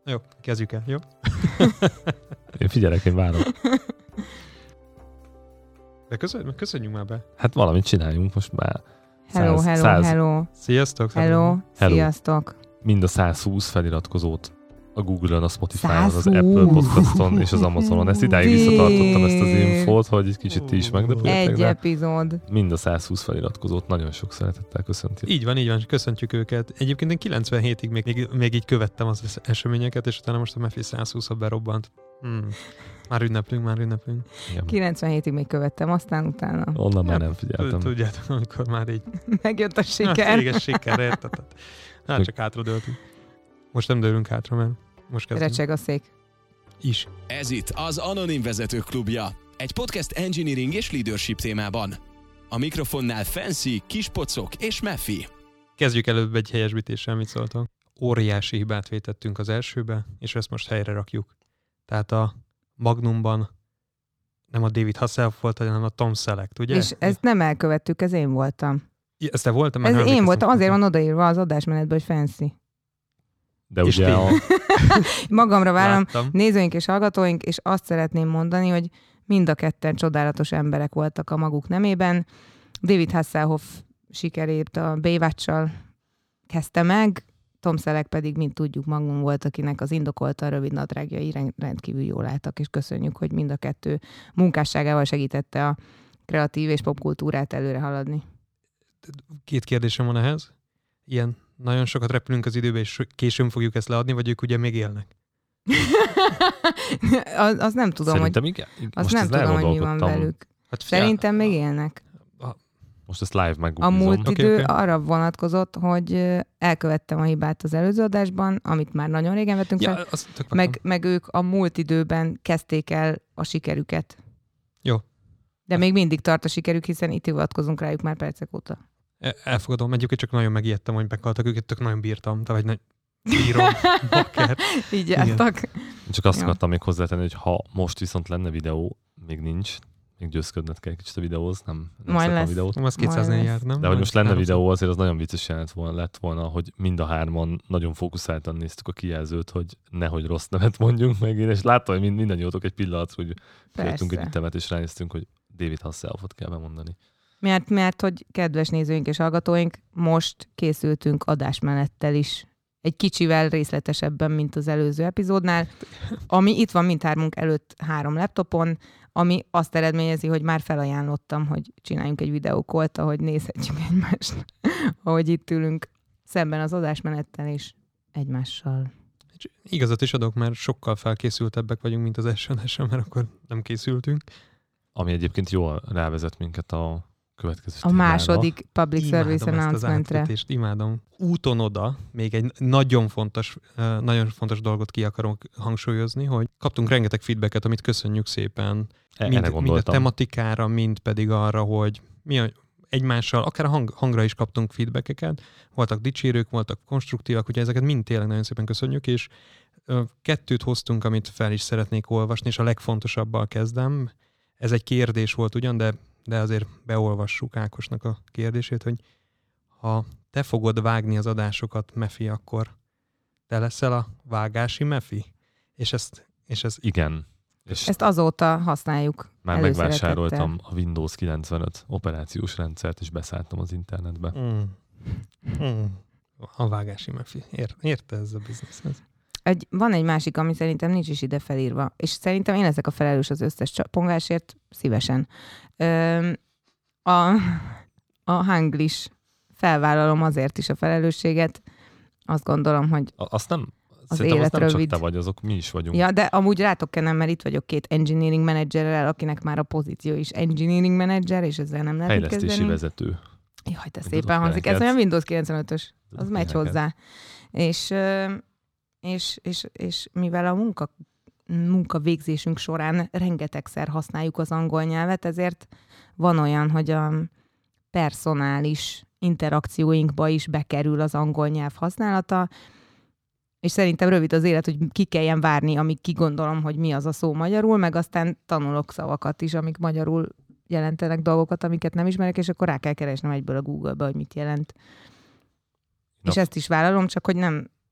Jó, kezdjük el, jó? Én figyelek, én várom. De köszönjünk már be. Hát valamit csináljunk most már. Hello. Sziasztok. Sziasztok. Mind a 120 feliratkozót a Google-on, a Spotify-on, az Apple Podcaston és az Amazonon. Ezt idáig visszatartottam ezt az infót, hogy egy kicsit ti is meglepődtek. Egy epizód. Mind a 120 feliratkozót nagyon sok szeretettel köszöntjük. Így van, köszöntjük őket. Egyébként én 97-ig még így követtem az eseményeket, és utána most a Mefi 120-a berobbant. Már ünneplünk. Igen. 97-ig még követtem, aztán utána. Onnan már nem figyeltem. Tudjátok, amikor már így... Megjött a siker. Véges siker, érted? Hát csak hátradőltünk. Most nem dőlünk hátra, mert most kezdünk. Recseg a szék. Is. Ez itt az Anonim Vezetők Klubja. Egy podcast engineering és leadership témában. A mikrofonnál Fancy, Kispocok és Mefi. Kezdjük előbb egy helyesbítéssel, mit szóltam. Óriási hibát vétettünk az elsőbe, és ezt most helyre rakjuk. Tehát a Magnumban nem a David Hasselhoff volt, hanem a Tom Selleck, ugye? És ezt nem elkövettük, ez én voltam. Ezt te voltam? Ez én voltam, azért van odaírva az adásmenetben, hogy Fancy. De ugye Magamra vállalom, Láttam. nézőink és hallgatóink, és azt szeretném mondani, hogy mind a ketten csodálatos emberek voltak a maguk nemében. David Hasselhoff sikerét a Baywatch-sal kezdte meg, Tom Selleck pedig, mint tudjuk, Magnum volt, akinek az indokoltan rövid nadrágjai rendkívül jól álltak, és köszönjük, hogy mind a kettő munkásságával segítette a kreatív és popkultúrát előre haladni. 2 kérdésem van ehhez. Ilyen nagyon sokat repülünk az időbe, és későn fogjuk ezt leadni, vagy ők ugye még élnek? Az nem tudom, szerintem hogy, igen. azt nem tudom, hogy mi van velük. Hát Szerintem még élnek. Most ezt live A meggooglizom. múlt idő Okay. arra vonatkozott, hogy elkövettem a hibát az előző adásban, amit már nagyon régen vettünk fel, meg ők a múlt időben kezdték el a sikerüket. Jó. De még mindig tart a sikerük, hiszen itt hivatkozunk rájuk már percek óta. Elfogadom, egyébként csak nagyon megijedtem, hogy meghaltak őket, tök nagyon bírtam, vagy nagy bírom, bakker. Így jártak. Csak azt akartam még hozzátenni, hogy ha most viszont lenne videó, még nincs, még győzködned kell egy kicsit a videóhoz, nem Majd lesz. a videót. Az 200-nél járt, nem? De hogy most lenne videó, azért az nagyon vicces lett volna, hogy mind a hárman nagyon fókuszáltan néztük a kijelzőt, hogy nehogy rossz nevet mondjunk meg. Én és láttam, hogy mindannyiótok egy pillanat, hogy féltünk egy ütemet, és ránéztünk, hogy David Hasselhoffot kell bemondani. Mert hogy kedves nézőink és hallgatóink, most készültünk adásmenettel is. Egy kicsivel részletesebben, mint az előző epizódnál, ami itt van mindhármunk előtt 3 laptopon, ami azt eredményezi, hogy már felajánlottam, hogy csináljunk egy videókolt, ahogy nézhetjük egymást, ahogy itt ülünk szemben az adásmenettel és egymással. Igazat is adok, mert sokkal felkészültebbek vagyunk, mint az első adásra, mert akkor nem készültünk. Ami egyébként jól rávezet minket a következő A második public service announcementre. Imádom. Úton oda még egy nagyon fontos dolgot ki akarok hangsúlyozni, hogy kaptunk rengeteg feedbacket, amit köszönjük szépen. Mind a tematikára, mind pedig arra, hogy mi egymással, akár a hangra is kaptunk feedbackeket. Voltak dicsérők, voltak konstruktívak, ugye ezeket mind tényleg nagyon szépen köszönjük, és 2 hoztunk, amit fel is szeretnék olvasni, és a legfontosabbal kezdem. Ez egy kérdés volt ugyan, de azért beolvassuk Ákosnak a kérdését, hogy ha te fogod vágni az adásokat, Mefi, akkor te leszel a vágási Mefi? És ez igen. És ezt azóta használjuk. Már megvásároltam a Windows 95 operációs rendszert, és beszálltam az internetbe. A vágási Mefi. Érte ez a bizniszhez? Van egy másik, ami szerintem nincs is ide felírva, és szerintem én leszek a felelős az összes csapongásért, szívesen. A Hanglish felvállalom azért is a felelősséget. Azt gondolom, hogy azt nem, az szerintem élet azt nem rövid. Csak te vagy, azok mi is vagyunk. Ja, de amúgy rátok kell nem, mert itt vagyok 2 engineering menedzserrel, akinek már a pozíció is engineering menedzser, és ezzel nem lehet mit kezdeni. Fejlesztési vezető. Jaj, de szépen hangzik. Ez olyan Windows 95-ös. Az megy hozzá. És mivel a munkavégzésünk során rengetegszer használjuk az angol nyelvet, ezért van olyan, hogy a personális interakcióinkba is bekerül az angol nyelv használata, és szerintem rövid az élet, hogy ki kelljen várni, amíg kigondolom, hogy mi az a szó magyarul, meg aztán tanulok szavakat is, amik magyarul jelentenek dolgokat, amiket nem ismerek, és akkor rá kell keresnem egyből a Google-be, hogy mit jelent. És ezt is vállalom, csak hogy nem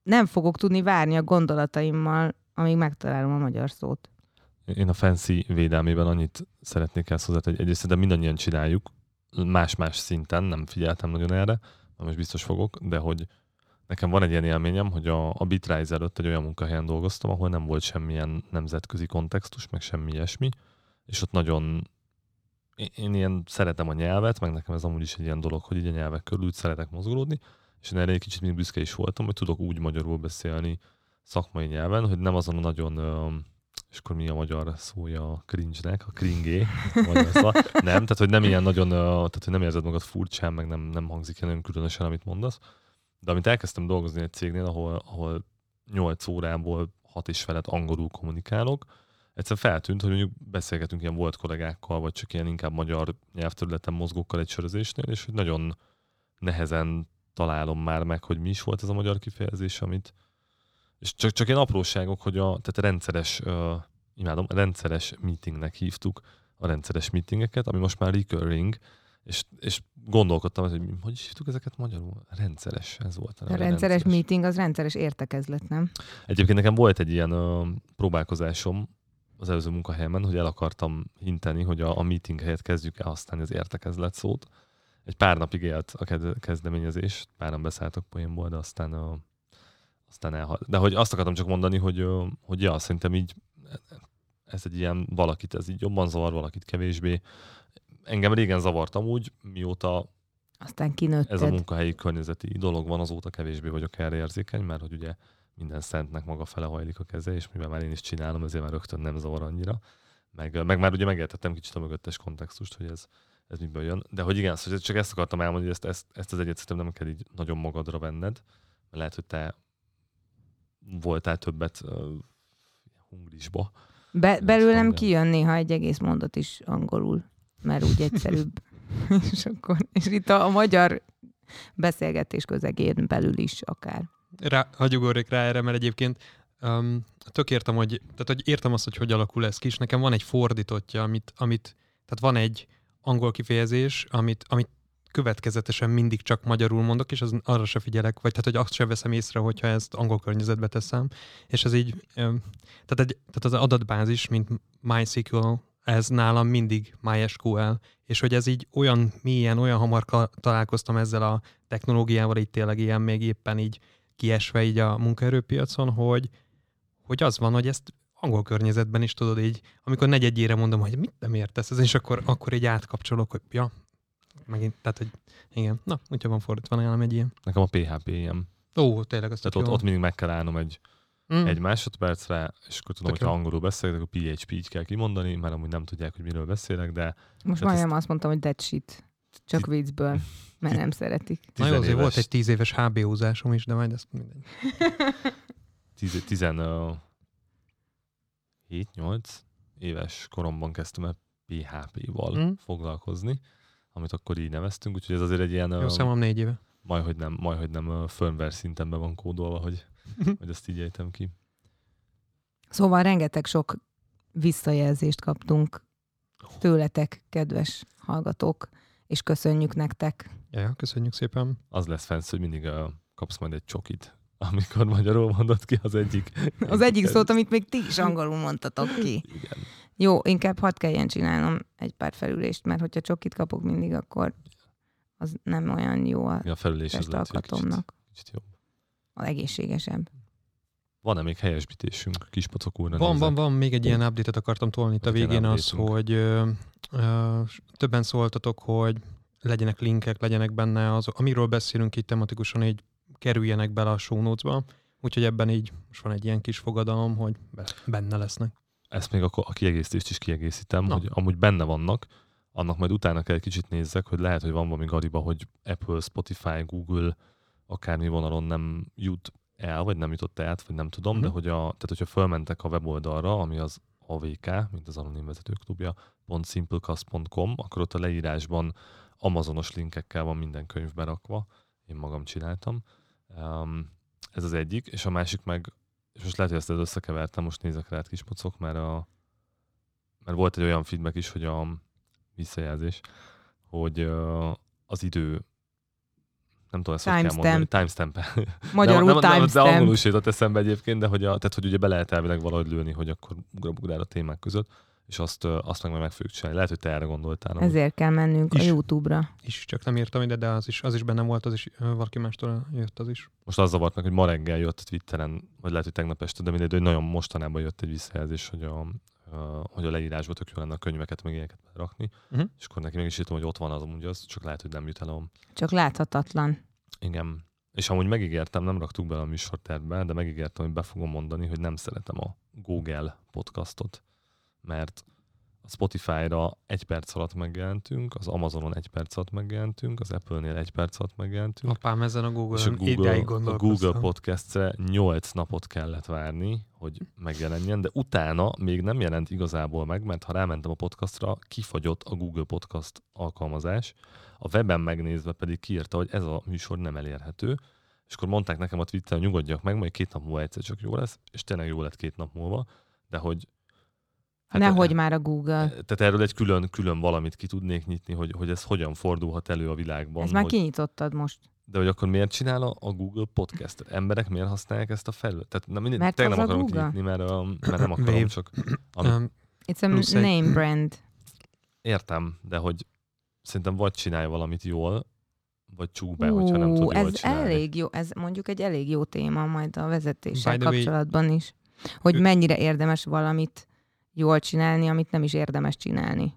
nem fogok tudni várni a gondolataimmal, amíg megtalálom a magyar szót. Én a fancy védelmében annyit szeretnék ezt hozzátenni, hogy egyrészt de mindannyian csináljuk, más-más szinten, nem figyeltem nagyon erre, most biztos fogok, de hogy nekem van egy ilyen élményem, hogy a Bitrise előtt egy olyan munkahelyen dolgoztam, ahol nem volt semmilyen nemzetközi kontextus, meg semmi ilyesmi, és ott nagyon én ilyen szeretem a nyelvet, meg nekem ez amúgy is egy ilyen dolog, hogy így a nyelvek körül szeretek mozgolódni, és én erre egy kicsit mindig büszke is voltam, hogy tudok úgy magyarul beszélni szakmai nyelven, hogy nem azon a nagyon, és akkor mi a magyar szója a cringe-nek, a kringé, nem, tehát hogy nem ilyen nagyon, tehát hogy nem érzed magad furcsán, meg nem hangzik ilyen különösen, amit mondasz. De amit elkezdtem dolgozni egy cégnél, ahol 8 órából 6 és felett angolul kommunikálok, egyszerűen feltűnt, hogy mondjuk beszélgetünk ilyen volt kollégákkal, vagy csak ilyen inkább magyar nyelvterületen mozgókkal egy sörözésnél, és hogy nagyon nehezen találom már meg, hogy mi is volt ez a magyar kifejezés, amit... És csak ilyen apróságok, hogy tehát rendszeres, imádom, rendszeres meetingnek hívtuk a rendszeres meetingeket, ami most már recurring, és gondolkodtam, hogy is hívtuk ezeket magyarul? Rendszeres, ez volt. A rendszeres meeting az rendszeres értekezlet, nem? Egyébként nekem volt egy ilyen próbálkozásom az előző munkahelyemen, hogy el akartam hinteni, hogy a meeting helyett kezdjük el használni az értekezlet szót. Egy pár napig élt a kezdeményezés, páran beszálltak poénból, de aztán elhalt. De hogy azt akartam csak mondani, hogy ja, szerintem így ez egy ilyen valakit, ez így jobban zavar, valakit kevésbé. Engem régen zavartam úgy, mióta aztán kinőtted. Ez a munkahelyi környezeti dolog van, azóta kevésbé vagyok erre érzékeny, mert hogy ugye minden szentnek maga fele hajlik a keze, és mivel már én is csinálom, ezért már rögtön nem zavar annyira. Meg már ugye megértettem kicsit a mögöttes kontextust, hogy ez miből jön. De hogy igen, szóval csak ezt akartam elmondani, hogy ezt az egyet szerintem nem kell így nagyon magadra venned, mert lehet, hogy te voltál többet hungrisba. Belőlem kijön néha egy egész mondat is angolul, mert úgy egyszerűbb. és itt a magyar beszélgetés közegén belül is akár. Hagyugorjak rá erre, mert egyébként tök értem, hogy értem azt, hogy alakul ez ki, és nekem van egy fordítottja, tehát van egy angol kifejezés, amit következetesen mindig csak magyarul mondok, és arra se figyelek, vagy tehát, hogy azt se veszem észre, hogyha ezt angol környezetbe teszem. És ez így, tehát az adatbázis, mint MySQL, ez nálam mindig MySQL, és hogy ez így olyan mélyen, olyan hamar találkoztam ezzel a technológiával, így tényleg ilyen még éppen így kiesve így a munkaerőpiacon, hogy az van, hogy ezt angol környezetben is tudod így, amikor negyedjére mondom, hogy mit nem értesz, és akkor így átkapcsolok, hogy ja, megint, tehát, hogy igen. Na, úgyhogy van fordítva nálam egy ilyen. Nekem a PHP ilyen. Ó, tényleg azt tehát ott mindig meg kell állnom egy másodpercre, és akkor tudom, hogyha angolul beszélek, akkor PHP így kell kimondani, mert amúgy nem tudják, hogy miről beszélek, de... Most majdnem azt mondtam, hogy that shit. Csak viccből, mert nem szeretik. Na jó, azért volt egy 10 éves HBO-zásom is, de majd ezt mindegy. 17-8 éves koromban kezdtem el PHP-val foglalkozni, amit akkor így neveztünk, úgyhogy ez azért egy ilyen... Jó, számom 4 éve. Majdhogy nem firmware szinten be van kódolva, hogy ezt így ejtem ki. Szóval rengeteg sok visszajelzést kaptunk tőletek, kedves hallgatók, és köszönjük nektek. Ja, köszönjük szépen. Az lesz fensz, hogy mindig kapsz majd egy csokit, amikor magyarul mondod ki az egyik. Az egyik szót, amit még ti is angolul mondtatok ki. Igen. Jó, inkább hadd kelljen csinálnom egy pár felülést, mert hogyha csokit kapok mindig, akkor az nem olyan jó a testalkatomnak. Kicsit jobb. Az egészségesebb. Van-e még helyesbítésünk Kispocok úrra? Van. Még egy ilyen update-et akartam tolni itt a végén, az, hogy többen szóltatok, hogy legyenek linkek, legyenek benne az, amiről beszélünk itt tematikusan, így kerüljenek bele a show notes-ba. Úgyhogy ebben így most van egy ilyen kis fogadalom, hogy benne lesznek. Ezt még a kiegészítést is kiegészítem, hogy amúgy benne vannak, annak majd utána kell egy kicsit nézzek, hogy lehet, hogy van valami gariba, hogy Apple, Spotify, Google, akármi vonalon nem jut el, vagy nem jutott át, vagy nem tudom, de hogy tehát hogyha fölmentek a weboldalra, ami az AVK, mint az Anonim Vezetők Klubja, .simplecast.com, akkor ott a leírásban amazonos linkekkel van minden könyv berakva. Én magam csináltam. Ez az egyik, és a másik meg, és most lehet, hogy ezt összekevertem, most nézek rá, Kispocok, mert volt egy olyan feedback is, hogy a visszajelzés, hogy az idő nem tudom, ezt hogy kell mondani. Timestamp. Magyarul timestamp. De angolul is jutott eszembe egyébként, de hogy ugye be lehet elvileg valahogy lőni, hogy akkor ugrál a témák között, és azt meg fogjuk csinálni. Lehet, hogy te erre gondoltál. Ezért kell mennünk a YouTube-ra. Is, csak nem írtam ide, de az is benne volt, az is valaki mástól jött az is. Most az zavart meg, hogy ma reggel jött Twitteren, vagy lehet, hogy tegnap este, de mindegy, hogy nagyon mostanában jött egy visszajelzés, hogy a leírásba tök jó lenne a könyveket, meg ilyeneket rakni, és akkor neki meg is írtam, hogy ott van az amúgy az, csak lehet, hogy nem jut el. Csak láthatatlan. Igen. És amúgy megígértem, nem raktuk bele a műsortervbe, de megígértem, hogy be fogom mondani, hogy nem szeretem a Google podcastot, mert a Spotify-ra 1 perc alatt megjelentünk, az Amazonon 1 perc alatt megjelentünk, az Apple-nél 1 perc alatt megjelentünk. Apám ezen a Google Podcast-re 8 napot kellett várni, hogy megjelenjen, de utána még nem jelent igazából meg, mert ha rámentem a podcastra, kifagyott a Google Podcast alkalmazás, a weben megnézve pedig kiírta, hogy ez a műsor nem elérhető, és akkor mondták nekem a Twitteren, hogy nyugodjak meg, majd 2 nap múlva egyszer csak jó lesz, és tényleg jó lett 2 nap múlva, de hogy nehogy már a Google. Tehát erről egy külön valamit ki tudnék nyitni, hogy ez hogyan fordulhat elő a világban. Ez már kinyitottad most. De hogy akkor miért csinál a Google Podcast-et? Emberek miért használják ezt a felületet? Tehát mert nem akarom kinyitni, mert nem akarom, csak... It's a name brand. Értem, de hogy szerintem vagy csinálj valamit jól, vagy csuk be, hogyha nem tud jól csinálni. Elég jó, ez mondjuk egy elég jó téma majd a vezetéssel kapcsolatban is. Hogy mennyire érdemes valamit jól csinálni, amit nem is érdemes csinálni.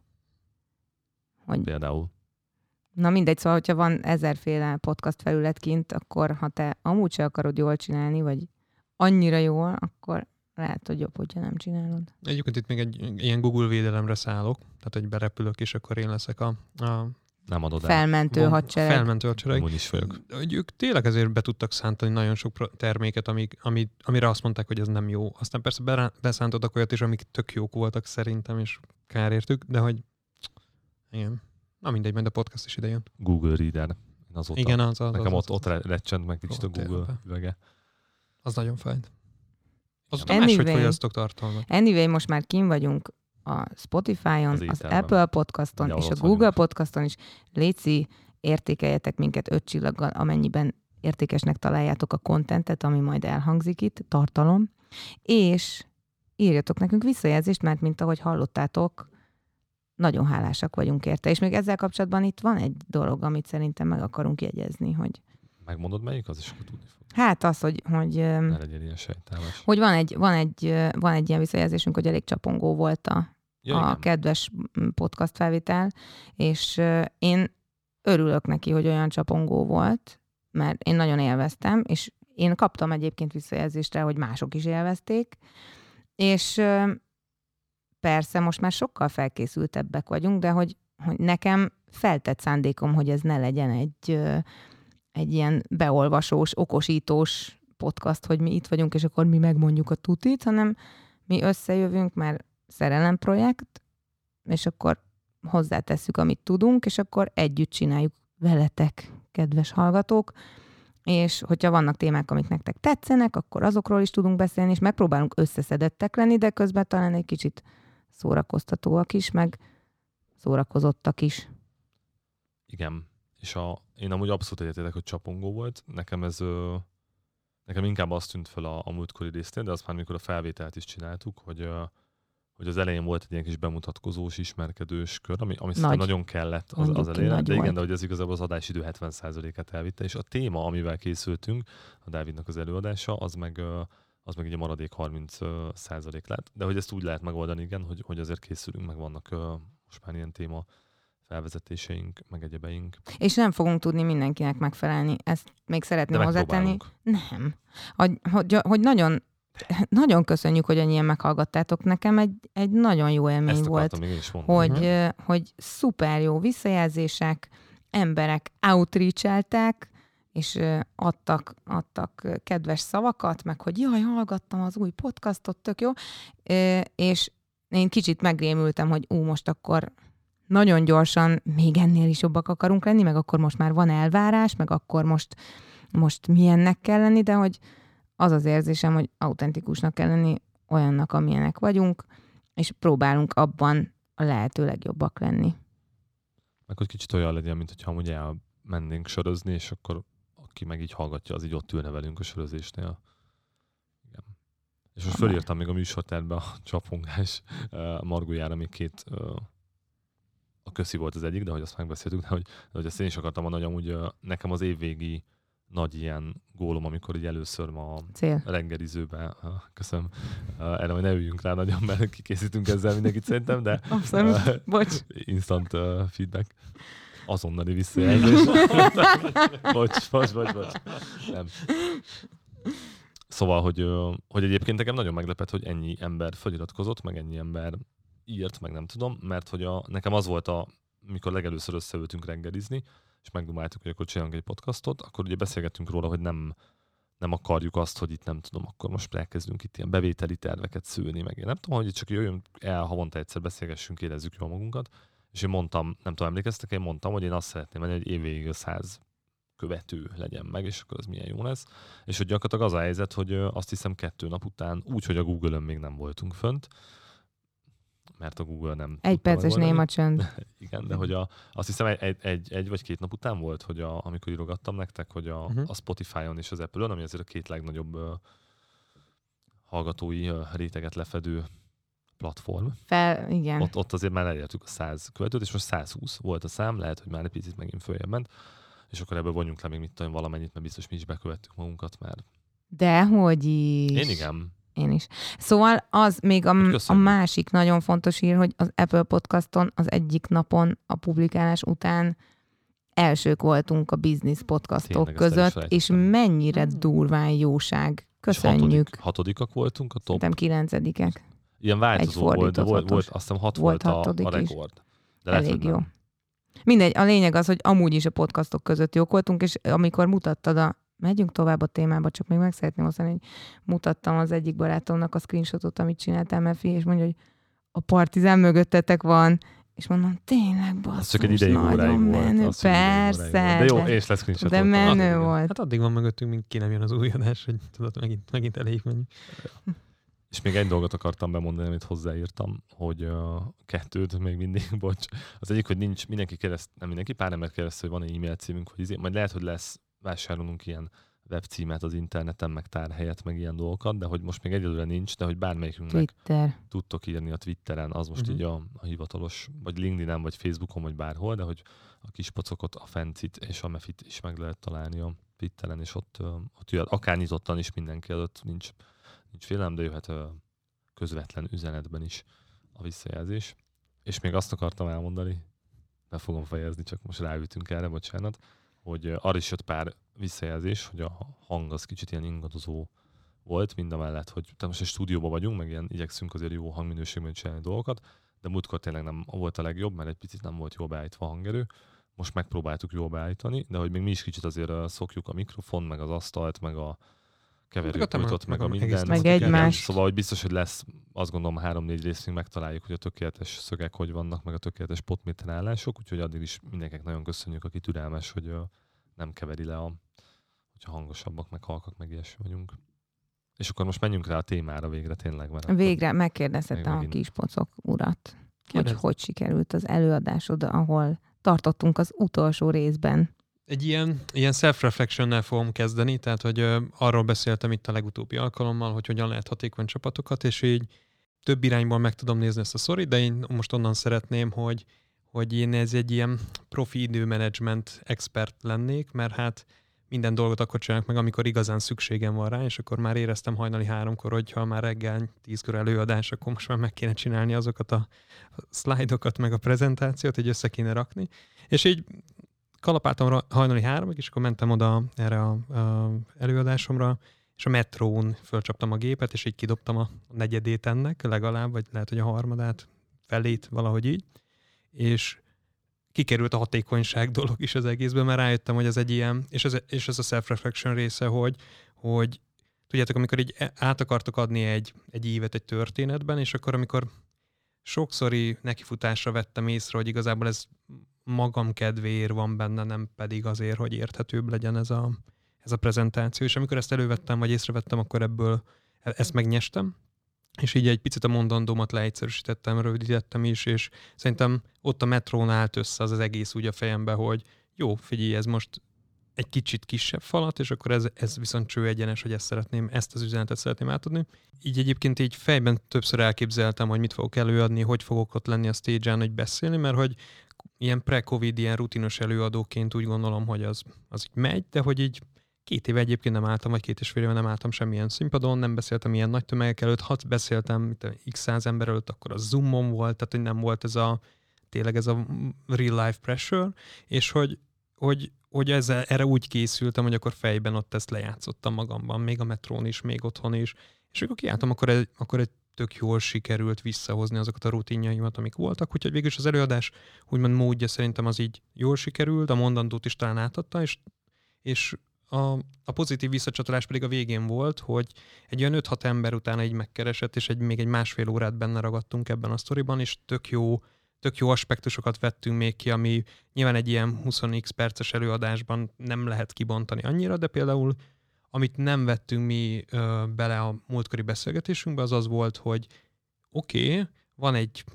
Például? Na mindegy, szóval, hogyha van 1000-féle podcast felület kint, akkor ha te amúgy se akarod jól csinálni, vagy annyira jól, akkor lehet, hogy jobb, hogyha nem csinálod. Egyébként itt még egy ilyen Google védelemre szállok, tehát hogy berepülök, és akkor én leszek a nem adod el. Felmentő hadsereg. Felmentő hadsereg. Amúgy is vagyok. Hogy ők tényleg ezért be tudtak szántani nagyon sok terméket, amire azt mondták, hogy ez nem jó. Aztán persze beszántottak olyat is, amik tök jók voltak szerintem, és kár értük, de hogy igen. Na mindegy, majd a podcast is ide jön. Google Reader. Azóta igen, az. Nekem ott recsent meg kicsit a Google üvege. Az nagyon fájt. Azóta máshogy fogyasztok tartalmat. Anyway, most már kim vagyunk a Spotify-on, az Apple Podcaston és a Google Podcaston is. Léci, értékeljetek minket 5 csillaggal, amennyiben értékesnek találjátok a contentet, ami majd elhangzik itt, tartalom, és írjatok nekünk visszajelzést, mert mint ahogy hallottátok, nagyon hálásak vagyunk érte. És még ezzel kapcsolatban itt van egy dolog, amit szerintem meg akarunk jegyezni, hogy... Megmondod melyik? Az is akkor tudni fog. Hát az, hogy ne legyen ilyen sejtelmes. Hogy van egy ilyen visszajelzésünk, hogy elég csapongó volt a kedves podcast felvétel, és én örülök neki, hogy olyan csapongó volt, mert én nagyon élveztem, és én kaptam egyébként visszajelzésre, hogy mások is élvezték, és persze most már sokkal felkészültebbek vagyunk, de hogy nekem feltett szándékom, hogy ez ne legyen egy ilyen beolvasós, okosítós podcast, hogy mi itt vagyunk, és akkor mi megmondjuk a tutit, hanem mi összejövünk, mert szerelemprojekt, és akkor hozzátesszük, amit tudunk, és akkor együtt csináljuk veletek, kedves hallgatók, és hogyha vannak témák, amik nektek tetszenek, akkor azokról is tudunk beszélni, és megpróbálunk összeszedettek lenni, de közben talán egy kicsit szórakoztatóak is, meg szórakozottak is. Igen, és én amúgy abszolút egyetértek, hogy csapongó volt. Nekem inkább azt tűnt fel a múltkori résznél, de azt már mikor a felvételt is csináltuk, hogy az elején volt egy ilyen kis bemutatkozós, ismerkedős kör, ami szerintem nagyon kellett az elején. De igen, de hogy ez igazából az adásidő 70%-át elvitte, és a téma, amivel készültünk, a Dávidnak az előadása, az meg ugye maradék 30% lett. De hogy ezt úgy lehet megoldani, igen, hogy azért készülünk, meg vannak most már ilyen téma felvezetéseink, meg egyebeink. És nem fogunk tudni mindenkinek megfelelni. Ezt még szeretném hozzátenni. Nem. Hogy nagyon, nagyon köszönjük, hogy annyian meghallgattátok. Nekem egy nagyon jó élmény volt, hogy szuper jó visszajelzések, emberek outreach-eltek, és adtak kedves szavakat, meg hogy jaj, hallgattam az új podcastot, tök jó. És én kicsit megrémültem, hogy most akkor nagyon gyorsan még ennél is jobbak akarunk lenni, meg akkor most már van elvárás, meg akkor most milyennek kell lenni, de hogy az az érzésem, hogy autentikusnak kell lenni, olyannak, amilyenek vagyunk, és próbálunk abban a lehető legjobbak lenni. Meg hogy kicsit olyan legyen, mint hogyha amúgy elmennénk sörözni, és akkor aki meg így hallgatja, az így ott ülne velünk a sörözésnél. Igen. És most fölírtam még a műsortervbe a csapongás Margójára még 2 a köszi volt az egyik, de hogy azt megbeszéltük, de hogy ezt én is akartam mondani, hogy amúgy nekem az évvégi nagy ilyen gólom, amikor így először ma a reggelizőben, köszönöm, erre majd ne üljünk rá nagyon, mert kikészítünk ezzel mindenkit szerintem, de bocs. Instant feedback. Azonnali visszajelzés. bocs. Nem. Szóval, hogy egyébként nekem nagyon meglepett, hogy ennyi ember feliratkozott, meg ennyi ember írt, meg nem tudom, mert hogy nekem az volt mikor legelőször összeültünk reggelizni, és megdumáltuk, hogy akkor csinálunk egy podcastot, akkor ugye beszélgettünk róla, hogy nem akarjuk azt, hogy itt nem tudom, akkor most elkezdünk itt ilyen bevételi terveket szülni, meg én nem tudom, hogy itt csak jöjjön el, havonta egyszer beszélgessünk, érezzük jól magunkat, és én mondtam, nem tudom, emlékeztek, én mondtam, hogy én azt szeretném menni, hogy évvégig 100 követő legyen meg, és akkor az milyen jó lesz. És hogy gyakorlatilag az a helyzet, hogy azt hiszem 2 nap után, úgy, hogy a Google-ön még nem voltunk fönt, mert a Google nem... 1 perces néma csönd. Igen, de hogy azt hiszem egy vagy 2 nap után volt, hogy amikor írogattam nektek, hogy a Spotify-on és az Apple-on, ami azért a 2 legnagyobb hallgatói réteget lefedő platform. Igen. Ott azért már elértük a 100 követőt, és most 120 volt a szám, lehet, hogy már egy picit megint följebb ment, és akkor ebből vonjunk le még mit tudom valamennyit, mert biztos mi is bekövettük magunkat már. Dehogy is. Én igen. Én is. Szóval az még a másik nagyon fontos hír, hogy az Apple Podcaston az egyik napon a publikálás után elsők voltunk a business podcastok között, és mennyire durván jóság. Köszönjük. És hatodikak voltunk a top? Szerintem 9-ek. Ilyen változó volt, de volt azt hiszem 6 volt a rekord. De elég jó. Mindegy, a lényeg az, hogy amúgy is a podcastok között jók voltunk, és amikor mutattad megyünk tovább a témába, csak még meg szeretném osztani, hogy mutattam az egyik barátomnak a screenshotot, amit csináltál, Mefi, és mondja, hogy a Partizán mögöttetek van, és mondom, tényleg basszus, csak egy ideig nagyon menő. Volt, persze. De jó, és lesz screenshot. De menő volt. Hát addig van mögöttünk, míg ki nem jön az új adás, hogy tudod, megint elég menjünk. És még egy dolgot akartam bemondani, amit hozzáírtam, hogy 2 még mindig, bocs. Az egyik, hogy nincs, pár ember keresztül, hogy van egy e-mail címünk, hogy majd lehet, hogy vásárolunk ilyen webcímet az interneten, meg tárhelyet, meg ilyen dolgokat, de hogy most még egyelőre nincs, de hogy bármelyikünknek tudtok írni a Twitteren, az most így a hivatalos, vagy LinkedInen, vagy Facebookon, vagy bárhol, de hogy a Kispocokot, a Fencit és a Mefit is meg lehet találni a Twitteren, és ott jöhet, akár nyitottan is mindenki előtt, nincs félelem, de jöhet közvetlen üzenetben is a visszajelzés. És még azt akartam elmondani, be fogom fejezni, csak most ráütünk erre, bocsánat, hogy arra is jött pár visszajelzés, hogy a hang az kicsit ilyen ingadozó volt, mindamellett, hogy most egy stúdióban vagyunk, meg ilyen igyekszünk azért jó hangminőségben csinálni dolgokat, de múltkor tényleg nem volt a legjobb, mert egy picit nem volt jól beállítva a hangerő. Most megpróbáltuk jól beállítani, de hogy még mi is kicsit azért szokjuk a mikrofon, meg az asztalt, meg a keverőpultot, meg a mindent. Meg egymást. Szóval, hogy biztos, hogy lesz, azt gondolom 3-4 részig megtaláljuk, hogy a tökéletes szögek hogy vannak, meg a tökéletes potméter állások, úgyhogy addig is mindenkinek nagyon köszönjük, aki türelmes, hogy nem keveri le, hogyha hangosabbak, meg halkak, meg ilyesmi vagyunk. És akkor most menjünk rá a témára végre tényleg. Végre megkérdeztem a Kispocok urat, hogy sikerült az előadásod, ahol tartottunk az utolsó részben. Egy ilyen self-reflection-nel fogom kezdeni, tehát hogy arról beszéltem itt a legutóbbi alkalommal, hogy hogyan lehet hatékony csapatokat, és így több irányból meg tudom nézni ezt a sztorit, de én most onnan szeretném, hogy én ez egy ilyen profi időmenedzsment expert lennék, mert hát minden dolgot akkor csinálok meg, amikor igazán szükségem van rá, és akkor már éreztem hajnali 3-kor, hogyha már reggel 10-kor előadás, akkor most már meg kéne csinálni azokat a szlájdokat, meg a prezentációt, hogy össze kéne rakni. És így kalapáltam hajnali 3-ig, és akkor mentem oda erre az előadásomra, és a metrón fölcsaptam a gépet, és így kidobtam a 4. ennek legalább, vagy lehet, hogy a 3, felét, valahogy így. És kikerült a hatékonyság dolog is az egészben, mert rájöttem, hogy ez egy ilyen, és ez a self-reflection része, hogy tudjátok, amikor így át akartok adni egy évet egy történetben, és akkor amikor sokszori nekifutásra vettem észre, hogy igazából ez magam kedvéért van benne, nem pedig azért, hogy érthetőbb legyen ez a prezentáció. És amikor ezt elővettem, vagy észrevettem, akkor ebből ezt megnyestem, és így egy picit a mondandómat leegyszerűsítettem, rövidítettem is, és szerintem ott a metrón állt össze az egész úgy a fejembe, hogy jó, figyelj, ez most egy kicsit kisebb falat, és akkor ez viszont csőegyenes, hogy ezt az üzenetet szeretném átadni. Így egyébként így fejben többször elképzeltem, hogy mit fogok előadni, hogy fogok ott lenni a stage-en, hogy beszélni, mert hogy ilyen pre-covid, ilyen rutinos előadóként úgy gondolom, hogy az így megy, de hogy így 2 éve egyébként nem álltam, vagy 2,5 éve nem álltam semmilyen színpadon, nem beszéltem ilyen nagy tömegek előtt, ha beszéltem x 100 ember előtt, akkor az Zoomon volt, tehát hogy nem volt tényleg ez a real life pressure, és hogy erre úgy készültem, hogy akkor fejben ott ezt lejátszottam magamban, még a metrón is, még otthon is, és amikor kiálltam, akkor egy tök jól sikerült visszahozni azokat a rutinjaimat, amik voltak, úgyhogy végülis az előadás úgymond módja szerintem az így jól sikerült, a mondandót is talán átadta, és a pozitív visszacsatolás pedig a végén volt, hogy egy olyan 5-6 ember utána így megkeresett, és még egy 1,5 órát benne ragadtunk ebben a sztoriban, és tök jó aspektusokat vettünk még ki, ami nyilván egy ilyen 20x perces előadásban nem lehet kibontani annyira, de például amit nem vettünk mi bele a múltkori beszélgetésünkbe, az volt, hogy oké, van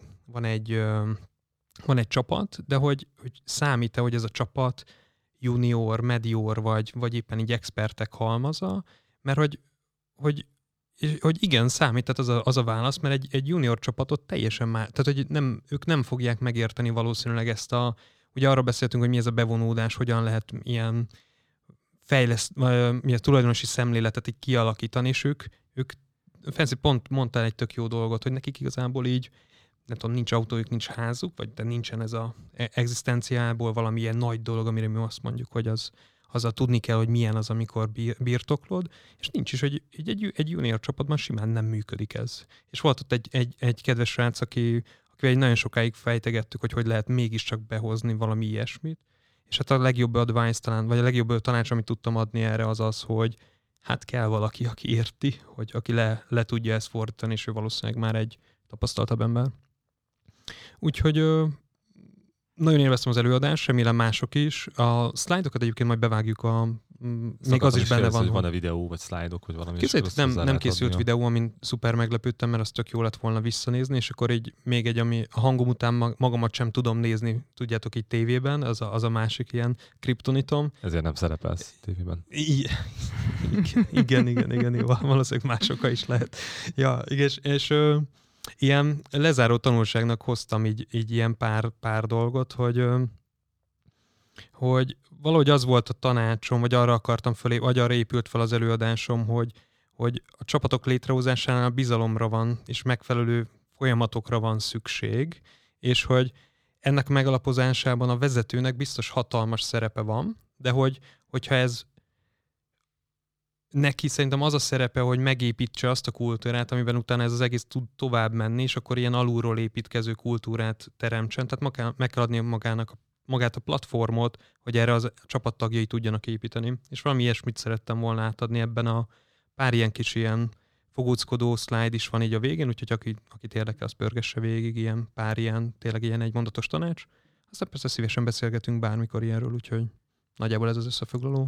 egy csapat, de hogy számít-e, hogy ez a csapat junior, medior, vagy éppen így expertek halmaza, mert hogy igen, számít, tehát az a válasz, mert egy junior csapatot teljesen már, tehát hogy ők nem fogják megérteni valószínűleg ezt ugye arra beszéltünk, hogy mi ez a bevonódás, hogyan lehet ilyen milyen tulajdonosi szemléletet így kialakítani, és ők Fancy pont mondtál egy tök jó dolgot, hogy nekik igazából így, nem tudom, nincs autójuk, nincs házuk, vagy de nincsen ez a egzisztenciából valamilyen nagy dolog, amire mi azt mondjuk, hogy azzal tudni kell, hogy milyen az, amikor birtoklod, és nincs is, hogy egy junior csapatban simán nem működik ez. És volt ott egy kedves srác, akivel egy nagyon sokáig fejtegettük, hogy lehet mégiscsak behozni valami ilyesmit, és hát a legjobb advice talán, vagy a legjobb tanács, amit tudtam adni erre az, hogy hát kell valaki, aki érti, hogy aki le tudja ezt fordítani, és ő valószínűleg már egy tapasztaltabb ember. Úgyhogy nagyon élveztem az előadást, remélem mások is. A szlájdokat egyébként majd bevágjuk, még az is benne van. Hogy van-e videó, vagy szlájdok, vagy valami. Képzeljük, nem készült videó, amin szuper meglepődtem, mert az tök jó lett volna visszanézni, és akkor így még egy, ami a hangom után magamat sem tudom nézni, tudjátok, így tévében, az a másik ilyen kriptonitom. Ezért nem szerepelsz tévében. Igen, valószínűleg másokkal is lehet. Ja, és ilyen lezáró tanulságnak hoztam így ilyen pár dolgot, hogy valahogy az volt a tanácsom, vagy arra akartam vagy arra épült fel az előadásom, hogy a csapatok létrehozásánál bizalomra van, és megfelelő folyamatokra van szükség, és hogy ennek megalapozásában a vezetőnek biztos hatalmas szerepe van, de hogyha ez neki szerintem az a szerepe, hogy megépítse azt a kultúrát, amiben utána ez az egész tud tovább menni, és akkor ilyen alulról építkező kultúrát teremtsen. Tehát meg kell adni magát a platformot, hogy erre a csapattagjai tudjanak építeni. És valami ilyesmit szerettem volna átadni ebben a pár ilyen kis ilyen fogóckodó szlájd is van így a végén, úgyhogy akit érdekel, az pörgesse végig, ilyen pár ilyen, tényleg ilyen egymondatos tanács. Aztán persze szívesen beszélgetünk bármikor ilyenről, úgyhogy nagyjából ez az összefoglaló.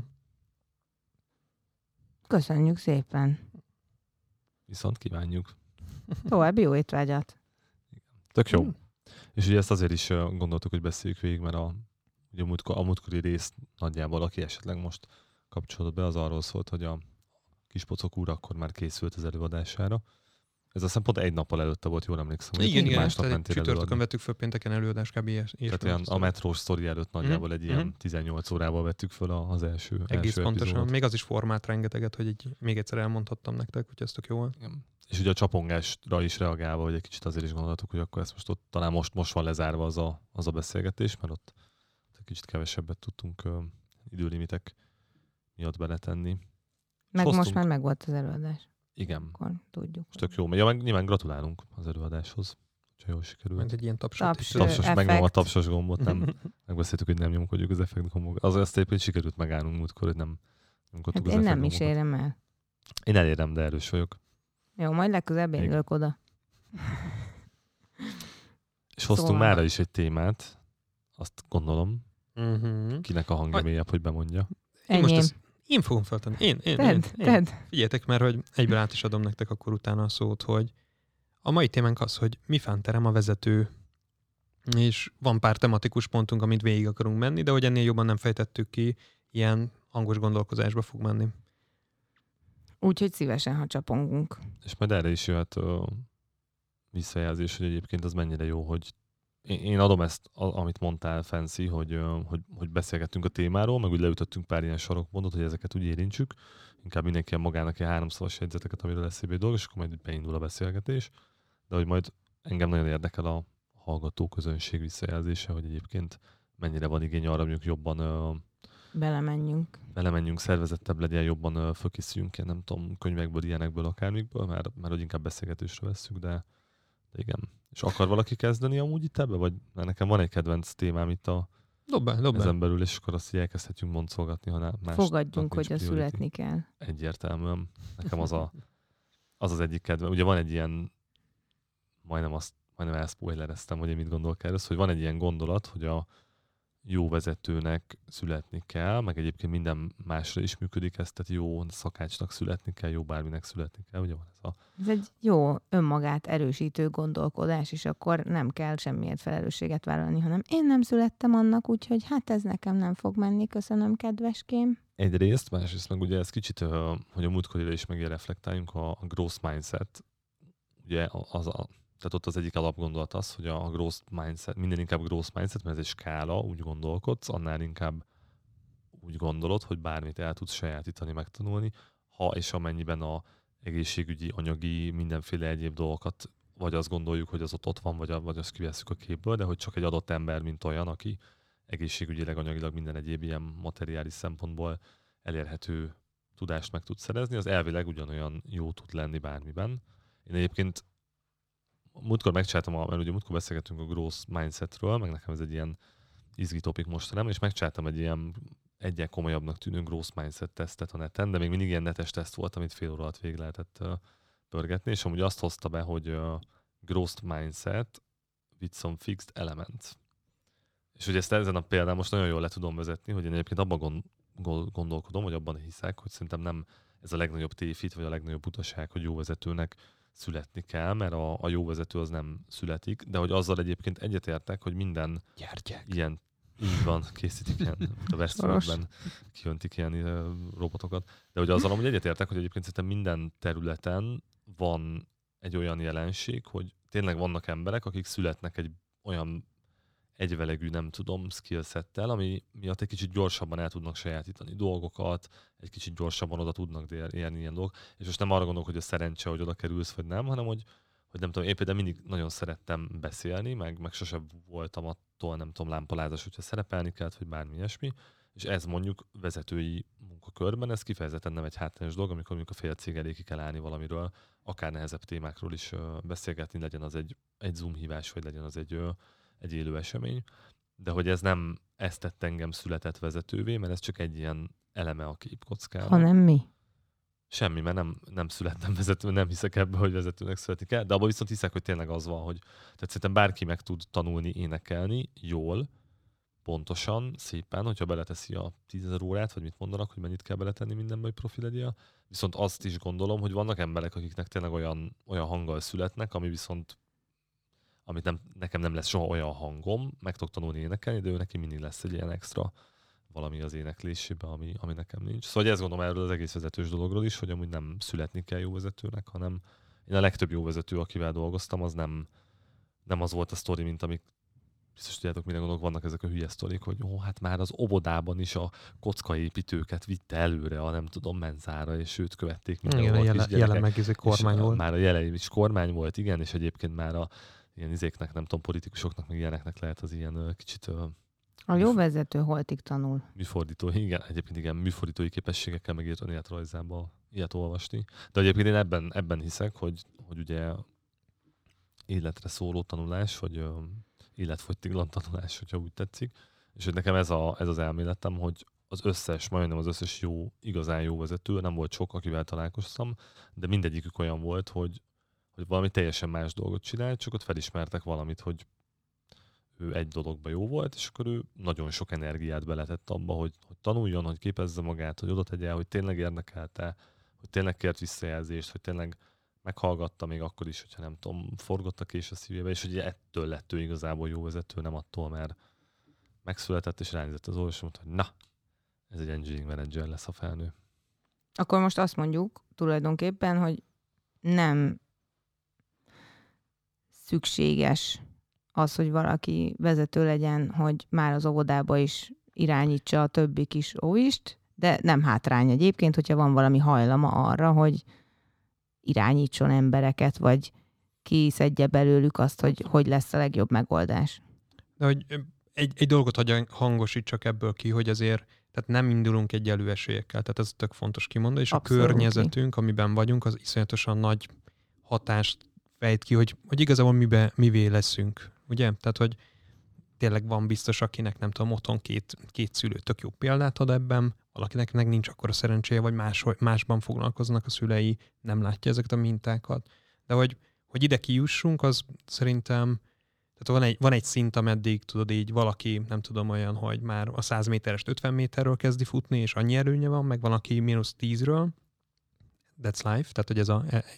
Köszönjük szépen. Viszont kívánjuk. További jó étvágyat. Tök jó. És ugye ezt azért is gondoltuk, hogy beszéljük végig, mert ugye a múltkori rész nagyjából, aki esetleg most kapcsolódott be, az arról szólt, hogy a Kispocok úr akkor már készült az előadására. Ez aztán pont egy nappal előtte volt, jól emlékszem. Igen, másnap csütörtökön vettük föl, pénteken előadás kb. Tehát ilyen a metrós sztori előtt nagyjából egy ilyen 18 órával vettük föl az első egész pontosan. Epizódot. Még az is formát rengeteget, hogy így még egyszer elmondhattam nektek, hogy ez tök jó volt. És ugye a csapongásra is reagálva, hogy egy kicsit azért is gondoltuk, hogy akkor ezt most ott talán most van lezárva az a beszélgetés, mert ott egy kicsit kevesebbet tudtunk időlimitek miatt beletenni. Meg most már megvolt az előadás. Igen. Akkor tudjuk. És tök jó. Ja, meg nyilván gratulálunk az előadáshoz. Csak jól sikerült. Mint egy ilyen tapsot. Tapsos, megnyom a tapsos gombot. Nem, megbeszéltük, hogy nem nyomkodjuk az effekt gombot. Az azt éppen sikerült megállnunk múltkor, hogy nem nyomkodtuk az effekt gombot. Én nem is érem el. Én elérem, de erős vagyok. Jó, majd legközelebb én ülök oda. És hoztunk mára is egy témát, azt gondolom. Kinek a hangja mélyebb, hogy bemondja. Én fogom feltenni. Én. Figyeljetek, mert hogy egyből át is adom nektek akkor utána a szót, hogy a mai témánk az, hogy mi fánterem a vezető, és van pár tematikus pontunk, amit végig akarunk menni, de hogy ennél jobban nem fejtettük ki ilyen hangos gondolkozásba fog menni. Úgyhogy szívesen, ha csapongunk. És majd erre is jöhet visszajelzés, hogy egyébként az mennyire jó, hogy én adom ezt, amit mondtál, Fancy, hogy beszélgettünk a témáról, meg úgy leütöttünk pár ilyen sarokpontot, hogy ezeket úgy érintsük. Inkább mindenki magának ilyen 3 szavas jegyzeteket, amiről eszébe dolog, és akkor majd beindul a beszélgetés. De hogy majd engem nagyon érdekel a hallgató közönség visszajelzése, hogy egyébként mennyire van igény arra, mondjuk jobban belemenjünk, szervezettebb legyen, jobban fölkészüljünk ilyen, nem tudom, könyvekből, ilyenekből, akármikből, mert hogy inkább beszélgetésre vesszük, de igen. És akar valaki kezdeni amúgy itt ebbe? Vagy nekem van egy kedvenc témám itt ezen belül, és akkor azt így elkezdhetjünk boncolgatni, ha más. Fogadjunk, hogy a születni kell. Egyértelműen. Nekem az egyik kedvenc. Ugye van egy ilyen, majdnem elszpoilereztem, hogy én mit gondolok erről, hogy van egy ilyen gondolat, hogy a jó vezetőnek születni kell, meg egyébként minden másra is működik ez, tehát jó szakácsnak születni kell, jó bárminek születni kell, ugye van ez egy jó önmagát erősítő gondolkodás, és akkor nem kell semmiért felelősséget vállalni, hanem én nem születtem annak, úgyhogy hát ez nekem nem fog menni, köszönöm, kedveském. Egyrészt, másrészt meg ugye ez kicsit, hogy a múltkorira is meg reflektáljunk, a growth mindset, ugye tehát ott az egyik alapgondolat az, hogy a growth mindset, minden inkább growth mindset, mert ez egy skála, úgy gondolkodsz, annál inkább úgy gondolod, hogy bármit el tudsz sajátítani, megtanulni, ha és amennyiben a egészségügyi, anyagi, mindenféle egyéb dolgokat, vagy azt gondoljuk, hogy az ott van, vagy azt kivesszük a képből, de hogy csak egy adott ember, mint olyan, aki egészségügyileg, anyagilag minden egyéb ilyen materiális szempontból elérhető tudást meg tud szerezni, az elvileg ugyanolyan jó tud lenni bármiben. Én egyébként múltkor megcsináltam, mert ugye múltkor beszélgettünk a growth mindsetről, meg nekem ez egy ilyen izgi topik mostanában, és megcsináltam egy ilyen egyen komolyabbnak tűnő growth mindset tesztet a neten, de még mindig ilyen netes teszt volt, amit fél óra alatt végig lehetett pörgetni, és amúgy azt hozta be, hogy growth mindset with some fixed elements. És hogy ezt ezen a példán most nagyon jól le tudom vezetni, hogy én egyébként abban gondolkodom, vagy abban hiszek, hogy szerintem nem ez a legnagyobb tévhit, vagy a legnagyobb butaság, hogy jó vezetőnek születni kell, mert a jó vezető az nem születik, de hogy azzal egyébként egyetértek, hogy minden ilyen, így van, készítik ilyen, a Westworldben kijöntik ilyen robotokat, de hogy azzal amúgy egyetértek, hogy egyébként szerintem minden területen van egy olyan jelenség, hogy tényleg vannak emberek, akik születnek egy olyan egyvelegű, nem tudom, skillsettel, ami miatt egy kicsit gyorsabban el tudnak sajátítani dolgokat, egy kicsit gyorsabban oda tudnak érni ilyen dolgok. És most nem arra gondolok, hogy a szerencse, hogy oda kerülsz, vagy nem, hanem hogy nem tudom, én például mindig nagyon szerettem beszélni, meg sosem voltam attól, nem tudom, lámpalázas, hogyha szerepelni kellett, vagy bármi ilyesmi. És ez mondjuk vezetői munkakörben, ez kifejezetten nem egy hátrányos dolog, amikor mondjuk a fél cég elé ki kell állni valamiről, akár nehezebb témákról is beszélgetni, legyen az egy Zoom hívás, vagy legyen az egy élő esemény, de hogy ez nem ezt tett engem született vezetővé, mert ez csak egy ilyen eleme a képkockának. Hanem mi? Semmi, mert nem születtem vezető, nem hiszek ebbe, hogy vezetőnek születik el, de abban viszont hiszek, hogy tényleg az van, hogy tehát szerintem bárki meg tud tanulni, énekelni jól, pontosan, szépen, hogyha beleteszi a 10 000 órát, vagy mit mondanak, hogy mennyit kell beletenni mindenbe, hogy profi legyen. Viszont azt is gondolom, hogy vannak emberek, akiknek tényleg olyan hanggal születnek, amit nekem nem lesz soha olyan hangom, meg tudok tanulni énekelni, de ő neki mindig lesz egy ilyen extra valami az éneklésében, ami nekem nincs. Szóval ezt gondolom erről az egész vezetős dologról is, hogy amúgy nem születni kell jó vezetőnek, hanem én a legtöbb jó vezető, akivel dolgoztam, az nem az volt a sztori, mint amik biztos tudjátok, mire gondolok, vannak ezek a hülye sztorik, hogy hát már az óvodában is a kockaépítőket vitte előre a nem tudom, menzára, és őt követték mindenhol. Igen, jelen meg ez egy kormány volt. Már a jelen is kormány volt, igen, és egyébként már a ilyen izéknek, nem tudom, politikusoknak, meg ilyeneknek lehet az ilyen kicsit... A jó vezető holtig tanul. Műfordító, igen, egyébként igen, műfordítói képességekkel megírt önéletrajzába ilyet olvasni. De egyébként én ebben hiszek, hogy ugye életre szóló tanulás, vagy életfogytiglan tanulás, hogyha úgy tetszik. És hogy nekem ez az elméletem, hogy majdnem az összes igazán jó vezető, nem volt sok, akivel találkoztam, de mindegyikük olyan volt, hogy valami teljesen más dolgot csinált, csak ott felismertek valamit, hogy ő egy dologban jó volt, és akkor ő nagyon sok energiát beletett abba, hogy tanuljon, hogy képezze magát, hogy oda tegye, hogy tényleg érdekelte, hogy tényleg kért visszajelzést, hogy tényleg meghallgatta még akkor is, hogyha nem tudom, forgott a kés a szívébe, és hogy ettől lett ő igazából jó vezető, nem attól, mert megszületett és rányzett az orvosom, hogy na, Ez egy engineering manager lesz, a felnő. Akkor most azt mondjuk tulajdonképpen, hogy nem szükséges az, hogy valaki vezető legyen, hogy már az óvodába is irányítsa a többi kis óvist, de nem hátrány egyébként, hogyha van valami hajlama arra, hogy irányítson embereket, vagy kiszedje belőlük azt, hogy lesz a legjobb megoldás. De hogy egy dolgot hangosítsak ebből ki, hogy azért tehát nem indulunk egyenlő esélyekkel, tehát ez tök fontos kimondani, és abszolút. A környezetünk, amiben vagyunk, az iszonyatosan nagy hatást fejt ki, hogy igazából mivé leszünk, ugye? Tehát, hogy tényleg van biztos, akinek nem tudom, otthon két szülő tök jó példát ad ebben, valakinek meg nincs akkora szerencséje, vagy másban foglalkoznak a szülei, nem látja ezeket a mintákat. De hogy ide kijussunk, az szerintem, tehát van egy szint, ameddig tudod így valaki, nem tudom, olyan, hogy már a 100 méterest 50 méterről kezdi futni, és annyi előnye van, meg van, aki -10-ről. That's life, tehát hogy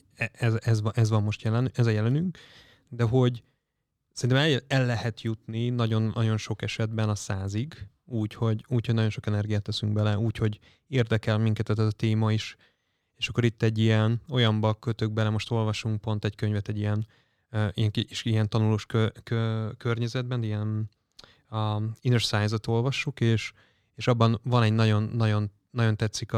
ez van most ez a jelenünk, de hogy szerintem el lehet jutni nagyon sok esetben a 100-ig, úgy, hogy nagyon sok energiát teszünk bele, úgy, hogy érdekel minket ez a téma is, és akkor itt egy olyanba kötök bele, most olvasunk pont egy könyvet egy ilyen tanulós környezetben, ilyen Inner Science-ot olvassuk, és abban van egy nagyon tetszik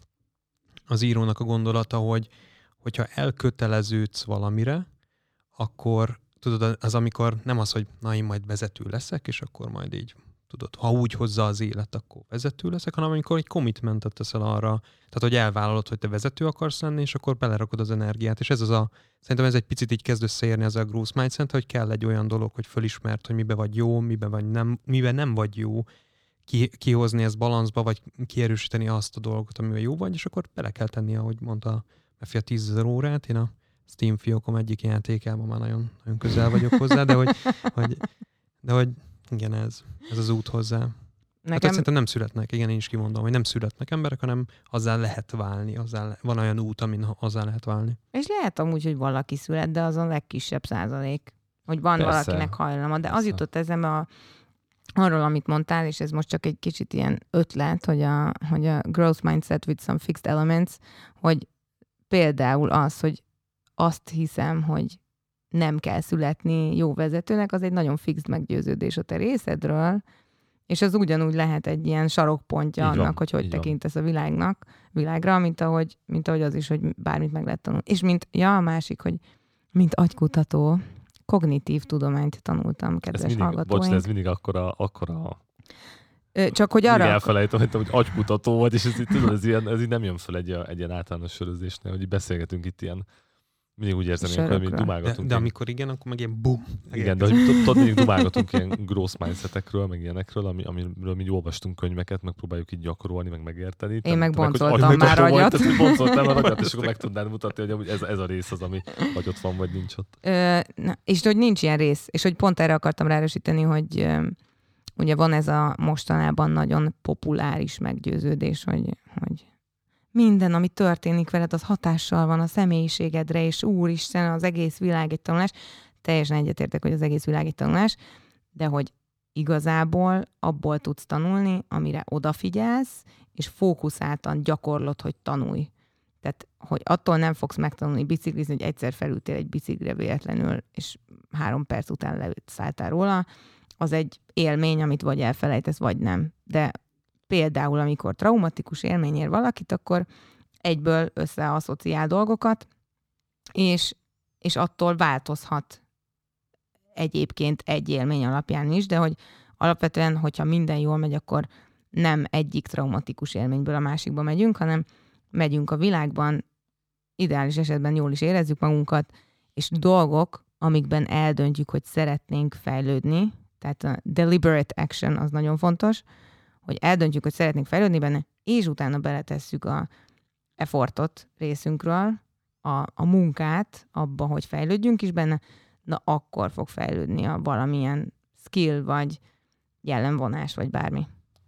az írónak a gondolata, hogyha elköteleződsz valamire, akkor tudod, az amikor nem az, hogy na én majd vezető leszek, és akkor majd így, tudod, ha úgy hozza az élet, akkor vezető leszek, hanem amikor egy commitmentet teszel arra, tehát hogy elvállalod, hogy te vezető akarsz lenni, és akkor belerakod az energiát. És szerintem ez egy picit így kezd összeérni az a growth mindset, hogy kell egy olyan dolog, hogy fölismert, hogy miben vagy jó, miben nem vagy jó, kihozni ezt balanszba, vagy kierősíteni azt a dolgot, amivel jó vagy, és akkor bele kell tenni, ahogy mondta Meffi, a 10 000 órát. Én a Steam fiókom egyik játékában már nagyon, nagyon közel vagyok hozzá, de hogy igen, ez az út hozzá. Hát szerintem nem születnek, igen, én is kimondom, hogy nem születnek emberek, hanem azzá lehet válni, van olyan út, amin azzá lehet válni. És lehet amúgy, hogy valaki szület, de az a legkisebb százalék, hogy van persze valakinek hajlama, de az jutott eszembe arról, amit mondtál, és ez most csak egy kicsit ilyen ötlet, hogy a growth mindset with some fixed elements, hogy például az, hogy azt hiszem, hogy nem kell születni jó vezetőnek, az egy nagyon fix meggyőződés a te részedről, és az ugyanúgy lehet egy ilyen sarokpontja így annak, van, hogy tekintesz a világra, mint ahogy az is, hogy bármit meg lehet tanulni. És a másik, hogy mint agykutató, kognitív tudományt tanultam, kedves hallgatóink. Bocs, ez mindig akkora csak hogy arra... elfelejtem, hogy agykutató vagy, és ez így nem jön fel egy ilyen általános sörözésnél, hogy beszélgetünk itt ilyen. Mindig úgy érzem, hogy mi dumálgatunk. De amikor igen, akkor meg ilyen bum. Igen, de tudod, mindig dumálgatunk ilyen growth mindsetekről, meg ilyenekről, amiről mi olvastunk könyveket, meg próbáljuk így gyakorolni, meg megérteni. Én meg boncoltam már agyat. Boncoltam már agyat, és akkor meg tudnád mutatni, hogy ez a rész az, ami vagy ott van, vagy nincs ott. És hogy nincs ilyen rész. És hogy pont erre akartam ráerősíteni, hogy ugye van ez a mostanában nagyon populáris meggyőződés, hogy minden, ami történik veled, az hatással van a személyiségedre, és úristen, az egész világ egy tanulás. Teljesen egyetértek, hogy az egész világ egy tanulás, de hogy igazából abból tudsz tanulni, amire odafigyelsz, és fókuszáltan gyakorlod, hogy tanulj. Tehát, hogy attól nem fogsz megtanulni biciklizni, hogy egyszer felültél egy biciklire véletlenül, és 3 perc után leszálltál róla, az egy élmény, amit vagy elfelejtesz, vagy nem. De például, amikor traumatikus élmény ér valakit, akkor egyből összeasszociál dolgokat, és attól változhat egyébként egy élmény alapján is, de hogy alapvetően, hogyha minden jól megy, akkor nem egyik traumatikus élményből a másikba megyünk, hanem megyünk a világban, ideális esetben jól is érezzük magunkat, és dolgok, amikben eldöntjük, hogy szeretnénk fejlődni, tehát a deliberate action az nagyon fontos, hogy eldöntjük, hogy szeretnénk fejlődni benne, és utána beletesszük a effortot részünkről, a munkát abba, hogy fejlődjünk is benne, na akkor fog fejlődni a valamilyen skill, vagy jellemvonás, vagy bármi.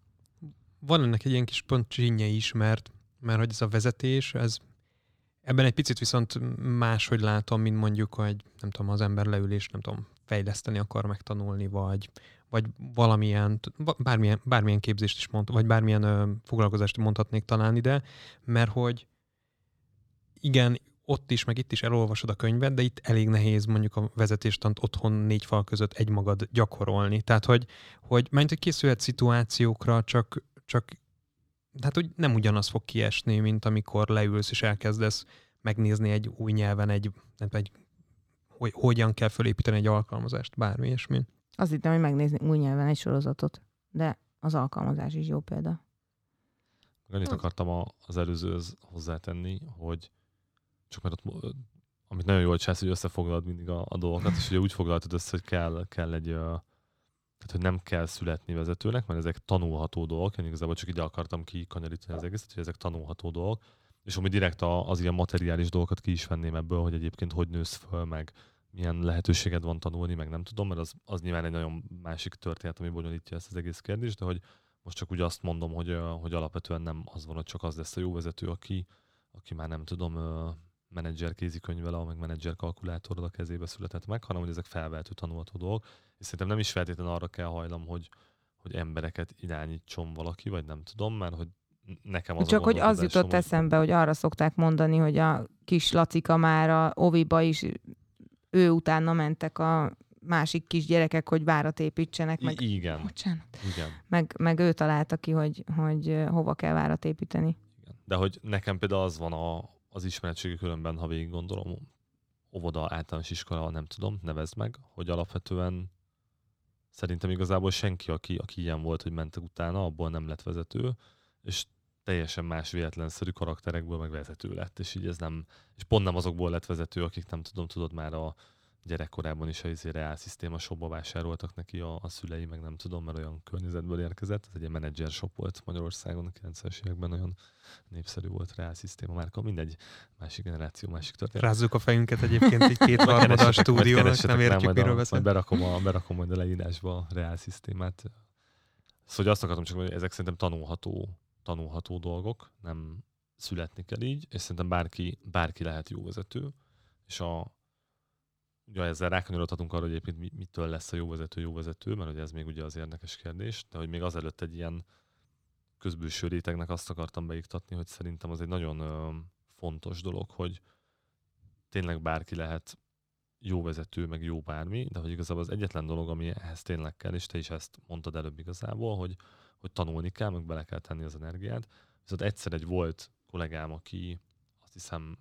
Van ennek egy ilyen kis pontcsinje is, mert hogy ez a vezetés, ebben egy picit viszont máshogy látom, mint mondjuk, hogy nem tudom, az ember leül és nem tudom, fejleszteni akar megtanulni, vagy vagy bármilyen képzést is vagy bármilyen foglalkozást mondhatnék talán ide, mert hogy igen, ott is, meg itt is elolvasod a könyvet, de itt elég nehéz mondjuk a vezetéstant otthon 4 fal között egymagad gyakorolni. Tehát, hogy készülhet szituációkra, csak hát, hogy nem ugyanaz fog kiesni, mint amikor leülsz és elkezdesz megnézni egy új nyelven hogy hogyan kell felépíteni egy alkalmazást, bármi ilyesmi. Azt hittem, hogy megnézni új nyelven egy sorozatot, de az alkalmazás is jó példa. Annyit akartam az előzőhöz hozzátenni, hogy csak mert ott, amit nagyon jól csinálsz, hogy összefoglalod mindig a dolgokat, és ugye úgy foglaltad össze, hogy kell egy, tehát hogy nem kell születni vezetőnek, mert ezek tanulható dolgok, én igazából csak ide akartam kikanyarítani az egészet, hogy ezek tanulható dolgok, és ami direkt az ilyen materiális dolgokat ki is venném ebből, hogy egyébként hogy nősz föl, meg milyen lehetőséged van tanulni, meg nem tudom, mert az nyilván egy nagyon másik történet, ami bonyolítja ezt az egész kérdést, de hogy most csak úgy azt mondom, hogy alapvetően nem az van, hogy csak az lesz a jó vezető, aki már nem tudom, menedzser kézikönyvvel, meg menedzser kalkulátorral a kezébe született meg, hanem hogy ezek felvehető tanulható dolgok. És szerintem nem is feltétlenül arra kell hajlam, hogy embereket irányítson valaki, vagy nem tudom, mert hogy nekem az csak hogy az jutott eszembe, hogy arra szokták mondani, hogy a kis Lacika már a oviba is ő utána mentek a másik kis gyerekek, hogy várat építsenek. Meg, igen. Bocsánat. Igen. Meg ő találta ki, hogy hova kell várat építeni. Igen. De hogy nekem például az van az ismeretségi körömben, ha végig gondolom, óvoda, általános iskola, nem tudom, nevezd meg, hogy alapvetően szerintem igazából senki, aki ilyen volt, hogy mentek utána, abból nem lett vezető, és teljesen más véletlenszerű karakterekből meg vezető lett, és így ez nem, és pont nem azokból lett vezető, akik nem tudom, tudod már a gyerekkorában is a reál szisztéma shopba vásároltak neki a szülei, meg nem tudom, mert olyan környezetből érkezett. Ez egy ilyen menedzser shop volt Magyarországon a 90-es években, nagyon népszerű volt reál szisztéma márka. Mindegy, másik generáció, másik történet. Rázzuk a fejünket egyébként egy 2/3 a stúdiónak, nem értjük, miről beszél. Berakom majd a leírásba a reál szisztémát. Szóval azt akartam csak mondani, hogy ezek szerintem tanulható dolgok, nem születni kell így, és szerintem bárki lehet jó vezető, és ugye ezzel rákanyarodhatunk arra, hogy egyébként mitől lesz a jó vezető, mert ugye ez még ugye az érdekes kérdés, de hogy még azelőtt egy ilyen közbülső rétegnek azt akartam beiktatni, hogy szerintem az egy nagyon fontos dolog, hogy tényleg bárki lehet jó vezető, meg jó bármi, de hogy igazából az egyetlen dolog, ami ehhez tényleg kell, és te is ezt mondtad előbb igazából, hogy tanulni kell, meg bele kell tenni az energiát. Viszont egyszer egy volt kollégám, aki azt hiszem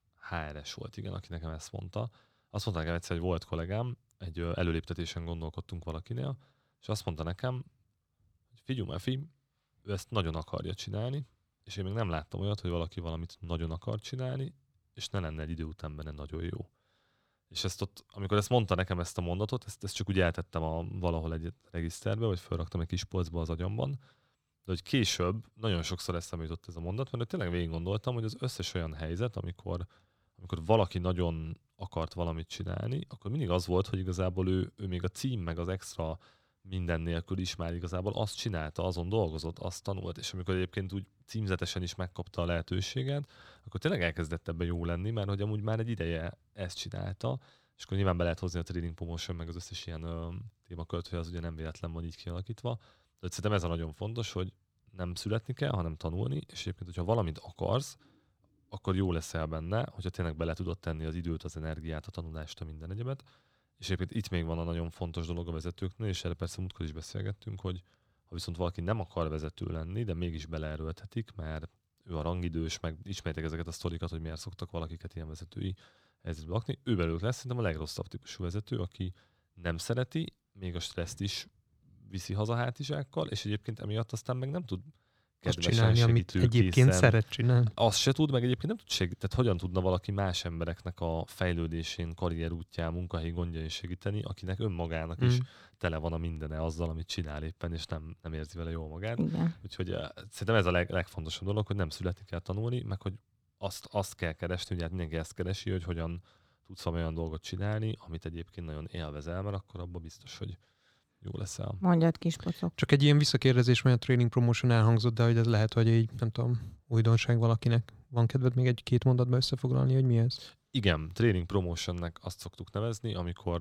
HRS volt, igen, aki nekem ezt mondta. Azt mondta nekem egyszer, hogy volt kollégám, egy előléptetésen gondolkodtunk valakinél, és azt mondta nekem, hogy figyelj, Mefi, ő ezt nagyon akarja csinálni, és én még nem láttam olyat, hogy valaki valamit nagyon akar csinálni, és ne lenne egy idő után benne nagyon jó. És ezt ott, amikor ezt mondta nekem ezt a mondatot, ezt csak úgy eltettem valahol egy regiszterbe, vagy felraktam egy kis polcba az agyamban, de hogy később nagyon sokszor eszembe jutott ez a mondat, mert tényleg végig gondoltam, hogy az összes olyan helyzet, amikor valaki nagyon akart valamit csinálni, akkor mindig az volt, hogy igazából ő még a cím, meg az extra minden nélkül is már igazából azt csinálta, azon dolgozott, azt tanult, és amikor egyébként úgy címzetesen is megkapta a lehetőséget, akkor tényleg elkezdett ebben jó lenni, mert hogy amúgy már egy ideje ezt csinálta, és akkor nyilván be lehet hozni a trading promotion, meg az összes ilyen témakört, hogy az ugye nem véletlen van így kialakítva. De szerintem ez a nagyon fontos, hogy nem születni kell, hanem tanulni, és egyébként, hogyha valamit akarsz, akkor jó leszel benne, hogyha tényleg bele tudod tenni az időt, az energiát, a tanulást, a minden egyebet. És egyébként itt még van a nagyon fontos dolog a vezetőknél, és erre persze múltkor is beszélgettünk, hogy ha viszont valaki nem akar vezető lenni, de mégis beleerőltetik, mert ő a rangidős, meg ismertek ezeket a sztorikat, hogy miért szoktak valakiket ilyen vezetői helyzetbe lakni, ő belőlük lesz szerintem a legrosszabb típusú vezető, aki nem szereti, még a stresszt is viszi haza hátizsákkal, és egyébként emiatt aztán meg nem tud azt csinálni, amit egyébként szeret csinálni. Azt se tud, meg egyébként nem tud segíteni. Tehát hogyan tudna valaki más embereknek a fejlődésén, karrierútján, munkahelyi gondjain segíteni, akinek önmagának is tele van a mindene azzal, amit csinál éppen, és nem érzi vele jól magát. Igen. Úgyhogy szerintem ez a legfontosabb dolog, hogy nem születni kell tanulni, meg hogy azt kell keresni, ugye hát mindenki ezt keresi, hogy hogyan tudsz olyan dolgot csinálni, amit egyébként nagyon élvezel, mert akkor abban biztos, hogy jó leszel. Mondjad, kis pocok. Csak egy ilyen visszakérdezés, mert a training promotion elhangzott, de hogy ez lehet, hogy így, nem tudom, újdonság valakinek. Van kedved még egy-két mondatba összefoglalni, hogy mi ez? Igen, training promotionnek azt szoktuk nevezni, amikor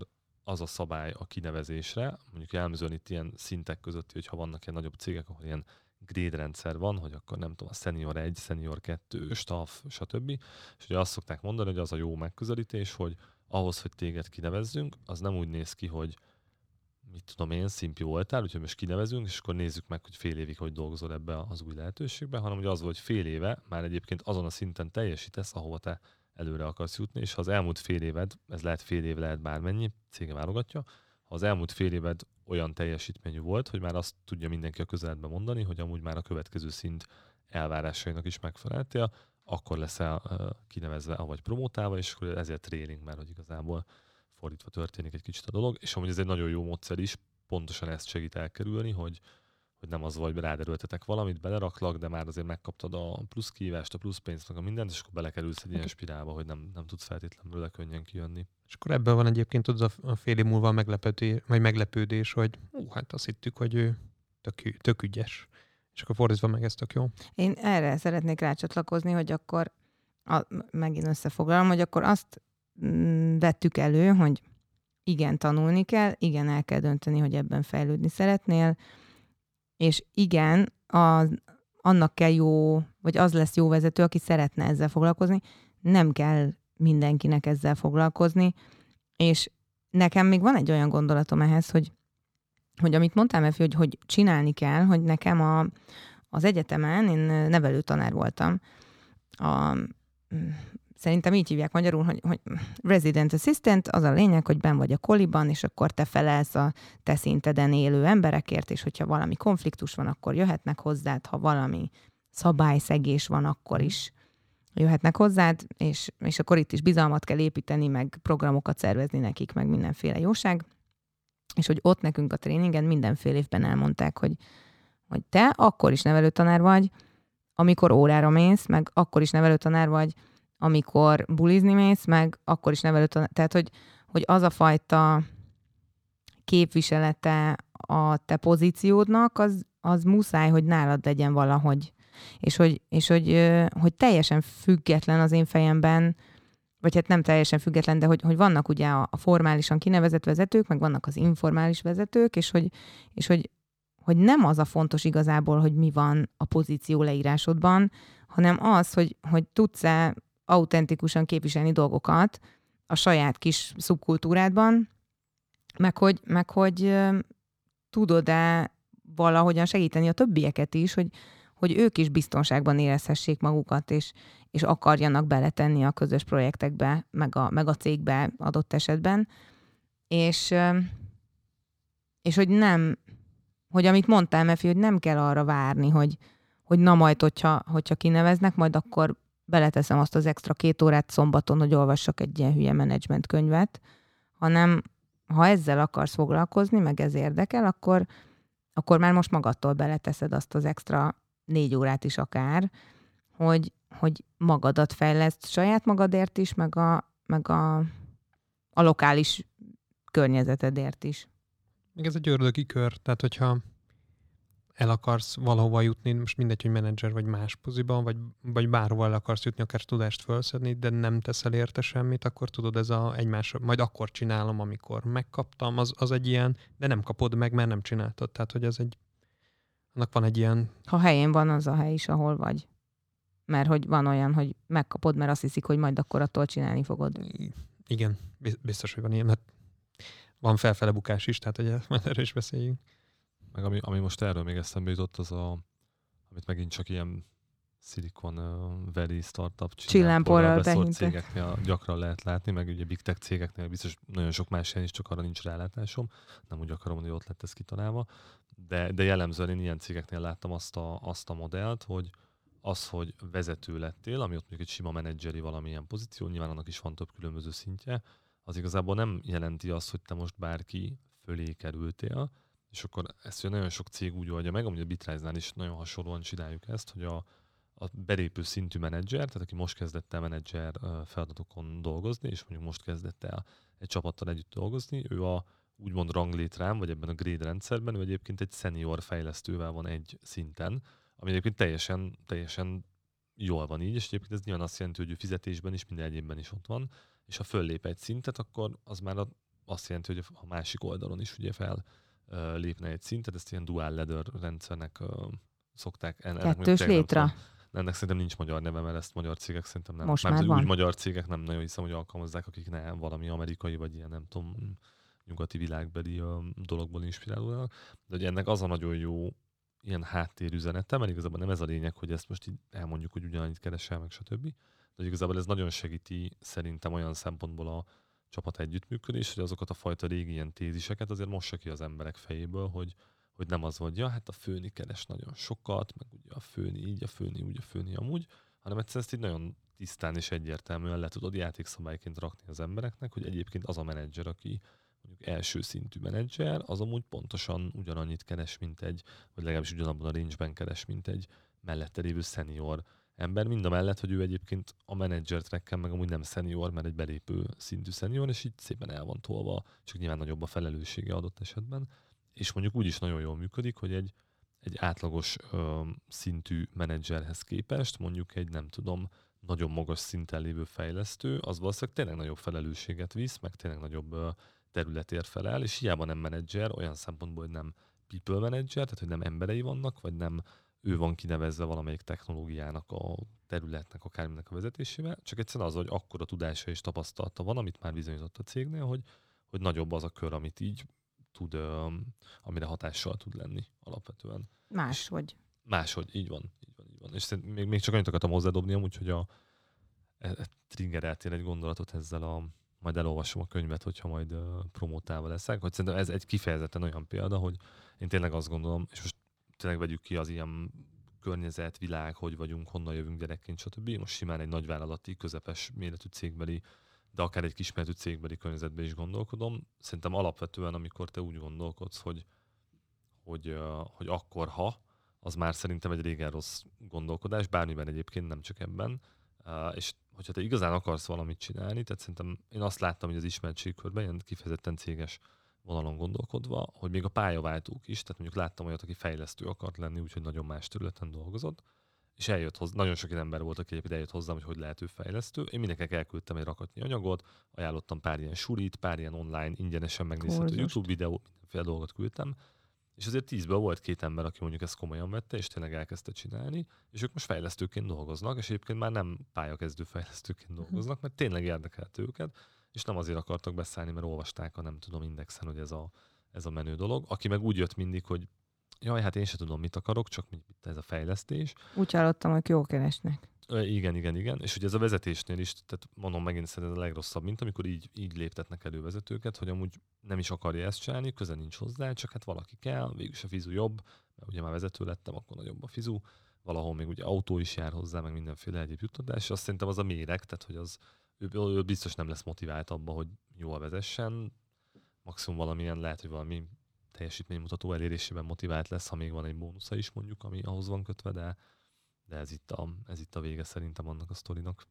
az a szabály a kinevezésre, mondjuk jellemzően itt ilyen szintek közötti, hogyha vannak ilyen nagyobb cégek, ahol ilyen grade rendszer van, hogy akkor nem tudom, a senior 1, senior 2, staff, stb. És ugye azt szokták mondani, hogy az a jó megközelítés, hogy ahhoz, hogy téged kinevezzünk, az nem úgy néz ki, hogy mit tudom én, szimpi voltál, úgyhogy most kinevezünk, és akkor nézzük meg, hogy fél évig hogy dolgozol ebbe az új lehetőségbe, hanem hogy az, hogy fél éve már egyébként azon a szinten teljesítesz, ahova te előre akarsz jutni, és ha az elmúlt fél éved, ez lehet fél év, lehet bármennyi, cége válogatja, ha az elmúlt fél éved olyan teljesítményű volt, hogy már azt tudja mindenki a közeledben mondani, hogy amúgy már a következő szint elvárásainak is megfeleltél, akkor leszel kinevezve, avagy promotálva, és akkor ezért trailing, mert hogy igazából fordítva történik egy kicsit a dolog, és amúgy ez egy nagyon jó módszer is, pontosan ezt segít elkerülni, hogy nem az vagy, ráderültetek valamit, beleraklak, de már azért megkaptad a plusz kihívást, a plusz pénzt, meg a mindent, és akkor belekerülsz egy ilyen spirálba, hogy nem tudsz feltétlenül le könnyen kijönni. És akkor ebből van egyébként tudod a fél év múlva meglepődés, hogy hát azt hittük, hogy ő tök ügyes. És akkor fordítva meg ez tök jó. Én erre szeretnék rácsatlakozni, hogy akkor megint összefoglalom, hogy akkor azt vettük elő, hogy igen, tanulni kell, igen, el kell dönteni, hogy ebben fejlődni szeretnél, és igen, annak kell jó, vagy az lesz jó vezető, aki szeretne ezzel foglalkozni, nem kell mindenkinek ezzel foglalkozni, és nekem még van egy olyan gondolatom ehhez, hogy amit mondtál, Mefi, hogy csinálni kell, hogy nekem az egyetemen, én nevelőtanár voltam, szerintem így hívják magyarul, hogy resident assistant, az a lényeg, hogy benn vagy a koliban, és akkor te felelsz a te szinteden élő emberekért, és hogyha valami konfliktus van, akkor jöhetnek hozzád, ha valami szabályszegés van, akkor is jöhetnek hozzád, és akkor itt is bizalmat kell építeni, meg programokat szervezni nekik, meg mindenféle jóság. És hogy ott nekünk a tréningen mindenféle évben elmondták, hogy te akkor is nevelőtanár vagy, amikor órára mész, meg akkor is nevelőtanár vagy, amikor bulizni mész, meg akkor is nevelőtanár. Tehát, hogy az a fajta képviselete a te pozíciódnak, az muszáj, hogy nálad legyen valahogy. És hogy teljesen független az én fejemben, vagy hát nem teljesen független, de hogy vannak ugye a formálisan kinevezett vezetők, meg vannak az informális vezetők, és hogy nem az a fontos igazából, hogy mi van a pozíció leírásodban, hanem az, hogy tudsz-e autentikusan képviselni dolgokat a saját kis szubkultúrádban, meg hogy tudod-e valahogyan segíteni a többieket is, hogy ők is biztonságban érezhessék magukat, és akarjanak beletenni a közös projektekbe, meg a cégbe adott esetben. És hogy nem, hogy amit mondtál, Mefi, hogy nem kell arra várni, hogy na majd, hogyha kineveznek, majd akkor beleteszem azt az extra 2 órát szombaton, hogy olvassak egy ilyen hülye menedzsment könyvet, hanem ha ezzel akarsz foglalkozni, meg ez érdekel, akkor már most magadtól beleteszed azt az extra 4 órát is akár, hogy magadat fejleszt saját magadért is, meg a lokális környezetedért is. Még ez egy ördögi kör, tehát hogyha el akarsz valahova jutni, most mindegy, hogy menedzser vagy más poziban, vagy bárhova el akarsz jutni, akár tudást felszedni, de nem teszel érte semmit, akkor tudod, ez majd akkor csinálom, amikor megkaptam, az egy ilyen, de nem kapod meg, mert nem csináltad. Tehát, hogy annak van egy ilyen... Ha helyén van az a hely is, ahol vagy. Mert hogy van olyan, hogy megkapod, mert azt hiszik, hogy majd akkor attól csinálni fogod. Igen, biztos, hogy van ilyen, mert van felfele bukás is, tehát hogy majd erről is beszéljünk. Meg ami most erről még eszembe jutott, az amit megint csak ilyen Silicon Valley startup csillámporral beszólt cégeknél gyakran lehet látni, meg ugye big tech cégeknél biztos nagyon sok más helyen is, csak arra nincs rálátásom. Nem úgy akarom, hogy ott lett ez kitalálva. De jellemzően én ilyen cégeknél láttam azt a modellt, hogy hogy vezető lettél, ami ott mondjuk egy sima menedzseri valamilyen pozíció, nyilván annak is van több különböző szintje, az igazából nem jelenti azt, hogy te most bárki fölé kerültél, és akkor ezt nagyon sok cég úgy oldja meg, amúgy a Bitrise-nál is nagyon hasonlóan csináljuk ezt, hogy a belépő szintű menedzser, tehát aki most kezdett el menedzser feladatokon dolgozni, és mondjuk most kezdett el egy csapattal együtt dolgozni, ő a úgymond ranglétrán, vagy ebben a grade rendszerben, ő egyébként egy senior fejlesztővel van egy szinten, ami egyébként teljesen jól van így, és egyébként ez nyilván azt jelenti, hogy ő fizetésben is, minden egyébben is ott van, és ha föllép egy szintet, akkor az már azt jelenti, hogy a másik oldalon is ugye fel lépne egy szintet, ezt ilyen dual ladder rendszernek szokták. Kettős létre? Ennek szerintem nincs magyar neve, mert ezt magyar cégek szerintem nem. Most már van. Úgy magyar cégek nem nagyon hiszem, hogy alkalmazzák, akik ne valami amerikai, vagy ilyen nem tudom, nyugati világbeli dologból inspirálódnak. De ugye ennek az a nagyon jó ilyen háttérüzenete, mert igazából nem ez a lényeg, hogy ezt most így elmondjuk, hogy ugyanannyit keresel, meg stb. De igazából ez nagyon segíti szerintem olyan szempontból a csapat együttműködés, hogy azokat a fajta régi ilyen téziseket azért mossa ki az emberek fejéből, hogy nem az vagy, ja, hát a főni keres nagyon sokat, meg ugye a főni így, a főni úgy, a főni amúgy, hanem egyszerűen ezt így nagyon tisztán és egyértelműen le tudod játékszabályként rakni az embereknek, hogy egyébként az a menedzser, aki mondjuk első szintű menedzser, az amúgy pontosan ugyanannyit keres, mint egy, vagy legalábbis ugyanabban a range-ben keres, mint egy mellette lévő senior ember, mind a mellett, hogy ő egyébként a menedzser tracken meg amúgy nem senior, mert egy belépő szintű senior, és így szépen el van tolva, csak nyilván nagyobb a felelőssége adott esetben. És mondjuk úgy is nagyon jól működik, hogy egy átlagos szintű menedzserhez képest mondjuk egy nem tudom, nagyon magas szinten lévő fejlesztő, az valószínűleg tényleg nagyobb felelősséget visz, meg tényleg nagyobb területért felel, és hiába nem menedzser, olyan szempontból, hogy nem people manager, tehát hogy nem emberei vannak, vagy nem ő van kinevezve valamelyik technológiának, a területnek, akárminek a vezetésével, csak egyszerűen az, hogy akkora tudása és tapasztalata van, amit már bizonyított a cégnél, hogy nagyobb az a kör, amit így tud, amire hatással tud lenni alapvetően. Máshogy, így van. És még csak annyit akartam hozzádobni, amúgy, hogy triggereltél egy gondolatot ezzel majd elolvasom a könyvet, hogyha majd promótálva leszek, hogy szerintem ez egy kifejezetten olyan példa, hogy én tényleg azt gondolom, és most tényleg vegyük ki az ilyen környezet, világ, hogy vagyunk, honnan jövünk gyerekként, stb. Most simán egy nagyvállalati, közepes méretű cégbeli, de akár egy kisméretű cégbeli környezetben is gondolkodom. Szerintem alapvetően, amikor te úgy gondolkodsz, hogy akkor ha, az már szerintem egy régen rossz gondolkodás, bármiben egyébként, nem csak ebben. És hogyha te igazán akarsz valamit csinálni, tehát szerintem én azt láttam, hogy az ismertségkörben, ilyen kifejezetten céges vonalon gondolkodva, hogy még a pályaváltók is, tehát mondjuk láttam olyat, aki fejlesztő akart lenni, úgyhogy nagyon más területen dolgozott, és eljött hozzá, nagyon sok ember volt, aki egyébként eljött hozzám, hogy lehet ő fejlesztő. Én mindenkinek elküldtem egy rakatnyi anyagot, ajánlottam pár ilyen sulit, pár ilyen online ingyenesen megnézhető YouTube videó, mindenféle dolgot küldtem, és azért 10-ből volt 2 ember, aki mondjuk ezt komolyan vette, és tényleg elkezdte csinálni, és ők most fejlesztőként dolgoznak, és egyébként már nem pályakezdő fejlesztőként dolgoznak, mert tényleg érdekelt őket, és nem azért akartak beszállni, mert olvasták a nem tudom Indexen, hogy ez a menő dolog. Aki meg úgy jött mindig, hogy jaj, hát én sem tudom, mit akarok, csak ez a fejlesztés. Úgy hallottam, hogy jól keresnek. Igen. És ugye ez a vezetésnél is, tehát mondom megint szerintem a legrosszabb, mint amikor így léptetnek elő vezetőket, hogy amúgy nem is akarja ezt csinálni, köze nincs hozzá, csak hát valaki kell, végülis a fizu jobb, mert ugye már vezető lettem, akkor nagyobb a fizu, valahol még ugye autó is jár hozzá, meg mindenféle egyéb juttatás, és azt szerintem az a méreg, tehát hogy az ő biztos nem lesz motivált abba, hogy jól vezessen, maximum valamilyen, lehet, hogy valami teljesítménymutató elérésében motivált lesz, ha még van egy bónusza is mondjuk, ami ahhoz van kötve, de ez itt a vége szerintem annak a sztorinak.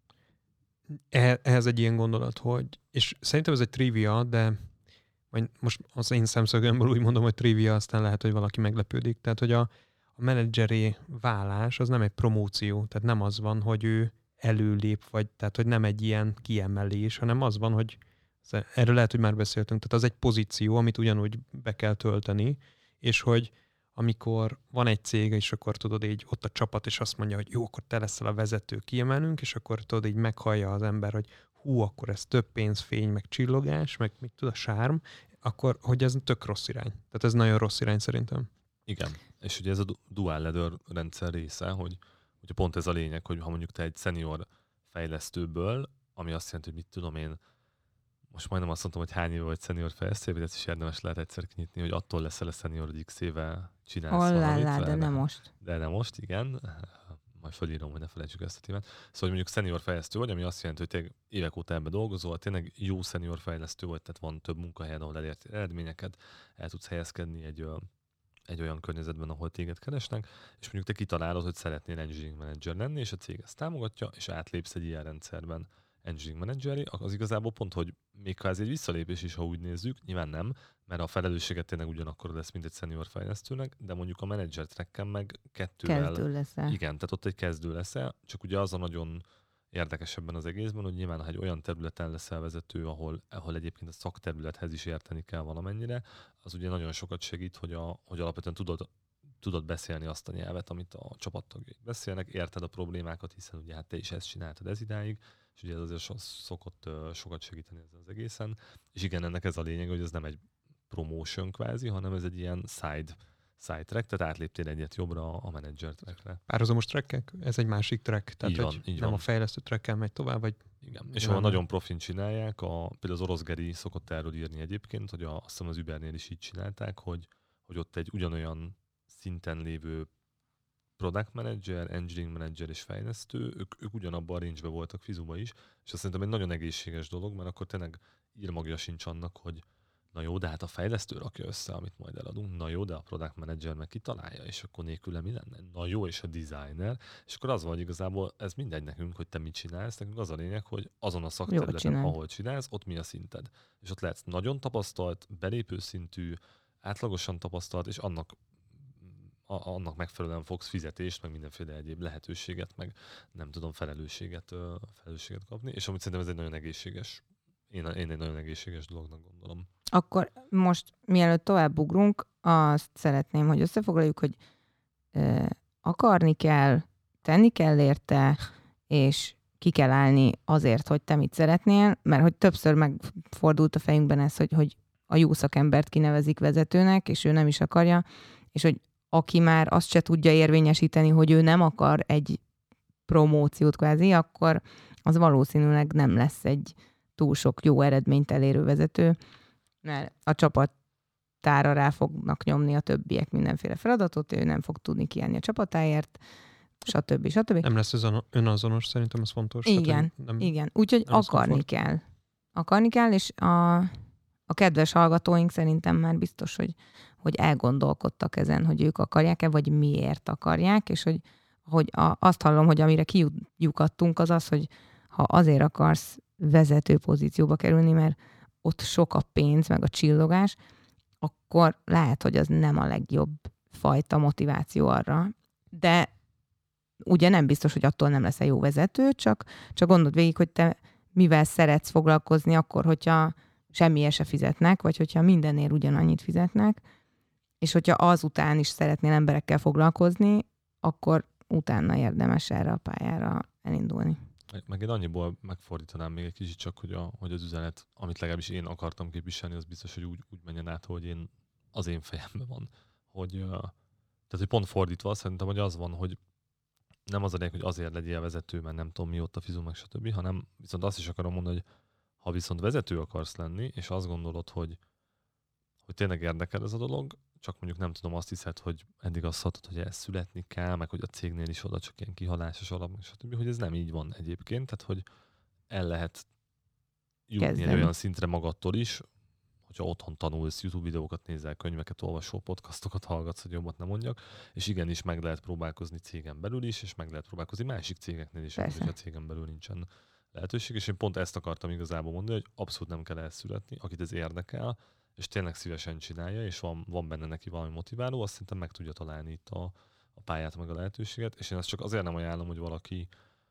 Ehhez egy ilyen gondolat, hogy, és szerintem ez egy trivia, de most az én szemszögömből úgy mondom, hogy trivia, aztán lehet, hogy valaki meglepődik. Tehát, hogy a menedzseré válás az nem egy promóció, tehát nem az van, hogy ő előlép, vagy tehát, hogy nem egy ilyen kiemelés, hanem az van, hogy erről lehet, hogy már beszéltünk, tehát az egy pozíció, amit ugyanúgy be kell tölteni, és hogy amikor van egy cég, és akkor tudod így ott a csapat, és azt mondja, hogy jó, akkor te leszel a vezető, kiemelünk, és akkor tudod így meghallja az ember, hogy hú, akkor ez több pénz, fény, meg csillogás, meg mit tud a sárm, akkor hogy ez tök rossz irány. Tehát ez nagyon rossz irány szerintem. Igen, és ugye ez a dual ladder rendszer része, hogy pont ez a lényeg, hogy ha mondjuk te egy senior fejlesztőből, ami azt jelenti, hogy mit tudom én, most majdnem azt mondtam, hogy hány éve vagy senior fejlesztő, de ezt is érdemes lehet egyszer kinyitni, hogy attól leszel a senior, hogy x éve csinálsz valamit. De nem most. De nem most, igen. Majd felírom, hogy ne felejtsük ezt a témát. Szóval mondjuk senior fejlesztő vagy, ami azt jelenti, hogy te évek óta ebbe dolgozol, tényleg jó senior fejlesztő vagy, tehát van több munkahelyen, ahol elértél eredményeket, el tudsz helyezkedni egy olyan környezetben, ahol téged keresnek, és mondjuk te kitalálod, hogy szeretnél engineering manager lenni, és a cég ezt támogatja, és átlépsz egy ilyen rendszerben engineering manageré, az igazából pont, hogy még ha ez egy visszalépés is, ha úgy nézzük, nyilván nem, mert a felelősséget tényleg ugyanakkor lesz, mint egy senior fejlesztőnek, de mondjuk a manager tracken meg 2-vel. Kezdő leszel. Igen, tehát ott egy kezdő leszel, csak ugye az a nagyon érdekes ebben az egészben, hogy nyilván, ha egy olyan területen leszel vezető, ahol egyébként a szakterülethez is érteni kell valamennyire, az ugye nagyon sokat segít, hogy alapvetően tudod beszélni azt a nyelvet, amit a csapattagjaik beszélnek, érted a problémákat, hiszen ugye hát te is ezt csináltad ez idáig, és ugye ez azért szokott sokat segíteni ezzel az egészen. És igen, ennek ez a lényeg, hogy ez nem egy promotion kvázi, hanem ez egy ilyen side track, tehát átléptél egyet jobbra a manager trackre. Párhuzamos trackek? Ez egy másik track, tehát így nem van. A fejlesztő trackkel megy tovább, vagy... Igen, és ahol nagyon profin csinálják, például az Orosz Geri szokott erről írni egyébként, hogy azt hiszem az Ubernél is így csinálták, hogy ott egy ugyanolyan szinten lévő product manager, engineering manager és fejlesztő, ők ugyanabban a range-ben voltak fizuba is, és azt szerintem egy nagyon egészséges dolog, mert akkor tényleg írmagja sincs annak, hogy na jó, de hát a fejlesztő rakja össze, amit majd eladunk, na jó, de a product manager meg kitalálja, és akkor nélküle mi lenne? Na jó, és a designer, és akkor az van, hogy igazából ez mindegy nekünk, hogy te mit csinálsz, nekünk az a lényeg, hogy azon a szakterületen, ahol csinálsz, ott mi a szinted. És ott lehetsz nagyon tapasztalt, belépő szintű, átlagosan tapasztalt, és annak megfelelően fogsz fizetést, meg mindenféle egyéb lehetőséget, meg nem tudom, felelősséget kapni, és amit szerintem ez egy nagyon egészséges, én egy nagyon egészséges dolognak gondolom. Akkor most, mielőtt tovább ugrunk, azt szeretném, hogy összefoglaljuk, hogy akarni kell, tenni kell érte, és ki kell állni azért, hogy te mit szeretnél, mert hogy többször megfordult a fejünkben ez, hogy a jó szakembert kinevezik vezetőnek, és ő nem is akarja, és hogy aki már azt se tudja érvényesíteni, hogy ő nem akar egy promóciót kvázi, akkor az valószínűleg nem lesz egy túl sok jó eredményt elérő vezető, mert a csapattára rá fognak nyomni a többiek mindenféle feladatot, ő nem fog tudni kiállni a csapatáért, stb. Nem lesz ez önazonos, szerintem ez fontos. Igen, tehát, igen. Úgyhogy akarni kell. Akarni kell, és a kedves hallgatóink szerintem már biztos, hogy elgondolkodtak ezen, hogy ők akarják-e, vagy miért akarják, és hogy azt hallom, hogy amire kiukadtunk, az az, hogy ha azért akarsz vezető pozícióba kerülni, mert ott sok a pénz, meg a csillogás, akkor lehet, hogy az nem a legjobb fajta motiváció arra. De ugye nem biztos, hogy attól nem leszel jó vezető, csak gondold végig, hogy te mivel szeretsz foglalkozni akkor, hogyha semmiért se fizetnek, vagy hogyha mindenért ugyanannyit fizetnek, és hogyha azután is szeretnél emberekkel foglalkozni, akkor utána érdemes erre a pályára elindulni. Meg én annyiból megfordítanám még egy kicsit csak, hogy az üzenet, amit legalábbis én akartam képviselni, az biztos, hogy úgy menjen át, hogy az én fejemben van. Tehát, hogy pont fordítva szerintem, hogy az van, hogy nem az a lényeg, hogy azért legyél vezető, mert nem tudom mióta fizum, meg stb., hanem viszont azt is akarom mondani, hogy ha viszont vezető akarsz lenni, és azt gondolod, hogy tényleg érdekel ez a dolog, csak mondjuk nem tudom, azt hiszed, hogy eddig azt mondtad, hogy ez születni kell, meg hogy a cégnél is oda csak ilyen kihalásos alap, meg stb., hogy ez nem így van egyébként, tehát hogy el lehet jutni egy olyan szintre magadtól is, hogyha otthon tanulsz, YouTube videókat nézel, könyveket olvasol, podcastokat hallgatsz, hogy jobbat nem mondjak, és igenis meg lehet próbálkozni cégen belül is, és meg lehet próbálkozni másik cégeknél is, hogyha a cégen belül nincsen lehetőség, és én pont ezt akartam igazából mondani, hogy abszolút nem kell elszületni, akit ez érdekel, és tényleg szívesen csinálja, és van benne neki valami motiváló, azt szerintem meg tudja találni itt a pályát, meg a lehetőséget, és én ezt csak azért nem ajánlom, hogy valaki,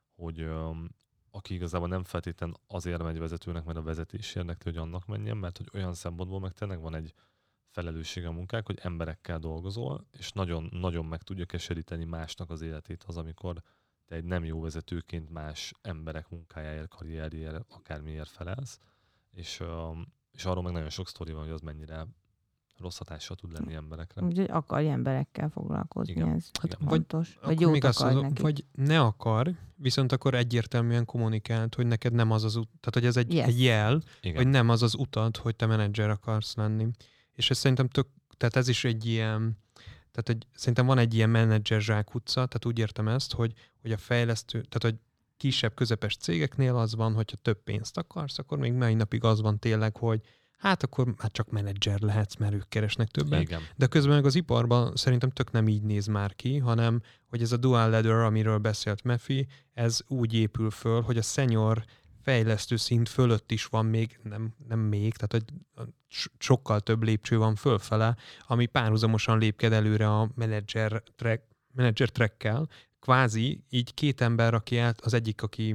aki igazából nem feltétlen azért megy vezetőnek, mert a vezetés érdekli, hogy annak menjen, mert hogy olyan szempontból meg tényleg van egy felelőssége a munkák, hogy emberekkel dolgozol, és nagyon, nagyon meg tudja keseríteni másnak az életét az, amikor te egy nem jó vezetőként más emberek munkájáért, karrierjéért, akármiért felelsz, és arról meg nagyon sok sztori van, hogy az mennyire rossz hatással tud lenni emberekre. Úgyhogy akarj emberekkel foglalkozni, igen. Ez igen. fontos. Vagy jót akar neki. Vagy ne akar, viszont akkor egyértelműen kommunikált, hogy neked nem az út, tehát hogy ez egy jel, igen. Hogy nem az az utad, hogy te menedzser akarsz lenni. És ez szerintem tehát ez is egy ilyen, tehát hogy szerintem van egy ilyen menedzser zsákutca, tehát úgy értem ezt, hogy a fejlesztő, tehát hogy kisebb, közepes cégeknél az van, hogyha több pénzt akarsz, akkor még mai napig az van tényleg, hogy hát akkor már csak menedzser lehetsz, mert ők keresnek többet. Igen. De közben meg az iparban szerintem tök nem így néz már ki, hanem hogy ez a dual ladder, amiről beszélt Mephi, ez úgy épül föl, hogy a senior fejlesztő szint fölött is van még, nem még, tehát hogy sokkal több lépcső van fölfele, ami párhuzamosan lépked előre a menedzser trackkel. Kvázi így két ember, az egyik, aki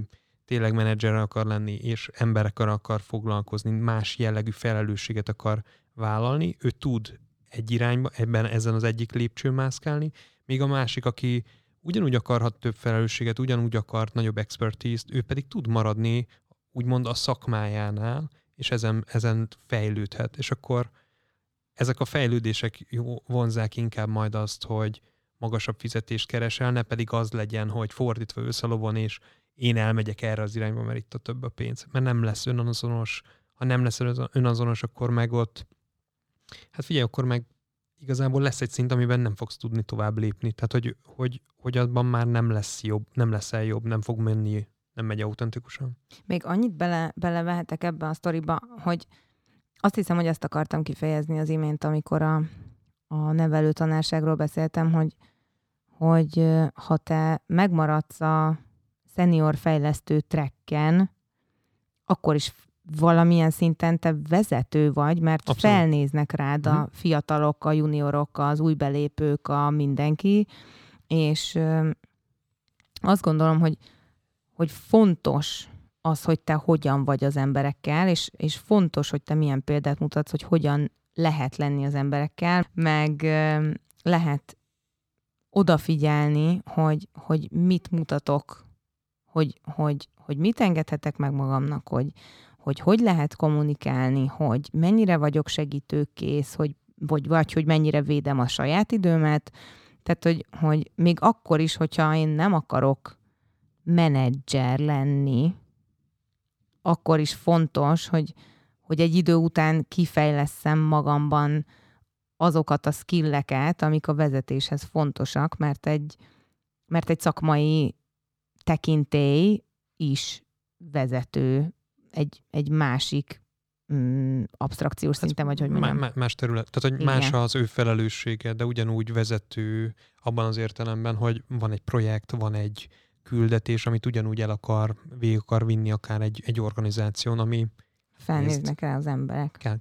tényleg menedzserrel akar lenni, és emberekkel akar foglalkozni, más jellegű felelősséget akar vállalni, ő tud egy irányba, ezen az egyik lépcsőn mászkálni, míg a másik, aki ugyanúgy akarhat több felelősséget, ugyanúgy akart nagyobb expertise-t, ő pedig tud maradni úgymond a szakmájánál, és ezen fejlődhet. És akkor ezek a fejlődések vonzák inkább majd azt, hogy magasabb fizetést keresel, ne pedig az legyen, hogy fordítva összelovon, és én elmegyek erre az irányba, mert itt a több a pénz. Mert nem lesz önazonos. Ha nem lesz önazonos, akkor meg ott, hát figyelj, akkor meg igazából lesz egy szint, amiben nem fogsz tudni tovább lépni. Tehát, hogy abban már nem lesz jobb, nem leszel jobb, nem fog menni, nem megy autentikusan. Még annyit belevehetek ebbe a sztoriba, hogy azt hiszem, hogy ezt akartam kifejezni az imént, amikor a nevelő tanárságról beszéltem, hogy ha te megmaradsz a senior fejlesztő tracken, akkor is valamilyen szinten te vezető vagy, mert abszolút felnéznek rád a fiatalok, a juniorok, az új belépők, a mindenki, és azt gondolom, hogy fontos az, hogy te hogyan vagy az emberekkel, és fontos, hogy te milyen példát mutatsz, hogy hogyan lehet lenni az emberekkel, meg lehet odafigyelni, hogy mit mutatok, hogy mit engedhetek meg magamnak, hogy lehet kommunikálni, hogy mennyire vagyok segítőkész, vagy hogy mennyire védem a saját időmet. Tehát, hogy még akkor is, hogyha én nem akarok menedzser lenni, akkor is fontos, hogy egy idő után kifejlesszem magamban azokat a skilleket, amik a vezetéshez fontosak, mert egy szakmai tekintély is vezető egy másik absztrakciós szinten, vagy hogy mondjam. Más terület. Tehát, hogy más az ő felelőssége, de ugyanúgy vezető abban az értelemben, hogy van egy projekt, van egy küldetés, amit ugyanúgy végig akar vinni akár egy organizáción, ami felnéznek rá az emberek.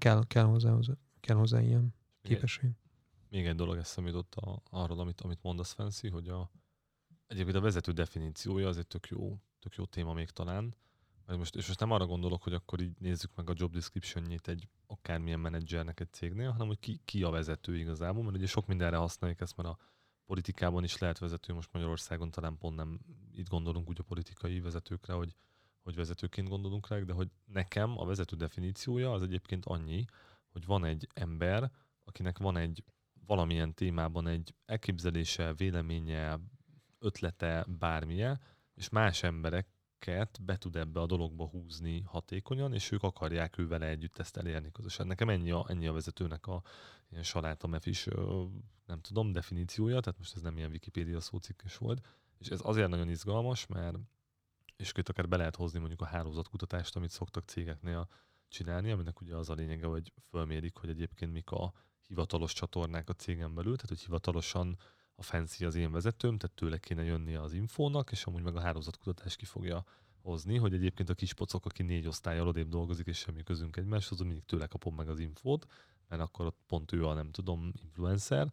Kell hozzá ilyen képesség. Még egy dolog eszembe jutott arról, amit mondasz, Fancy, hogy egyébként a vezető definíciója az egy tök jó téma még talán. És most nem arra gondolok, hogy akkor így nézzük meg a job description-jét egy akármilyen menedzsernek egy cégnél, hanem hogy ki a vezető igazából, mert ugye sok mindenre használjuk ezt, mert a politikában is lehet vezető, most Magyarországon talán pont nem itt gondolunk úgy a politikai vezetőkre, hogy vezetőként gondolunk rá, de hogy nekem a vezető definíciója az egyébként annyi, hogy van egy ember, akinek van egy valamilyen témában egy elképzelése, véleménye, ötlete, bármilyen, és más embereket be tud ebbe a dologba húzni hatékonyan, és ők akarják ő vele együtt ezt elérni közösen. Nekem ennyi a vezetőnek a ilyen salátamefis, nem tudom, definíciója, tehát most ez nem ilyen Wikipédia szócikkes volt, és ez azért nagyon izgalmas, mert és itt akár be lehet hozni mondjuk a hálózatkutatást, amit szoktak cégeknél csinálni, aminek ugye az a lényege, hogy fölmérik, hogy egyébként mik a hivatalos csatornák a cégen belül, tehát hogy hivatalosan a Fancy az én vezetőm, tehát tőle kéne jönnie az infónak, és amúgy meg a hálózatkutatás ki fogja hozni, hogy egyébként a kispocok, aki 4 osztályal odébb dolgozik, és semmi közünk egymáshoz, azon mindig tőle kapom meg az infót, mert akkor ott pont ő a, nem tudom, influencer.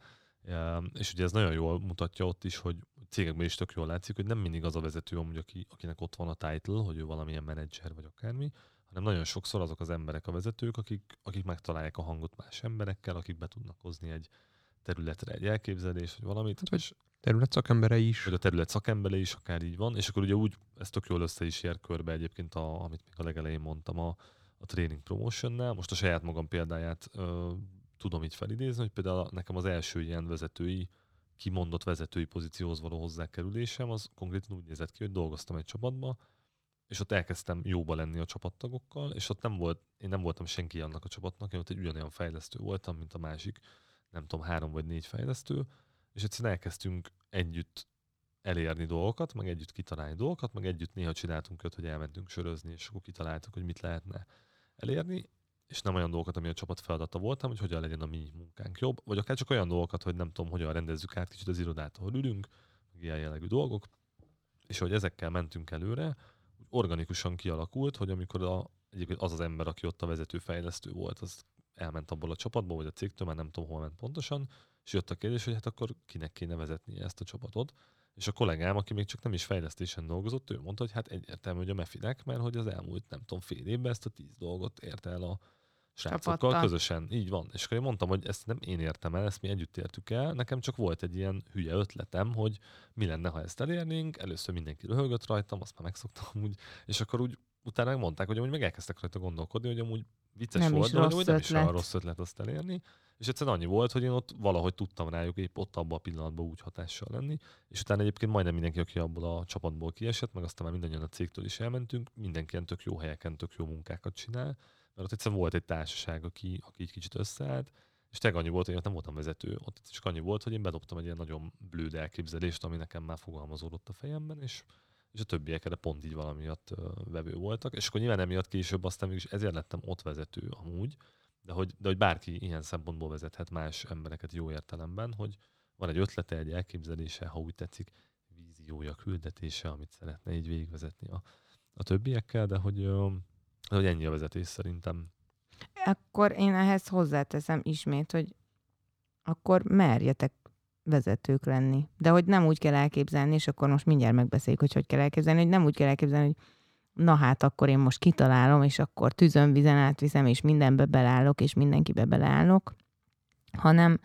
És ugye ez nagyon jól mutatja ott is, hogy cégekben is tök jól látszik, hogy nem mindig az a vezető amúgy, akinek ott van a title, hogy ő valamilyen menedzser vagy akármi, hanem nagyon sokszor azok az emberek a vezetők, akik megtalálják a hangot más emberekkel, akik be tudnak hozni egy területre egy elképzelést, vagy valamit. Hát, vagy terület szakembere is. Vagy a terület szakembere is, akár így van. És akkor ugye úgy, ez tök jól össze is ér körbe egyébként, amit még a legelején mondtam a training promotionnál. Most a saját magam példáját tudom így felidézni, hogy például nekem az első ilyen kimondott vezetői pozícióhoz való hozzákerülésem, az konkrétan úgy nézett ki, hogy dolgoztam egy csapatba, és ott elkezdtem jóba lenni a csapattagokkal, és ott én nem voltam senki annak a csapatnak, én ott egy ugyanolyan fejlesztő voltam, mint a másik, nem tudom, 3 vagy 4 fejlesztő, és egyszerűen elkezdtünk együtt elérni dolgokat, meg együtt kitalálni dolgokat, meg együtt néha csináltunk őt, hogy elmentünk sörözni, és akkor kitaláltuk, hogy mit lehetne elérni, és nem olyan dolgokat, ami a csapat feladata voltam, hogy hogyan legyen a mi munkánk jobb, vagy akár csak olyan dolgokat, hogy nem tudom, hogyan rendezzük át kicsit az irodát, ahol ülünk, meg ilyen jellegű dolgok, és hogy ezekkel mentünk előre, organikusan kialakult, hogy amikor egyébként az ember, aki ott a vezető-fejlesztő volt, az elment abból a csapatból, vagy a cégtől, már nem tudom, hol ment pontosan, és jött a kérdés, hogy hát akkor kinek kéne vezetnie ezt a csapatot. És a kollégám, aki még csak nem is fejlesztésen dolgozott, ő mondta, hogy hát egyértelmű, hogy a Mefinek, mert hogy az elmúlt, nem tudom, fél évben ezt a 10 dolgot ért el a srácokkal közösen. Így van. És akkor én mondtam, hogy ezt nem én értem el, ezt mi együtt értük el. Nekem csak volt egy ilyen hülye ötletem, hogy mi lenne, ha ezt elérnénk. Először mindenki röhögött rajtam, azt már megszoktam úgy. És akkor úgy utána megmondták, hogy amúgy meg elkezdtek rajta gondolkodni, hogy amúgy vicces nem volt, de hogy nem is olyan rossz ötlet azt elérni. És egyszerűen annyi volt, hogy én ott valahogy tudtam rájuk épp ott abban a pillanatban úgy hatással lenni. És utána egyébként majdnem mindenki, aki abból a csapatból kiesett, meg aztán már mindannyian a cégtől is elmentünk, mindenki tök jó helyeken, tök jó munkákat csinál. Mert ott egyszerűen volt egy társaság, aki így kicsit összeállt, és tényleg annyi volt, hogy én nem voltam vezető, ott csak annyi volt, hogy én bedobtam egy ilyen nagyon blőd elképzelést, ami nekem már fogalmazódott a fejemben, és a többiek erre pont így valamiatt vevő voltak, és akkor nyilván emiatt később aztán mégis ezért lettem ott vezető amúgy, de hogy bárki ilyen szempontból vezethet más embereket jó értelemben, hogy van egy ötlete, egy elképzelése, ha úgy tetszik, víziója, küldetése, amit szeretne így végigvezetni a többiekkel, de hogy ennyi a vezetés szerintem. Akkor én ehhez hozzáteszem ismét, hogy akkor merjetek vezetők lenni. De hogy nem úgy kell elképzelni, és akkor most mindjárt megbeszéljük, hogy kell elképzelni, hogy nem úgy kell elképzelni, hogy na hát akkor én most kitalálom, és akkor tűzön, vizen átviszem, és mindenbe beleállok, és mindenkibe beleállok, hanem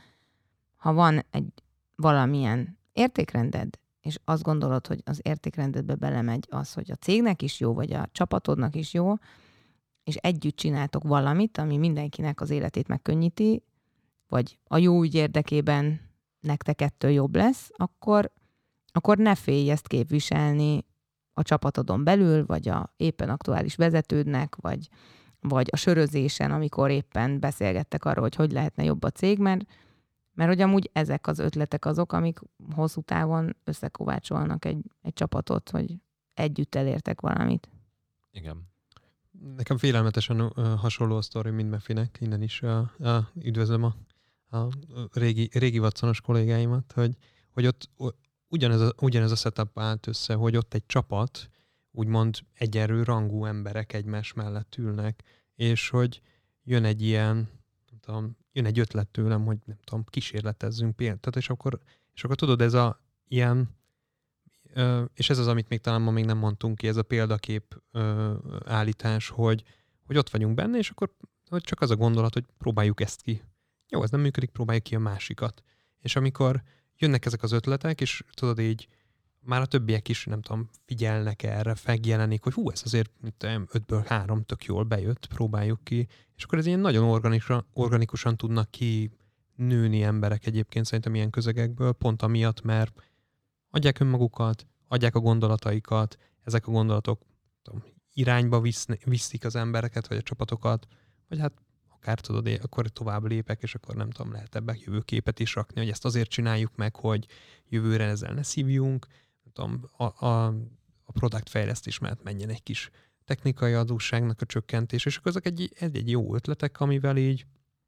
ha van egy valamilyen értékrended, és azt gondolod, hogy az értékrendedbe belemegy az, hogy a cégnek is jó, vagy a csapatodnak is jó, és együtt csináltok valamit, ami mindenkinek az életét megkönnyíti, vagy a jó ügy érdekében nektek ettől jobb lesz, akkor ne félj ezt képviselni a csapatodon belül, vagy a éppen aktuális vezetődnek, vagy a sörözésen, amikor éppen beszélgettek arról, hogy lehetne jobb a cég, mert hogy amúgy ezek az ötletek azok, amik hosszú távon összekovácsolnak egy csapatot, hogy együtt elértek valamit. Igen. Nekem félelmetesen hasonló a sztori, mint Mefinek, innen is üdvözlöm a régi vatszonos kollégáimat, hogy ott ugyanez a setup állt össze, hogy ott egy csapat, úgymond egyenlő rangú emberek egymás mellett ülnek, és hogy jön egy ilyen, nem tudom, jön egy ötlet tőlem, hogy nem tudom, kísérletezzünk példát, és akkor tudod, ez a ilyen, és ez az, amit még talán ma még nem mondtunk ki, ez a példakép állítás, hogy ott vagyunk benne, és akkor hogy csak az a gondolat, hogy próbáljuk ezt ki. Jó, ez nem működik, próbáljuk ki a másikat. És amikor jönnek ezek az ötletek, és tudod így, már a többiek is, nem tudom, figyelnek erre, megjelenik, hogy ez azért 5-ből 3 tök jól bejött, próbáljuk ki. És akkor ez ilyen nagyon organikusan tudnak ki nőni emberek egyébként szerintem ilyen közegekből, pont amiatt, mert adják önmagukat, adják a gondolataikat, ezek a gondolatok tudom, irányba viszik az embereket, vagy a csapatokat, vagy hát akár tudod, akkor tovább lépek, és akkor nem tudom, lehet ebben jövőképet is rakni, hogy ezt azért csináljuk meg, hogy jövőre ezzel ne szívjunk, nem tudom, a product fejlesztés mellett menjen egy kis technikai adósságnak a csökkentés, és akkor ezek egy jó ötletek, amivel így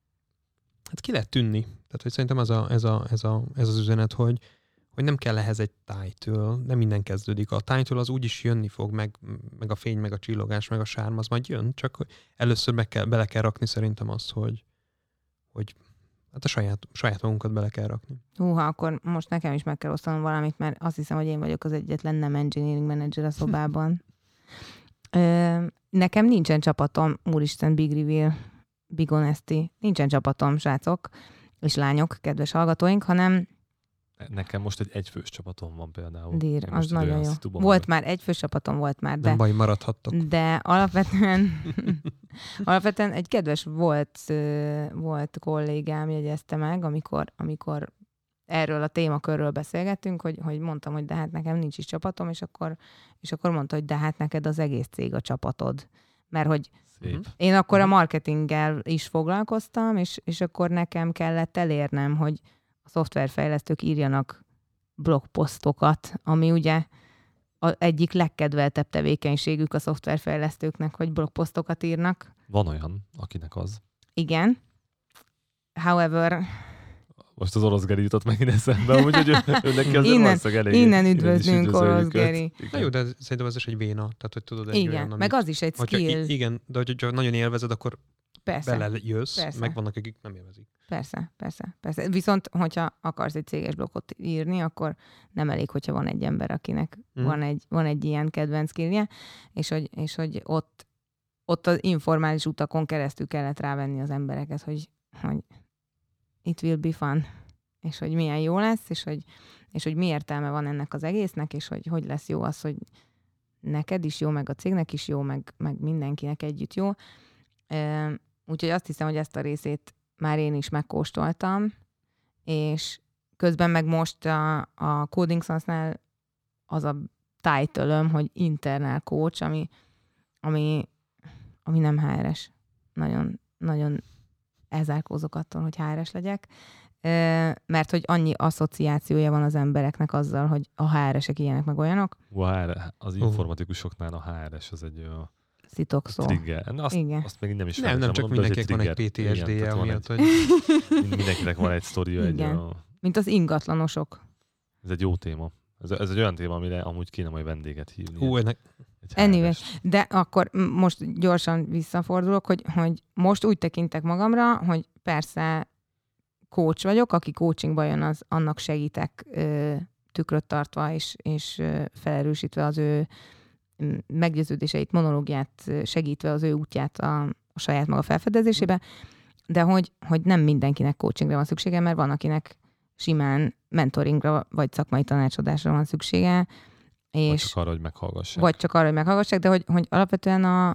hát ki lehet tűnni. Tehát, hogy szerintem ez az üzenet, hogy nem kell ehhez egy title, nem minden kezdődik. A title az úgy is jönni fog, meg a fény, meg a csillogás, meg a sárm, az majd jön, csak először bele kell rakni szerintem azt, hogy hát a saját magunkat bele kell rakni. Húha, akkor most nekem is meg kell osztanom valamit, mert azt hiszem, hogy én vagyok az egyetlen nem engineering manager a szobában. Nekem nincsen csapatom, úristen, big reveal, big honesty, nincsen csapatom, srácok és lányok, kedves hallgatóink, hanem nekem most egy egyfős csapatom van például. Dír, az nagyon jó. Volt már, egyfős csapatom volt már, de... Nem baj, maradhattok. De alapvetően egy kedves volt kollégám jegyezte meg, amikor erről a témakörről beszélgettünk, hogy mondtam, hogy de hát nekem nincs is csapatom, és akkor mondta, hogy de hát neked az egész cég a csapatod. Mert hogy Szép. Én akkor a marketinggel is foglalkoztam, és akkor nekem kellett elérnem, hogy a szoftverfejlesztők írjanak blogposztokat, ami ugye az egyik legkedveltebb tevékenységük a szoftverfejlesztőknek, hogy blogposztokat írnak. Van olyan, akinek az. Igen. However... Most az Orosz Geri jutott megint eszembe, úgyhogy ő neki azért valószínűleg elég. Innen üdvözlünk Orosz Geri. Na jó, de szerintem ez is egy véna. Tehát, hogy tudod, igen, olyan, amit, meg az is egy skill. Igen, de hogyha nagyon élvezed, akkor persze, belejössz, persze. meg vannak, akik nem élvezik. Persze. Viszont, hogyha akarsz egy céges blokkot írni, akkor nem elég, hogyha van egy ember, akinek van egy ilyen kedvenc skillje, és hogy ott az informális utakon keresztül kellett rávenni az embereket, hogy it will be fun, és hogy milyen jó lesz, és hogy mi értelme van ennek az egésznek, és hogy lesz jó az, hogy neked is jó, meg a cégnek is jó, meg mindenkinek együtt jó. Úgyhogy azt hiszem, hogy ezt a részét már én is megkóstoltam, és közben meg most a Coding Sans-nál az a title-öm, hogy internal coach, ami nem HR-es. Nagyon, nagyon elzárkózok attól, hogy HR-es legyek, mert hogy annyi asszociációja van az embereknek azzal, hogy a HR-esek ilyenek meg olyanok. Az informatikusoknál a HR-es az egy szitokszó. Trigger. Azt még nem is nem csak mindenkinek van egy PTSD-je, amiatt, hogy... Mindenkinek van egy sztoria. Mint az ingatlanosok. Ez egy jó téma. Ez egy olyan téma, amire amúgy kéne majd vendéget hívni. Anyway, de akkor most gyorsan visszafordulok, hogy most úgy tekintek magamra, hogy persze coach vagyok, aki coachingba jön, annak segítek tükröt tartva és felerősítve az ő meggyőződéseit, monológiát, segítve az ő útját a saját maga felfedezésébe, de hogy nem mindenkinek coachingre van szüksége, mert van, akinek simán mentoringra vagy szakmai tanácsadásra van szüksége. Vagy csak arra, hogy meghallgassák. De hogy alapvetően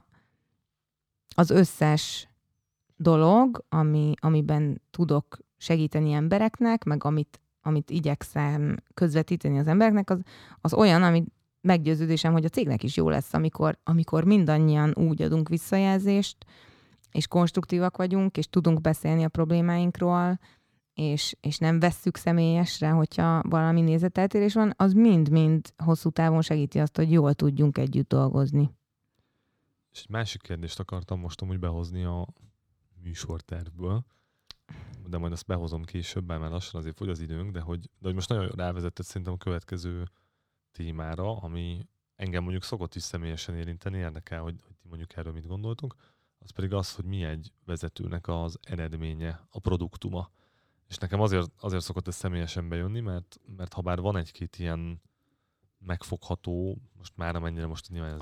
az összes dolog, amiben tudok segíteni embereknek, meg amit igyekszem közvetíteni az embereknek, az olyan, amit meggyőződésem, hogy a cégnek is jó lesz, amikor mindannyian úgy adunk visszajelzést, és konstruktívak vagyunk, és tudunk beszélni a problémáinkról, és nem vesszük személyesre, hogyha valami nézeteltérés van, az mind-mind hosszú távon segíti azt, hogy jól tudjunk együtt dolgozni. És egy másik kérdést akartam most amúgy behozni a műsortervből, de majd azt behozom később, mert lassan azért fogy az időnk, de hogy most nagyon rávezetett szerintem a következő témára, ami engem mondjuk szokott is személyesen érinteni, érdekel, hogy ti mondjuk erről mit gondoltunk, az pedig az, hogy mi egy vezetőnek az eredménye, a produktuma. És nekem azért szokott ez személyesen bejönni, mert ha bár van egy-két ilyen megfogható, most már amennyire most nyilván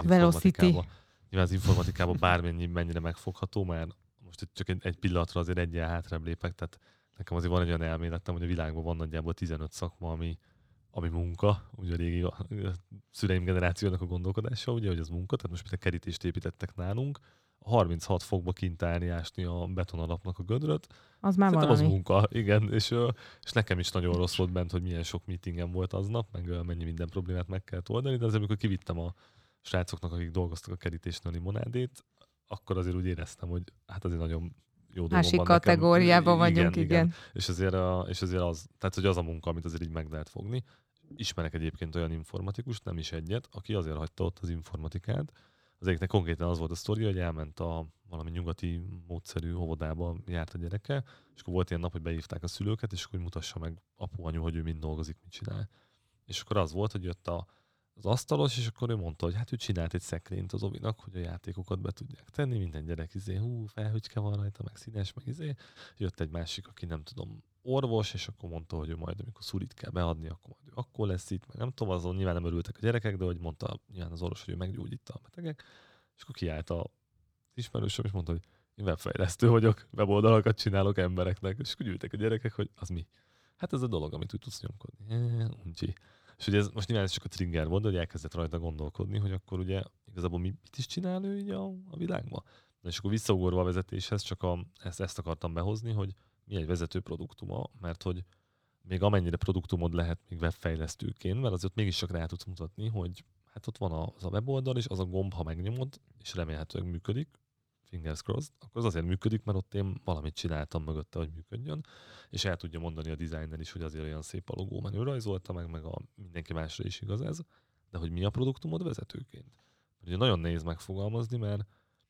az informatikában mennyire megfogható, mert most csak egy pillanatra azért egyel hátrább lépek, tehát nekem azért van egy olyan elméletem, hogy a világban van nagyjából 15 szakma, ami munka, ugye a régi szüleim generációnak a gondolkodása, ugye, hogy az munka, tehát most például kerítést építettek nálunk, 36 fokba kint állni, ásni a betonalapnak a gödröt. Az már valami. Az munka, igen, és nekem is nagyon rossz volt bent, hogy milyen sok meetingem volt aznap, meg mennyi minden problémát meg kellett oldani, de azért amikor kivittem a srácoknak, akik dolgoztak a kerítésnél a limonádét, akkor azért úgy éreztem, hogy hát azért nagyon jó dolgom másik van kategóriában vagyunk, igen. És azért az, tehát hogy az a munka, amit azért így meg lehet fogni. Ismerek egyébként olyan informatikust, nem is egyet, aki azért hagyta ott az informatikát. Az egyiknek konkrétan az volt a sztoria, hogy elment valami nyugati módszerű óvodába járt a gyereke, és akkor volt ilyen nap, hogy behívták a szülőket, és akkor mutassa meg apu-anyu, hogy ő mind dolgozik, mit csinál. És akkor az volt, hogy jött az asztalos, és akkor ő mondta, hogy hát ő csinált egy szekrényt az ovinak, hogy a játékokat be tudják tenni, minden gyerek felhőcske van rajta, meg színes, meg Jött egy másik, aki nem tudom, orvos, és akkor mondta, hogy ő majd, amikor szurit kell beadni, akkor majd ő akkor lesz itt, meg nem tudom, azon nyilván nem örültek a gyerekek, de hogy mondta nyilván az orvos, hogy ő meggyógyítta a betegek, és akkor kiállt az ismerősöm, és mondta, hogy én webfejlesztő vagyok, weboldalakat csinálok embereknek, és akkor gyűltek a gyerekek, hogy az mi? Hát ez a dolog, amit úgy tudsz nyomkodni. Uncsi. És ugye ez most nyilván ez csak a trigger volt, de hogy elkezdett rajta gondolkodni, hogy akkor ugye igazából mit is csinál ő így a világban. És akkor visszaugorva a vezetéshez, csak ezt akartam behozni, hogy mi egy vezető produktuma, mert hogy még amennyire produktumod lehet még webfejlesztőként, mert azért mégis csak rá tudsz mutatni, hogy hát ott van az a weboldal, és az a gomb, ha megnyomod, és remélhetőleg működik, fingers crossed, akkor az azért működik, mert ott én valamit csináltam mögötte, hogy működjön, és el tudja mondani a designer is, hogy azért olyan szép a logó, mert ő rajzolta meg mindenki másra is igaz ez, de hogy mi a produktumod vezetőként. Ugye nagyon nehéz megfogalmazni, mert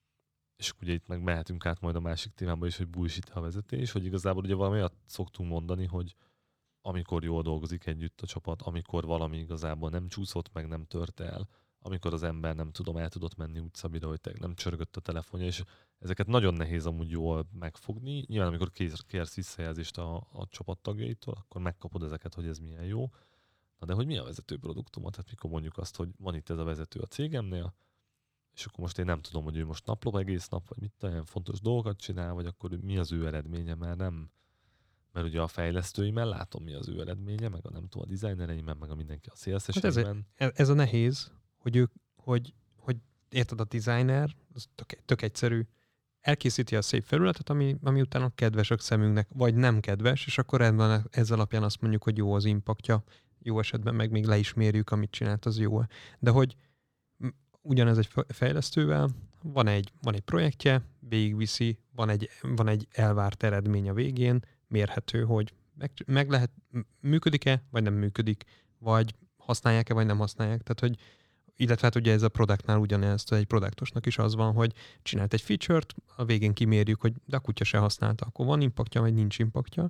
és ugye itt meg mehetünk át majd a másik témába is, hogy bullshit a vezetés, hogy igazából ugye valami olyat szoktunk mondani, hogy amikor jól dolgozik együtt a csapat, amikor valami igazából nem csúszott meg, nem tört el, amikor az ember nem tudom, el tudott menni utcabira, hogy nem csörgött a telefonja, és ezeket nagyon nehéz amúgy jól megfogni. Nyilván, amikor kérsz visszajelzést a csapattagjaitól, akkor megkapod ezeket, hogy ez milyen jó. Na de hogy mi a vezető produktumot? Tehát mikor mondjuk azt, hogy van itt ez a vezető a cégemnél, és akkor most én nem tudom, hogy ő most naplop egész nap, vagy mit olyan fontos dolgokat csinál, vagy akkor mi az ő eredménye, mert ugye a fejlesztőimmel látom, mi az ő eredménye, meg a nem tudom, a designereimmel, meg a mindenki a CSS-ekben. Hát ez a nehéz, hogy érted, a designer, az tök egyszerű, elkészíti a szép felületet, ami utána kedves a szemünknek, vagy nem kedves, és akkor ez alapján azt mondjuk, hogy jó az impaktja, jó esetben meg még le is mérjük, amit csinált, az jó. De hogy ugyanez egy fejlesztővel, van egy projektje, végigviszi, van egy elvárt eredmény a végén, mérhető, hogy meg lehet, működik-e, vagy nem működik, vagy használják-e, vagy nem használják. Tehát, hogy illetve hát ugye ez a productnál ugyanezt, egy productosnak is az van, hogy csinált egy feature-t, a végén kimérjük, hogy de a kutya se használta, akkor van impaktja, vagy nincs impaktja.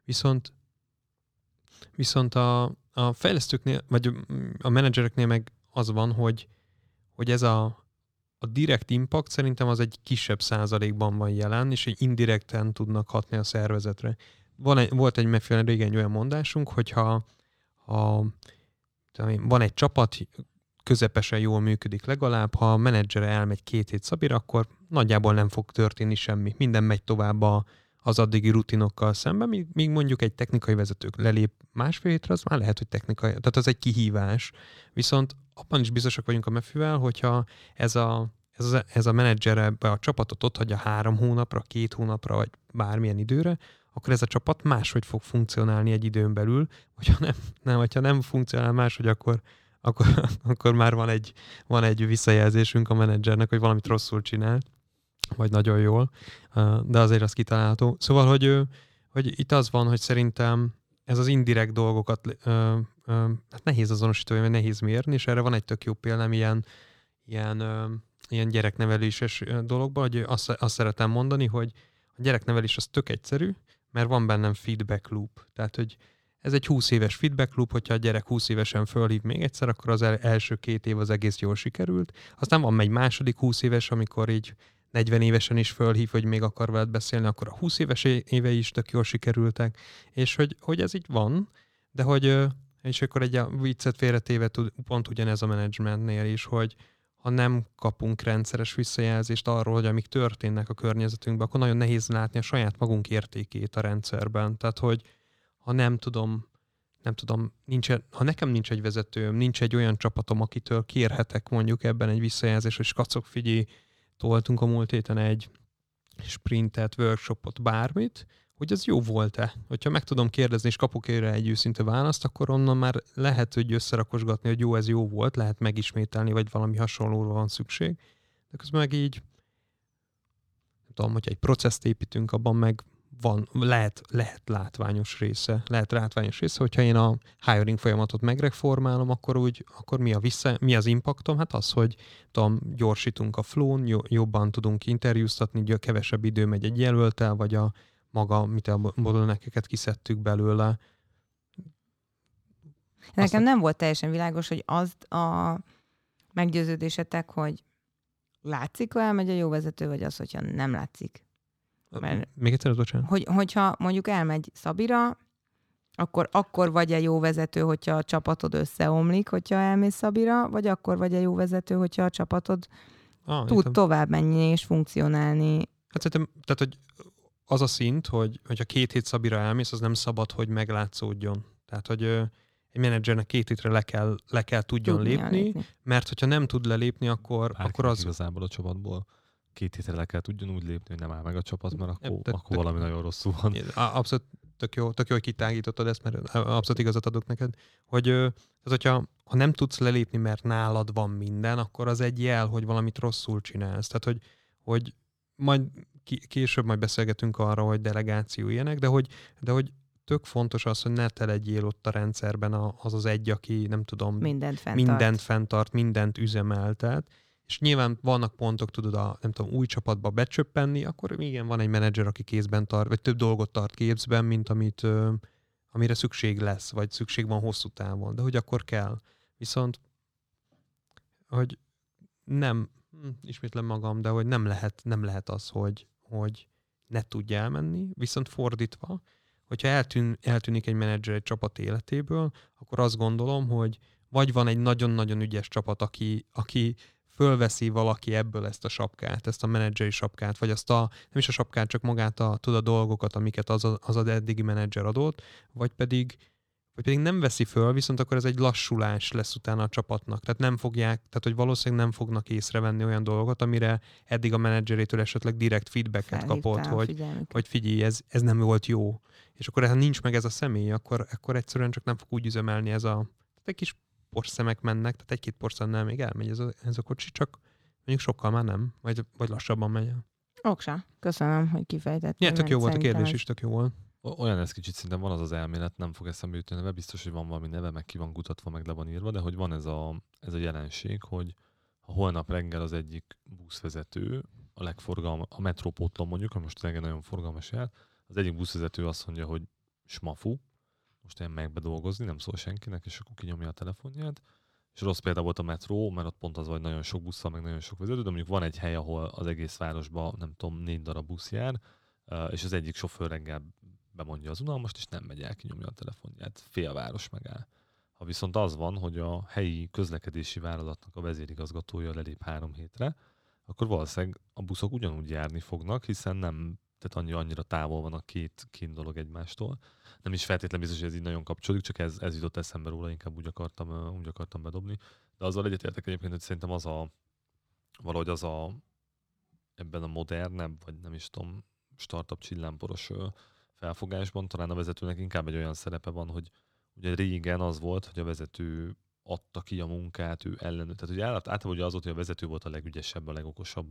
Viszont a fejlesztőknél, vagy a menedzsereknél meg az van, hogy ez a direct impact szerintem az egy kisebb százalékban van jelen, és egy indirekten tudnak hatni a szervezetre. Volt régen egy olyan mondásunk, hogyha van egy csapat, közepesen jól működik legalább, ha a menedzsere elmegy 2 hét szabira, akkor nagyjából nem fog történni semmi. Minden megy tovább az addigi rutinokkal szemben, míg mondjuk egy technikai vezető lelép 1,5 hétre, az már lehet, hogy technikai, tehát az egy kihívás. Viszont abban is biztosak vagyunk a Mephivel, hogyha ez a menedzser ebbe a csapatot ott hagyja 3 hónapra, 2 hónapra, vagy bármilyen időre, akkor ez a csapat máshogy fog funkcionálni egy időn belül, hogyha nem funkcionál máshogy, akkor már van egy visszajelzésünk a menedzsernek, hogy valamit rosszul csinált, vagy nagyon jól, de azért az kitalálható. Szóval, hogy itt az van, hogy szerintem ez az indirekt dolgokat hát nehéz azonosítani, vagy nehéz mérni, és erre van egy tök jó példám ilyen gyerekneveléses dologban, hogy azt szeretem mondani, hogy a gyereknevelés az tök egyszerű, mert van bennem feedback loop. Tehát, hogy ez egy 20 éves feedback loop, hogyha a gyerek 20 évesen fölhív még egyszer, akkor az első 2 év az egész jól sikerült. Aztán van egy második 20 éves, amikor így 40 évesen is fölhív, hogy még akar veled beszélni, akkor a 20 éves évei is tök jól sikerültek. És hogy ez így van, de hogy, és akkor egy viccet félretéve pont ugyanez a menedzsmentnél is, hogy ha nem kapunk rendszeres visszajelzést arról, hogy amik történnek a környezetünkben, akkor nagyon nehéz látni a saját magunk értékét a rendszerben. Tehát, hogy ha nem tudom, ha nekem nincs egy vezetőm, nincs egy olyan csapatom, akitől kérhetek mondjuk ebben egy visszajelzést, hogy skacok, figyelj, toltunk a múlt héten egy sprintet, workshopot, bármit, hogy az jó volt-e. Hogyha meg tudom kérdezni, és kapok erre egy őszinte választ, akkor onnan már lehet, hogy összerakosgatni, hogy ez jó volt, lehet megismételni, vagy valami hasonlóra van szükség. De közben meg így, nem tudom, hogyha egy processzt építünk, abban meg lehet látványos része. Hogyha én a hiring folyamatot megreformálom, akkor mi az impaktom? Hát az, hogy gyorsítunk a flow-n, jobban tudunk interjúztatni, kevesebb idő megy egy jelölttel, vagy a bottleneckeket kiszedtük belőle. Nekem nem volt teljesen világos, hogy az a meggyőződésetek, hogy látszik, ha elmegy a jó vezető, vagy az, hogyha nem látszik. Mert még egyszer, bocsánat. Hogyha mondjuk elmegy Szabira, akkor vagy-e jó vezető, hogyha a csapatod összeomlik, hogyha elmész Szabira, vagy akkor vagy-e jó vezető, hogyha a csapatod tud tovább menni és funkcionálni. Hát szerintem, tehát, hogy az a szint, hogy ha 2 hét Szabira elmész, az nem szabad, hogy meglátszódjon. Tehát, hogy egy menedzsernek 2 hétre le kell tudjon lépni, mert hogyha nem tud lelépni, akkor az... Igazából a csapatból 2 hétre le kell tudjon úgy lépni, hogy nem áll meg a csapat, mert akkor valami nagyon rosszul van. Abszolút tök jó, hogy kitágítottad ezt, mert abszolút igazat adok neked, hogy hogyha nem tudsz lelépni, mert nálad van minden, akkor az egy jel, hogy valamit rosszul csinálsz. Tehát, hogy majd később majd beszélgetünk arra, hogy delegáció ilyenek, de hogy tök fontos az, hogy ne te legyél ott a rendszerben az egy, aki nem tudom, mindent fenntart, mindent üzemeltet. És nyilván vannak pontok, tudod, új csapatba becsöppenni, akkor igen, van egy menedzser, aki kézben tart, vagy több dolgot tart kézben, mint amire szükség lesz, vagy szükség van hosszú távon. De hogy akkor kell. Viszont, hogy nem ismétlem magam, de hogy nem lehet az, hogy ne tudja elmenni, viszont fordítva, hogyha eltűnik egy menedzser egy csapat életéből, akkor azt gondolom, hogy vagy van egy nagyon-nagyon ügyes csapat, aki fölveszi valaki ebből ezt a sapkát, ezt a menedzseri sapkát, vagy azt nem is a sapkát, csak magát a dolgokat, amiket az eddigi menedzser adott, vagy pedig nem veszi föl, viszont akkor ez egy lassulás lesz utána a csapatnak. Tehát nem fogják, tehát hogy valószínűleg nem fognak észrevenni olyan dolgokat, amire eddig a menedzserétől esetleg direkt feedbacket kapott, hogy figyelj, ez nem volt jó. És akkor ha nincs meg ez a személy, akkor egyszerűen csak nem fog úgy üzemelni tehát egy kis porszemek mennek, tehát egy-két porszemnál még elmegy ez a kocsi, csak mondjuk sokkal már nem, vagy lassabban megy el. Oksa, köszönöm, hogy kifejtettem. Tök jó volt a kérdés is, tök jó volt. Olyan ez kicsit szinte van az elmélet, nem fog eszembe jutni neve, biztos, hogy van valami neve, meg ki van kutatva, meg le van írva, de hogy van ez a jelenség, hogy ha holnap reggel az egyik buszvezető, a metrópótlon mondjuk, ha most tényleg nagyon forgalmas jár, az egyik buszvezető azt mondja, hogy smafu, most én meg bedolgozni, nem szól senkinek, és akkor kinyomja a telefonját, és rossz példa volt a metró, mert ott pont az vagy nagyon sok busszal, meg nagyon sok vezető, de mondjuk van egy hely, ahol az egész városban, nem tudom, 4 darab busz jár, és az egyik sofőr reggel bemondja az unalmast, és nem megy el, kinyomja a telefonját, fél város megáll. Ha viszont az van, hogy a helyi közlekedési vállalatnak a vezérigazgatója lelép 3 hétre, akkor valószínűleg a buszok ugyanúgy járni fognak, hiszen nem, tehát annyira távol van a két dolog egymástól. Nem is feltétlenül biztos, hogy ez így nagyon kapcsolódik, csak ez jutott eszembe róla, inkább úgy akartam bedobni. De azzal egyetértek egyébként, hogy szerintem valahogy ebben a modernebb, vagy nem is tudom, startup csillámporos felfogásban talán a vezetőnek inkább egy olyan szerepe van, hogy ugye régen az volt, hogy a vezető adta ki a munkát, ő ellenőr. Tehát ugye általában ugye az volt, hogy a vezető volt a legügyesebb, a legokosabb,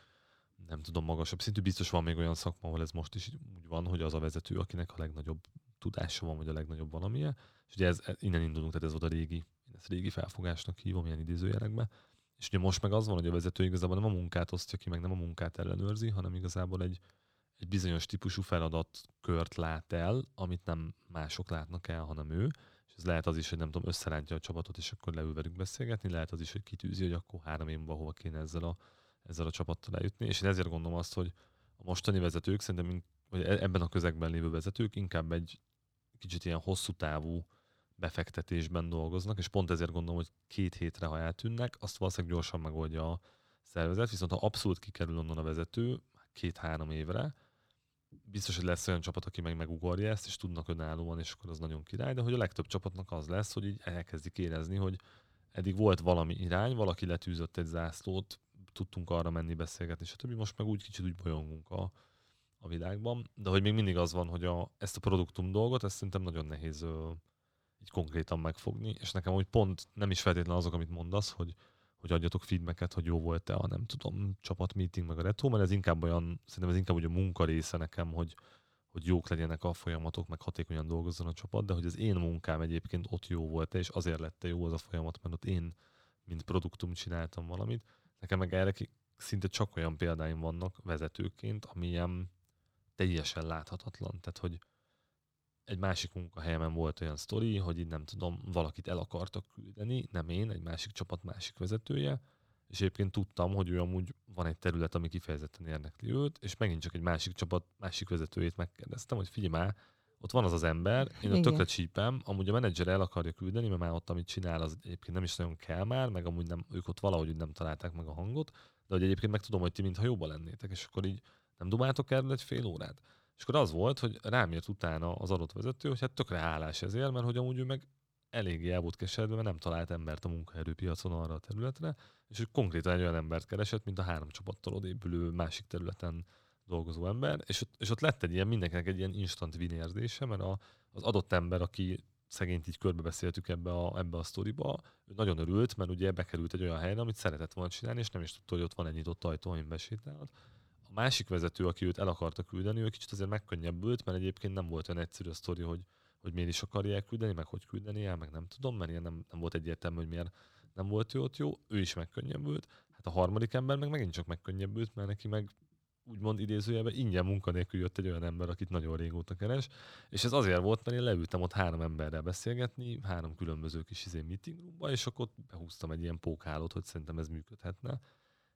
nem tudom, magasabb szintű. Biztos van még olyan szakma, ahol ez most is úgy van, hogy az a vezető, akinek a legnagyobb tudása van, vagy a legnagyobb valamilyen. És ugye innen indulunk, tehát ez volt én ezt régi felfogásnak hívom, ilyen idézőjelekben. És ugye most meg az van, hogy a vezető igazából nem a munkát osztja ki, meg nem a munkát ellenőrzi, hanem igazából egy bizonyos típusú feladatkört lát el, amit nem mások látnak el, hanem ő. És ez lehet az is, hogy nem tudom, összerántja a csapatot, és akkor leül velük beszélgetni, lehet az is, hogy kitűzi, hogy akkor 3 év múlva hova kéne ezzel a csapattal eljutni. És én ezért gondolom azt, hogy a mostani vezetők, szerintem vagy ebben a közegben lévő vezetők inkább egy kicsit ilyen hosszú távú befektetésben dolgoznak, és pont ezért gondolom, hogy 2 hétre, ha eltűnnek, azt valószínűleg gyorsan megoldja a szervezet, viszont ha abszolút kikerül onnan a vezető 2-3 évre, biztos, hogy lesz olyan csapat, aki megugorja ezt, és tudnak önállóan, és akkor az nagyon király, de hogy a legtöbb csapatnak az lesz, hogy így elkezdik érezni, hogy eddig volt valami irány, valaki letűzött egy zászlót, tudtunk arra menni, beszélgetni, stb. Most meg úgy kicsit úgy bolyongunk a világban, de hogy még mindig az van, hogy ezt a produktum dolgot, ezt szerintem nagyon nehéz így konkrétan megfogni, és nekem úgy pont nem is feltétlenül azok, amit mondasz, hogy adjatok feedbacket, hogy jó volt-e a nem tudom, csapatmeeting meg a retro, mert szerintem ez inkább úgy a munka része nekem, hogy jók legyenek a folyamatok, meg hatékonyan dolgozzon a csapat, de hogy az én munkám egyébként ott jó volt-e, és azért lett jó az a folyamat, mert ott én, mint produktum csináltam valamit. Nekem meg erre szinte csak olyan példáim vannak vezetőként, ami ilyen teljesen láthatatlan. Tehát, hogy egy másik munkahelyemen volt olyan sztori, hogy így nem tudom, valakit el akartak küldeni, nem én, egy másik csapat másik vezetője, és egyébként tudtam, hogy ő amúgy van egy terület, ami kifejezetten érdekli őt, és megint csak egy másik csapat másik vezetőjét megkérdeztem, hogy figyelj már, ott van az ember, én ott tökre csípem, amúgy a menedzser el akarja küldeni, mert már ott, amit csinál, az egyébként nem is nagyon kell már, meg amúgy nem, ők ott valahogy nem találták meg a hangot, de hogy egyébként meg tudom, hogy ti mintha jobban lennétek, és akkor így nem dumáltok erről egy fél órát. És akkor az volt, hogy rám jött utána az adott vezető, hogy hát tökre hálás ezért, mert hogy amúgy ő meg eléggé el volt keseredve, mert nem talált embert a munkaerőpiacon arra a területre, és hogy konkrétan egy olyan embert keresett, mint a 3 csapattól odépülő másik területen dolgozó ember, és ott lett egy ilyen, mindenkinek egy ilyen instant win érzése, mert az adott ember, aki szegényt így körbebeszéltük ebbe a sztoriba, ő nagyon örült, mert ugye bekerült egy olyan helyre, amit szeretett volna csinálni, és nem is tudta, hogy ott van egy nyitott ajtó, amin besétálhat. A másik vezető, aki őt el akarta küldeni, ő kicsit azért megkönnyebbült, mert egyébként nem volt olyan egyszerű a sztori, hogy miért is akarja elküldeni, meg hogy küldeni el, meg nem tudom, mert ilyen nem volt egyértelmű, hogy miért nem volt ő ott jó. Ő is megkönnyebbült. Hát a harmadik ember meg megint csak megkönnyebbült, mert neki meg úgymond idézőjelben ingyen munkanélkül jött egy olyan ember, akit nagyon régóta keres, és ez azért volt, mert én leültem ott 3 emberrel beszélgetni, 3 különböző kis meeting roomba, és akkor behúztam egy ilyen pókhálót, hogy szerintem ez működhetne.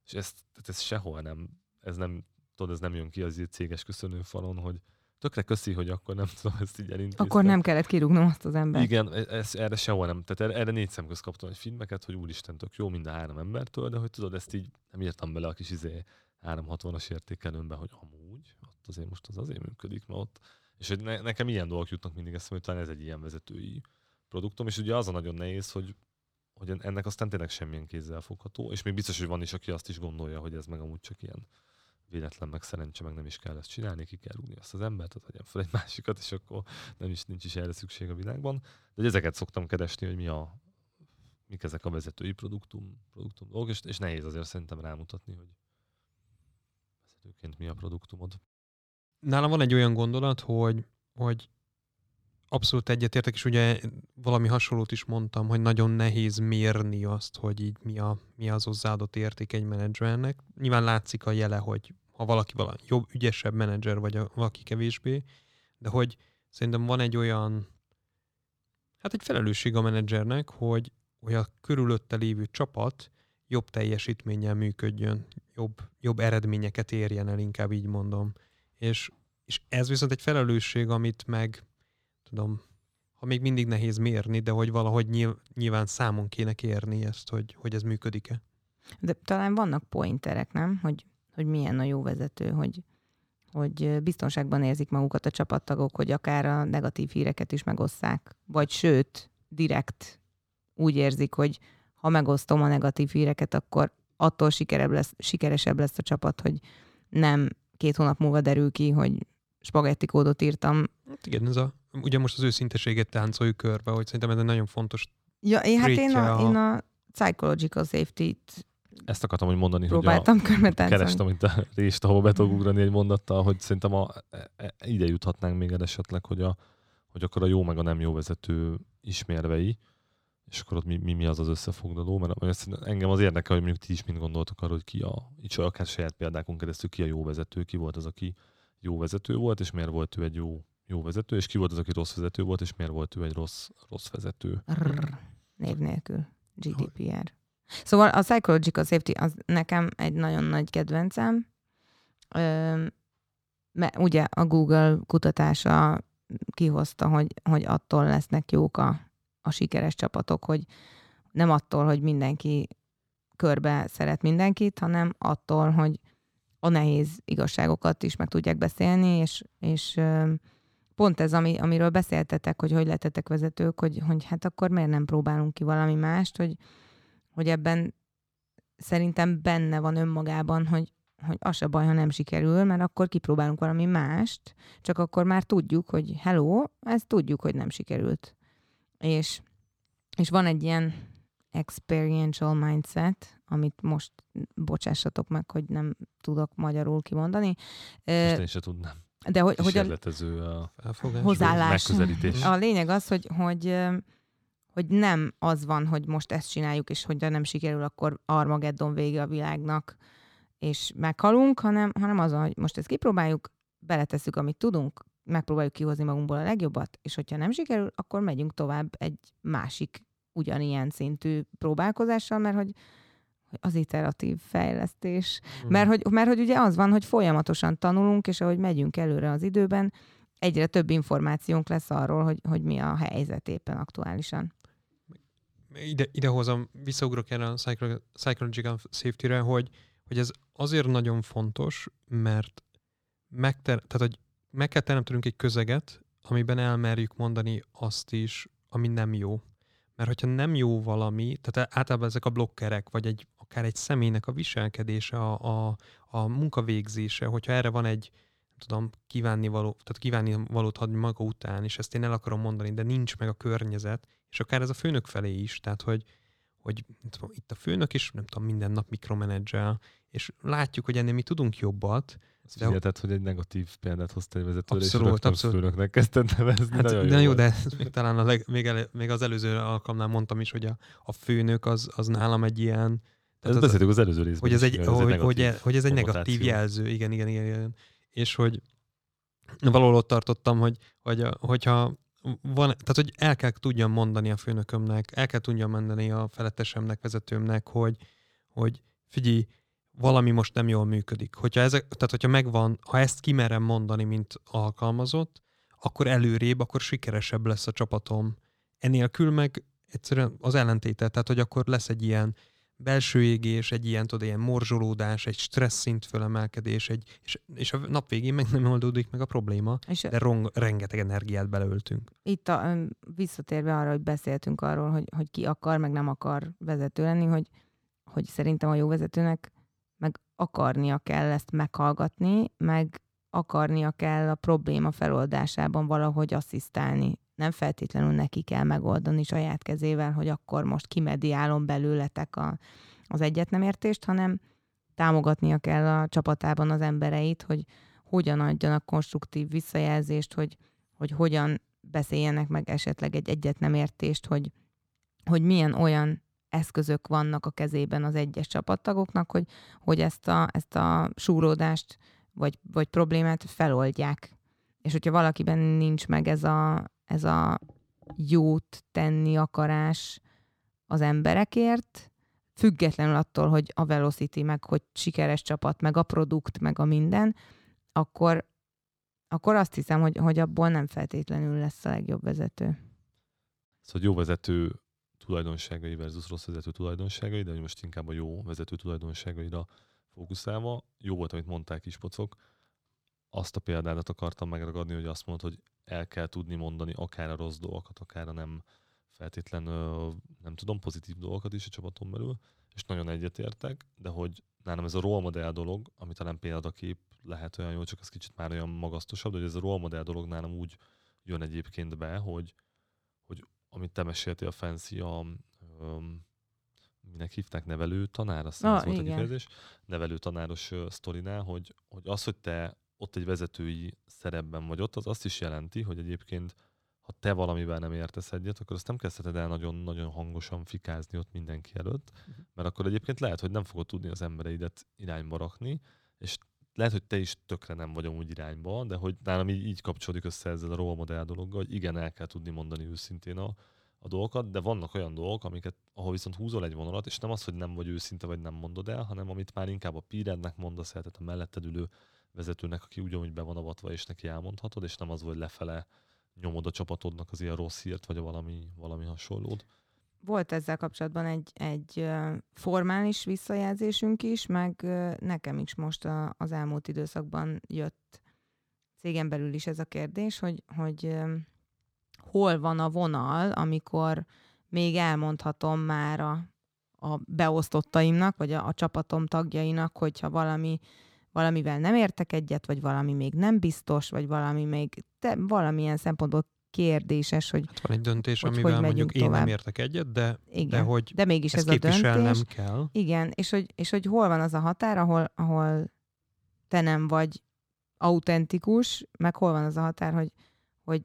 És ez sehol nem, ez nem jön ki az céges köszönőfalon, hogy tökre köszi, hogy akkor nem tudom, ezt így elintéztem. Akkor nem kellett kirúgnom azt az embert. Igen, erre sehol nem. Tehát erre 4 szemközt kaptam egy feedbacket, hogy úristen, tök jó mind a 3 embertől, de hogy tudod, ezt így nem írtam bele a kis 360-as értékelőmbe, hogy amúgy, ott azért most az azért működik, mert ott. És hogy nekem ilyen dolgok jutnak mindig eszembe, hogy talán ez egy ilyen vezetői produktum, és ugye az a nagyon nehéz, hogy ennek aztán tényleg semmilyen kézzel fogható, és még biztos, hogy van is, aki azt is gondolja, hogy ez meg amúgy csak ilyen véletlen, meg szerencse, meg nem is kell ezt csinálni, ki kell rúgni azt az embert, tehát hagyjam fel egy másikat, és akkor nincs is erre szükség a világban. De hogy ezeket szoktam keresni, hogy mik ezek a vezetői produktum dolgok, és nehéz azért szerintem rámutatni, hogy vezetőként mi a produktumod. Nálam van egy olyan gondolat, hogy abszolút egyetértek, és ugye valami hasonlót is mondtam, hogy nagyon nehéz mérni azt, hogy így mi az hozzáadott érték egy menedzsernek. Nyilván látszik a jele, hogy ha valaki jobb, ügyesebb menedzser, vagy valaki kevésbé, de hogy szerintem van egy olyan, egy felelősség a menedzsernek, hogy a körülötte lévő csapat jobb teljesítménnyel működjön, jobb eredményeket érjen el, inkább így mondom. És ez viszont egy felelősség, amit meg tudom, ha még mindig nehéz mérni, de hogy valahogy nyilván számon kéne kérni ezt, hogy ez működik-e. De talán vannak pointerek, nem? Hogy milyen a jó vezető, hogy biztonságban érzik magukat a csapattagok, hogy akár a negatív híreket is megosszák, vagy sőt, direkt úgy érzik, hogy ha megosztom a negatív híreket, akkor attól sikeresebb lesz a csapat, hogy nem 2 hónap múlva derül ki, hogy spagetti kódot írtam. Hát igen, ugye most az őszinteséget táncoljuk körbe, hogy szerintem ez egy nagyon fontos én a psychological safety-t ezt akartam, hogy mondani, próbáltam hogy kerestem itt a részt, ahol be tudok ugrani egy mondattal, hogy szerintem ide juthatnánk még esetleg, hogy akkor a jó meg a nem jó vezető ismérvei, és akkor ott mi az összefoglaló, mert engem az érdekel, hogy mondjuk ti is mind gondoltok arra, hogy így akár saját példákon keresztül ki a jó vezető, ki volt az, aki jó vezető volt, és miért volt ő egy jó vezető, és ki volt az, aki rossz vezető volt, és miért volt ő egy rossz vezető. Név nélkül. GDPR. Szóval a psychological safety az nekem egy nagyon nagy kedvencem. Mert ugye a Google kutatása kihozta, hogy attól lesznek jók a sikeres csapatok, hogy nem attól, hogy mindenki körbe szeret mindenkit, hanem attól, hogy a nehéz igazságokat is meg tudják beszélni, és pont ez, amiről beszéltetek, hogy lettetek vezetők, hogy hát akkor miért nem próbálunk ki valami mást, hogy ebben szerintem benne van önmagában, hogy az se baj, ha nem sikerül, mert akkor kipróbálunk valami mást, csak akkor már tudjuk, hogy hello, ezt tudjuk, hogy nem sikerült. És van egy ilyen experiential mindset, amit most bocsássatok meg, hogy nem tudok magyarul kimondani. Most én se tudnám. De hogy kísérletező a hozzáállás. Megközelítés. A lényeg az, hogy nem az van, hogy most ezt csináljuk, és hogyha nem sikerül, akkor Armageddon vége a világnak, és meghalunk, hanem az, hogy most ezt kipróbáljuk, beletesszük, amit tudunk, megpróbáljuk kihozni magunkból a legjobbat, és hogyha nem sikerül, akkor megyünk tovább egy másik ugyanilyen szintű próbálkozással, mert hogy az iteratív fejlesztés. Mert hogy ugye az van, hogy folyamatosan tanulunk, és ahogy megyünk előre az időben, egyre több információnk lesz arról, hogy mi a helyzet éppen aktuálisan. Idehozom, visszaugrok erre a psychological safety-re, hogy ez azért nagyon fontos, mert hogy meg kell teremtenünk egy közeget, amiben elmerjük mondani azt is, ami nem jó. Mert hogyha nem jó valami, tehát általában ezek a blokkerek, vagy akár egy személynek a viselkedése, a munkavégzése, hogyha erre van egy, nem tudom, kívánni valót adni maga után, és ezt én el akarom mondani, de nincs meg a környezet, és akár ez a főnök felé is, tehát hogy tudom, itt a főnök is, nem tudom, minden nap mikromenedzsel, és látjuk, hogy ennél mi tudunk jobbat. Figyelted, hogy egy negatív példát hoztál vezetőre, abszolút, és rögtön főnöknek kezdted nevezni. Hát, de jó, de még talán még az előző alkalomnál mondtam is, hogy a főnök az nálam egy ilyen... Ezt beszéltük az előző részben. Hogy ez egy negatív jelző. Igen. És hogy valahol ott tartottam, hogyha van, tehát hogy el kell tudjam mondani a főnökömnek, el kell tudjam mondani a felettesemnek, vezetőmnek, hogy figyelj, valami most nem jól működik. Hogyha megvan, ha ezt kimerem mondani, mint alkalmazott, akkor előrébb, akkor sikeresebb lesz a csapatom. Enélkül meg egyszerűen az ellentéte, tehát hogy akkor lesz egy ilyen belső égés, egy ilyen morzsolódás, egy stressz szint fölemelkedés, és a nap végén meg nem oldódik meg a probléma, de rengeteg energiát beleöltünk. Itt visszatérve arra, hogy beszéltünk arról, hogy ki akar, meg nem akar vezető lenni, hogy szerintem a jó vezetőnek meg akarnia kell ezt meghallgatni, meg akarnia kell a probléma feloldásában valahogy asszisztálni. Nem feltétlenül neki kell megoldani saját kezével, hogy akkor most kimediálom belőletek az egyetnemértést, hanem támogatnia kell a csapatában az embereit, hogy hogyan adjanak konstruktív visszajelzést, hogy hogyan beszéljenek meg esetleg egy egyetnemértést, hogy milyen olyan eszközök vannak a kezében az egyes csapattagoknak, hogy ezt a súródást vagy problémát feloldják. És hogyha valakiben nincs meg ez a jót tenni akarás az emberekért, függetlenül attól, hogy a Velocity, meg hogy sikeres csapat, meg a produkt, meg a minden, akkor azt hiszem, hogy abból nem feltétlenül lesz a legjobb vezető. Szóval jó vezető tulajdonságai versus rossz vezető tulajdonságai, de most inkább a jó vezető tulajdonságaira fókuszálva. Jó volt, amit mondták Kispocok. Azt a példádat akartam megragadni, hogy azt mondod, hogy el kell tudni mondani akár a rossz dolgokat, akár a nem feltétlenül, nem tudom, pozitív dolgokat is a csapaton belül, és nagyon egyetértek, de hogy nálam ez a role model dolog, ami talán példakép lehet olyan jó, csak az kicsit már olyan magasztosabb, de hogy ez a role model dolog nálam úgy jön egyébként be, hogy amit te meséltél a Fancy, minek hívták, nevelő tanár, azt hiszem, volt a kifejezés, nevelő tanáros sztorinál, hogy az, hogy te ott egy vezetői szerepben vagy ott, az azt is jelenti, hogy egyébként ha te valamivel nem értesz egyet, akkor azt nem kezdheted el nagyon-nagyon hangosan fikázni ott mindenki előtt, mert akkor egyébként lehet, hogy nem fogod tudni az embereidet irányba rakni, és lehet, hogy te is tökre nem vagy amúgy irányba, de hogy nálam így kapcsolódik össze ezzel a role model dologgal, hogy igen, el kell tudni mondani őszintén a dolgokat, de vannak olyan dolgok, ahol viszont húzol egy vonalat, és nem az, hogy nem vagy őszinte, vagy nem mondod el, hanem amit már inkább a peerednek mondasz el, tehát a melletted ülő vezetőnek, aki ugyanúgy be van avatva, és neki elmondhatod, és nem az, hogy lefele nyomod a csapatodnak az ilyen rossz hírt, vagy valami hasonlót. Volt ezzel kapcsolatban egy formális visszajelzésünk is, meg nekem is most az elmúlt időszakban jött cégen belül is ez a kérdés, hogy hol van a vonal, amikor még elmondhatom már a beosztottaimnak, vagy a csapatom tagjainak, hogyha valamivel nem értek egyet, vagy valami még nem biztos, vagy valami még valamilyen szempontból kérdéses, hogy hát van egy döntés, amivel mondjuk én nem értek egyet, de mégis ezt ez a döntés kell. Igen, és hogy hol van az a határ, ahol te nem vagy autentikus, meg hol van az a határ, hogy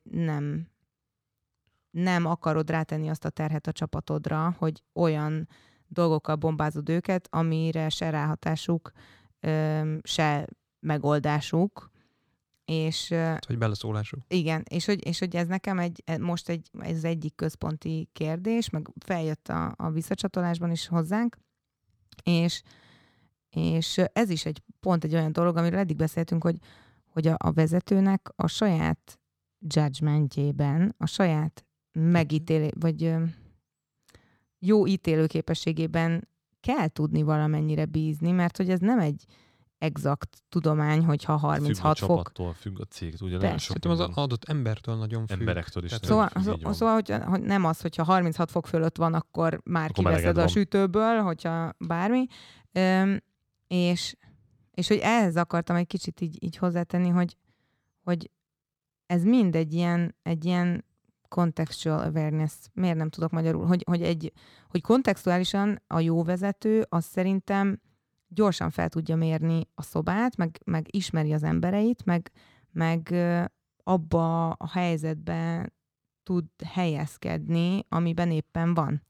nem akarod rátenni azt a terhet a csapatodra, hogy olyan dolgokkal bombázod őket, amire se ráhatásuk, se megoldásuk, és... Hogy beleszólásuk. Igen, és hogy ez nekem ez egyik központi kérdés, meg feljött a visszacsatolásban is hozzánk, és ez is pont egy olyan dolog, amiről eddig beszéltünk, hogy a vezetőnek a saját judgmentjében, a saját vagy jó ítélőképességében kell tudni valamennyire bízni, mert hogy ez nem egy exakt tudomány, hogyha 36 fog. Függ a csapattól, függ a cégtől. Ugye nagyon sok az adott embertől nagyon függ. Emberektől is. Szóval hogy nem az, hogyha 36 fok fölött van, akkor már kiveszed a sütőből, hogyha bármi. És hogy ehhez akartam egy kicsit így hozzátenni, hogy ez mind egy ilyen contextual awareness. Miért nem tudok magyarul? Hogy kontextuálisan a jó vezető, az szerintem gyorsan fel tudja mérni a szobát, meg ismeri az embereit, meg abba a helyzetbe tud helyezkedni, amiben éppen van.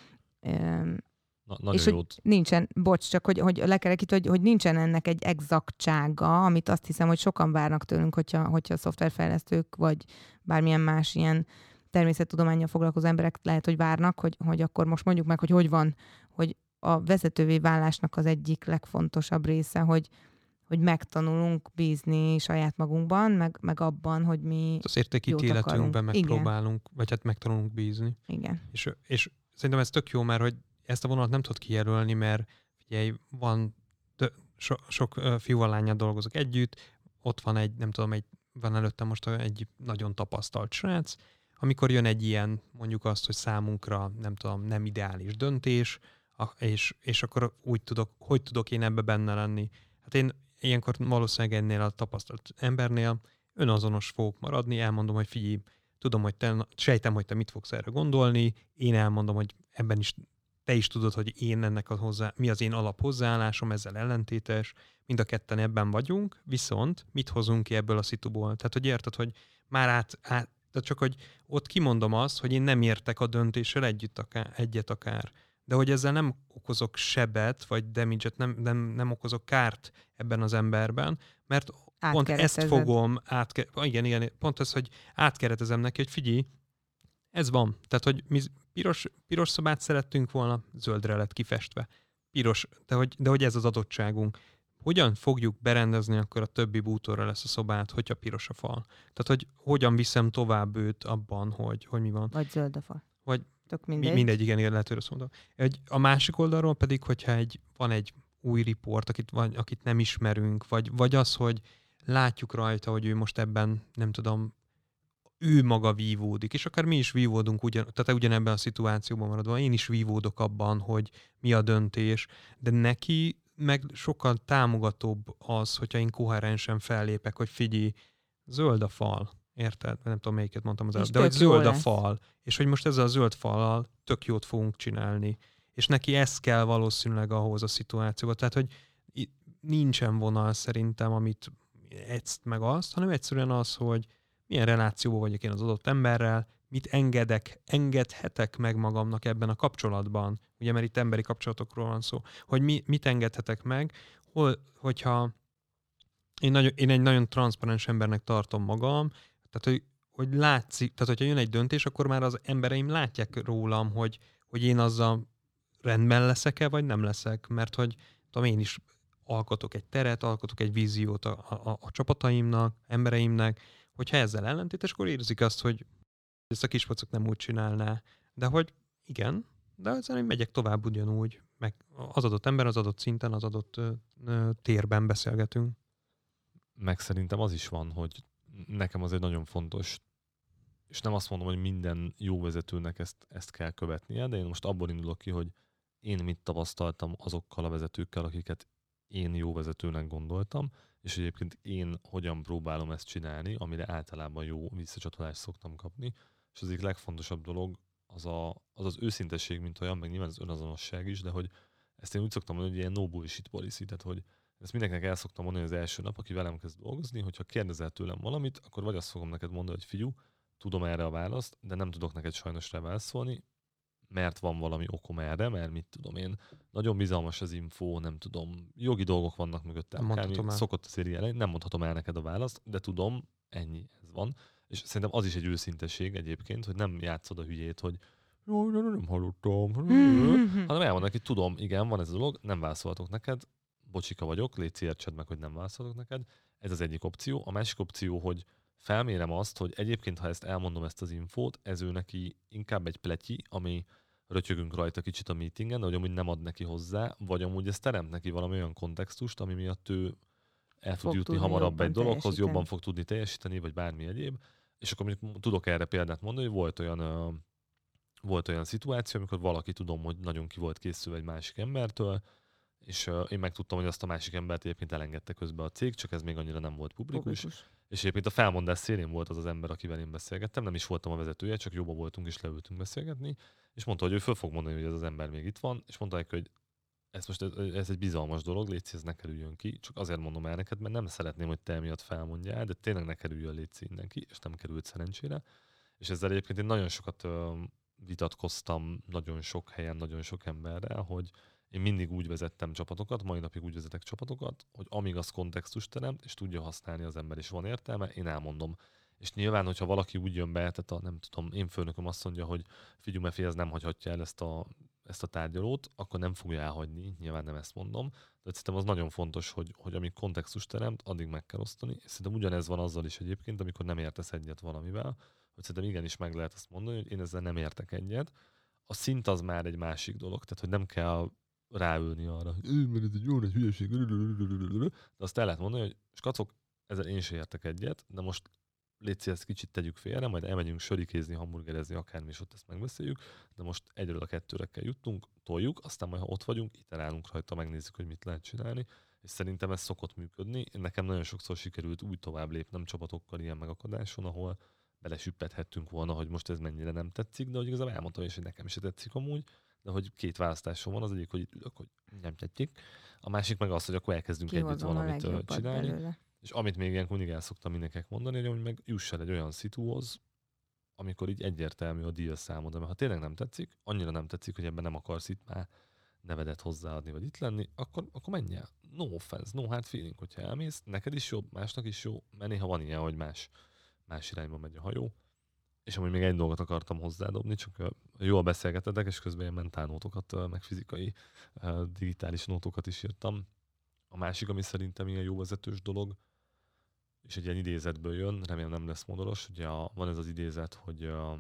És hogy nincsen, csak hogy lekerekít, hogy nincsen ennek egy exaktsága, amit azt hiszem, hogy sokan várnak tőlünk, hogyha szoftverfejlesztők, vagy bármilyen más ilyen természettudománnyal foglalkozó emberek lehet, hogy várnak, hogy akkor most mondjuk meg, hogy van, hogy a vezetővé válásnak az egyik legfontosabb része, hogy megtanulunk bízni saját magunkban, meg abban, hogy mi az értékítéletünkben megpróbálunk, vagy hát megtanulunk bízni. Igen. És szerintem ez tök jó, mert hogy ezt a vonalat nem tudod kijelölni, mert figyelj, sok fiúval, lányal dolgozok együtt, ott van van előttem most egy nagyon tapasztalt srác, amikor jön egy ilyen, mondjuk azt, hogy számunkra, nem ideális döntés, és akkor hogy tudok én ebbe benne lenni. Hát én ilyenkor valószínűleg ennél a tapasztalt embernél önazonos fogok maradni, elmondom, hogy figyelj, tudom, hogy sejtem, hogy te mit fogsz erre gondolni, én elmondom, hogy ebben is te is tudod, hogy én mi az én alaphozzáállásom, ezzel ellentétes, mind a ketten ebben vagyunk, viszont mit hozunk ki ebből a szituból? Tehát, hogy érted, hogy már de csak, hogy ott kimondom azt, hogy én nem értek a döntéssel egyet akár. De hogy ezzel nem okozok sebet, vagy damage-et, nem okozok kárt ebben az emberben, mert pont ezt fogom pont ez, hogy átkeretezem neki, hogy figyelj, ez van. Tehát, hogy mi piros szobát szerettünk volna, zöldre lett kifestve. Piros, de hogy ez az adottságunk. Hogyan fogjuk berendezni, akkor a többi bútorra lesz a szobát, hogyha piros a fal? Tehát, hogy hogyan viszem tovább őt abban, hogy mi van. Vagy zöld a fal. Vagy mindegy, igen, lehetőre mondom. A másik oldalról pedig, hogyha van egy új riport, akit nem ismerünk, vagy az, hogy látjuk rajta, hogy ő most ebben, nem tudom, ő maga vívódik, és akár mi is vívódunk, tehát ugyanebben a szituációban maradva, én is vívódok abban, hogy mi a döntés, de neki meg sokkal támogatóbb az, hogyha én koherensen fellépek, hogy figyelj, zöld a fal, érted? Nem tudom, melyiket mondtam az előbb, de hogy zöld a fal, és hogy most ezzel a zöld fallal tök jót fogunk csinálni. És neki ez kell valószínűleg ahhoz a szituációba. Tehát, hogy nincsen vonal szerintem, amit ezt meg azt, hanem egyszerűen az, hogy milyen relációban vagyok én az adott emberrel, mit engedhetek meg magamnak ebben a kapcsolatban. Ugye, mert itt emberi kapcsolatokról van szó. Hogy mit engedhetek meg, hogyha én egy nagyon transzparens embernek tartom magam, tehát, hogy látszik, tehát, hogyha jön egy döntés, akkor már az embereim látják rólam, hogy én azzal rendben leszek-e, vagy nem leszek, mert hogy én is alkotok egy teret, alkotok egy víziót a csapataimnak, embereimnek, hogyha ezzel ellentétes, akkor érzik azt, hogy ezt a kispacok nem úgy csinálná. De hogy igen, de ezzel én megyek tovább ugyanúgy, meg az adott ember, az adott szinten, az adott térben beszélgetünk. Meg szerintem az is van, hogy nekem azért nagyon fontos, és nem azt mondom, hogy minden jó vezetőnek ezt kell követnie, de én most abból indulok ki, hogy én mit tapasztaltam azokkal a vezetőkkel, akiket én jó vezetőnek gondoltam, és egyébként én hogyan próbálom ezt csinálni, amire általában jó visszacsatolást szoktam kapni, és az egyik legfontosabb dolog az őszintesség, mint olyan, meg nyilván az önazonosság is, de hogy ezt én úgy szoktam mondani, hogy ilyen no bullshit policy, tehát hogy ezt mindenkinek el szoktam mondani az első nap, aki velem kezd dolgozni, hogyha kérdezel tőlem valamit, akkor vagy azt fogom neked mondani, hogy figyú, tudom erre a választ, de nem tudok neked sajnos rá válaszolni, mert van valami okom erre, mert mit tudom én, nagyon bizalmas az info, nem tudom, jogi dolgok vannak mögöttem, szokott azért ilyen, nem mondhatom el neked a választ, de tudom, ennyi, ez van. És szerintem az is egy őszintesség egyébként, hogy nem játszod a hülyét, hogy nem hallottam, hanem elmondod, hogy tudom, igen, van ez a dolog, nem válaszolhatok neked, bocsika vagyok, légy értsed meg, hogy nem válaszolhatok neked. Ez az egyik opció. A másik opció, hogy felmérem azt, hogy egyébként, ha ezt elmondom ezt az infót, ez ő neki inkább egy pletyi, ami rötyögünk rajta kicsit a meetingen, de hogy amúgy nem ad neki hozzá, vagy amúgy ez teremt neki valami olyan kontextust, ami miatt ő el tud jutni hamarabb egy dologhoz, jobban fog tudni teljesíteni, vagy bármi egyéb. És akkor tudok erre példát mondani, hogy volt olyan szituáció, amikor valaki tudom, hogy nagyon ki volt készülve egy másik embertől, és én megtudtam, hogy azt a másik embert egyébként elengedte közben a cég, csak ez még annyira nem volt publikus. És egyébként a felmondás szélén volt az ember, akivel én beszélgettem, nem is voltam a vezetője, csak jobban voltunk és leültünk beszélgetni, és mondta, hogy ő föl fog mondani, hogy ez az ember még itt van, és mondta neki, hogy ez egy bizalmas dolog, légy ez ne kerüljön ki, csak azért mondom el neked, mert nem szeretném, hogy te emiatt felmondjál, de tényleg ne kerüljön légy innen ki, és nem került szerencsére. És ezzel egyébként én nagyon sokat vitatkoztam nagyon sok helyen, nagyon sok emberrel, hogy én mindig úgy vezettem csapatokat, mai napig úgy vezetek csapatokat, hogy amíg az kontextust teremt, és tudja használni az ember, és van értelme, én elmondom. És nyilván, hogyha valaki úgy jön be, tehát nem tudom, én főnököm azt mondja, hogy figyelj, Mefi, ez nem hagyhatja el ezt a tárgyalót, akkor nem fogja elhagyni, nyilván nem ezt mondom, de szerintem az nagyon fontos, hogy amíg kontextust teremt, addig meg kell osztani. És szerintem ugyanez van azzal is egyébként, amikor nem értesz egyet valamivel, hogy szerintem igenis meg lehet azt mondani, hogy én ezzel nem értek egyet. A szint az már egy másik dolog, tehát hogy nem kell ráülni arra, hogy mert ez egy jó nagy hülyeség, de azt el lehet mondani, hogy skacok, ezzel én sem értek egyet, de most légy ezt kicsit tegyük félre, majd elmegyünk sörikézni, hamburgerezni, akármi, és ott ezt megbeszéljük, de most egyről a kettőre kell jutnunk, toljuk, aztán majd ha ott vagyunk, iterálunk rajta, megnézzük, hogy mit lehet csinálni, és szerintem ez szokott működni. Nekem nagyon sokszor sikerült úgy tovább lépnem csapatokkal ilyen megakadáson, ahol belesüppedhettünk volna, hogy most ez mennyire nem tetszik, de hogy igazából elmondtam is, hogy nekem is tetszik amúgy, de hogy két választásom van, az egyik, hogy itt ülök, hogy nem tetszik, a másik meg az, hogy akkor elkezdünk együtt valamit csinálni. Belőle. És amit még ilyenkor mindig el szoktam mindenkinek mondani, hogy meg juss el egy olyan szituhoz, amikor így egyértelmű a deal számod, mert ha tényleg nem tetszik, annyira nem tetszik, hogy ebben nem akarsz itt már nevedet hozzáadni, vagy itt lenni, akkor menj el. No offense, no hard feeling, hogyha elmész, neked is jobb, másnak is jó, mert néha van ilyen, hogy más irányba megy a hajó. És amúgy még egy dolgot akartam hozzádobni, csak jól beszélgetetek, és közben ilyen mentálnótokat, meg fizikai, digitális nótokat is írtam. A másik, ami szerintem ilyen jó vezetős dolog, és egy ilyen idézetből jön, remélem nem lesz modoros, ugye van ez az idézet, hogy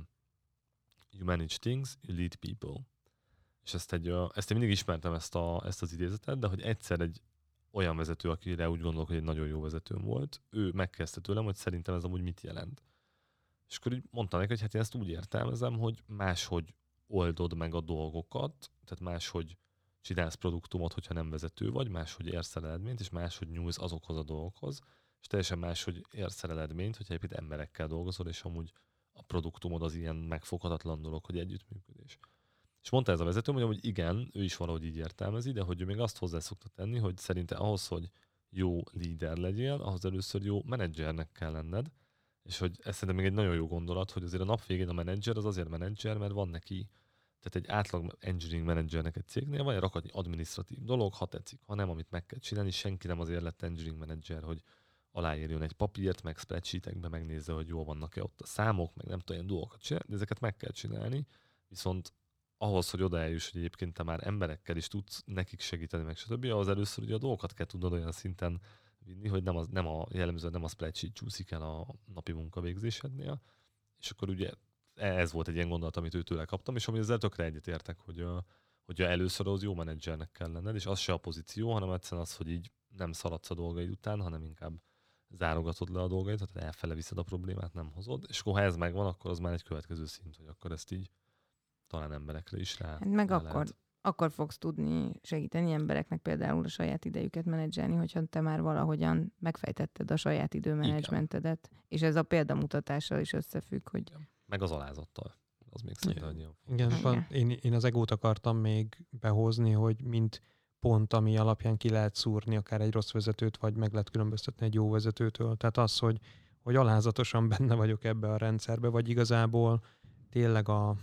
you manage things, you lead people. És ezt én mindig ismertem ezt az idézetet, de hogy egyszer egy olyan vezető, akire úgy gondolok, hogy egy nagyon jó vezetőm volt, ő megkezdte tőlem, hogy szerintem ez amúgy mit jelent. És akkor így mondta neki, hogy hát én ezt úgy értelmezem, hogy máshogy oldod meg a dolgokat, tehát máshogy csinálsz produktumot, hogyha nem vezető vagy, máshogy érsz el eredményt, és máshogy nyúlsz azokhoz a dolgokhoz, és teljesen máshogy érsz el eredményt, hogyha egyébként emberekkel dolgozol, és amúgy a produktumod az ilyen megfoghatatlan dolog, hogy együttműködés. És mondta ez a vezető, hogy igen, ő is valahogy így értelmezi, de hogy ő még azt hozzá szokta tenni, hogy szerinte ahhoz, hogy jó líder legyél, ahhoz először jó menedzsernek kell lenned, és hogy ez szerintem még egy nagyon jó gondolat, hogy azért a nap végén a menedzser az azért menedzser, mert van neki, tehát egy átlag engineering menedzsernek egy cégnél van egy rakatnyi adminisztratív dolog, ha tetszik, ha nem, amit meg kell csinálni, senki nem azért lett engineering menedzser, hogy aláírjon egy papírt, meg spreadsheetekbe megnézze, hogy jól vannak-e ott a számok, meg nem tudom, ilyen dolgokat csinálni, de ezeket meg kell csinálni, viszont ahhoz, hogy oda eljuss, hogy egyébként te már emberekkel is tudsz nekik segíteni, meg stb., ahhoz először ugye a dolgokat kell tudnod olyan szinten vinni, hogy jellemzően nem a spreadsheet csúszik el a napi munkavégzésednél, és akkor ugye ez volt egy ilyen gondolat, amit őtőle kaptam, és ami ezzel tökre egyetértek, hogy először az jó menedzsernek kell lenned, és az se a pozíció, hanem egyszerűen az, hogy így nem szaladsz a dolgaid után, hanem inkább zárogatod le a dolgaid, tehát elfele viszed a problémát, nem hozod, és akkor ha ez megvan, akkor az már egy következő szint, hogy akkor ezt így talán emberekre is rá. Hát meg akkor fogsz tudni segíteni embereknek például a saját idejüket menedzselni, hogyha te már valahogyan megfejtetted a saját időmenedzsmentedet, és ez a példamutatással is összefügg, hogy... Igen. Meg az alázattal. Az még szerintem ilyen. Igen, én az egót akartam még behozni, hogy mint pont, ami alapján ki lehet szúrni akár egy rossz vezetőt, vagy meg lehet különböztetni egy jó vezetőtől. Tehát az, hogy alázatosan benne vagyok ebbe a rendszerbe, vagy igazából tényleg a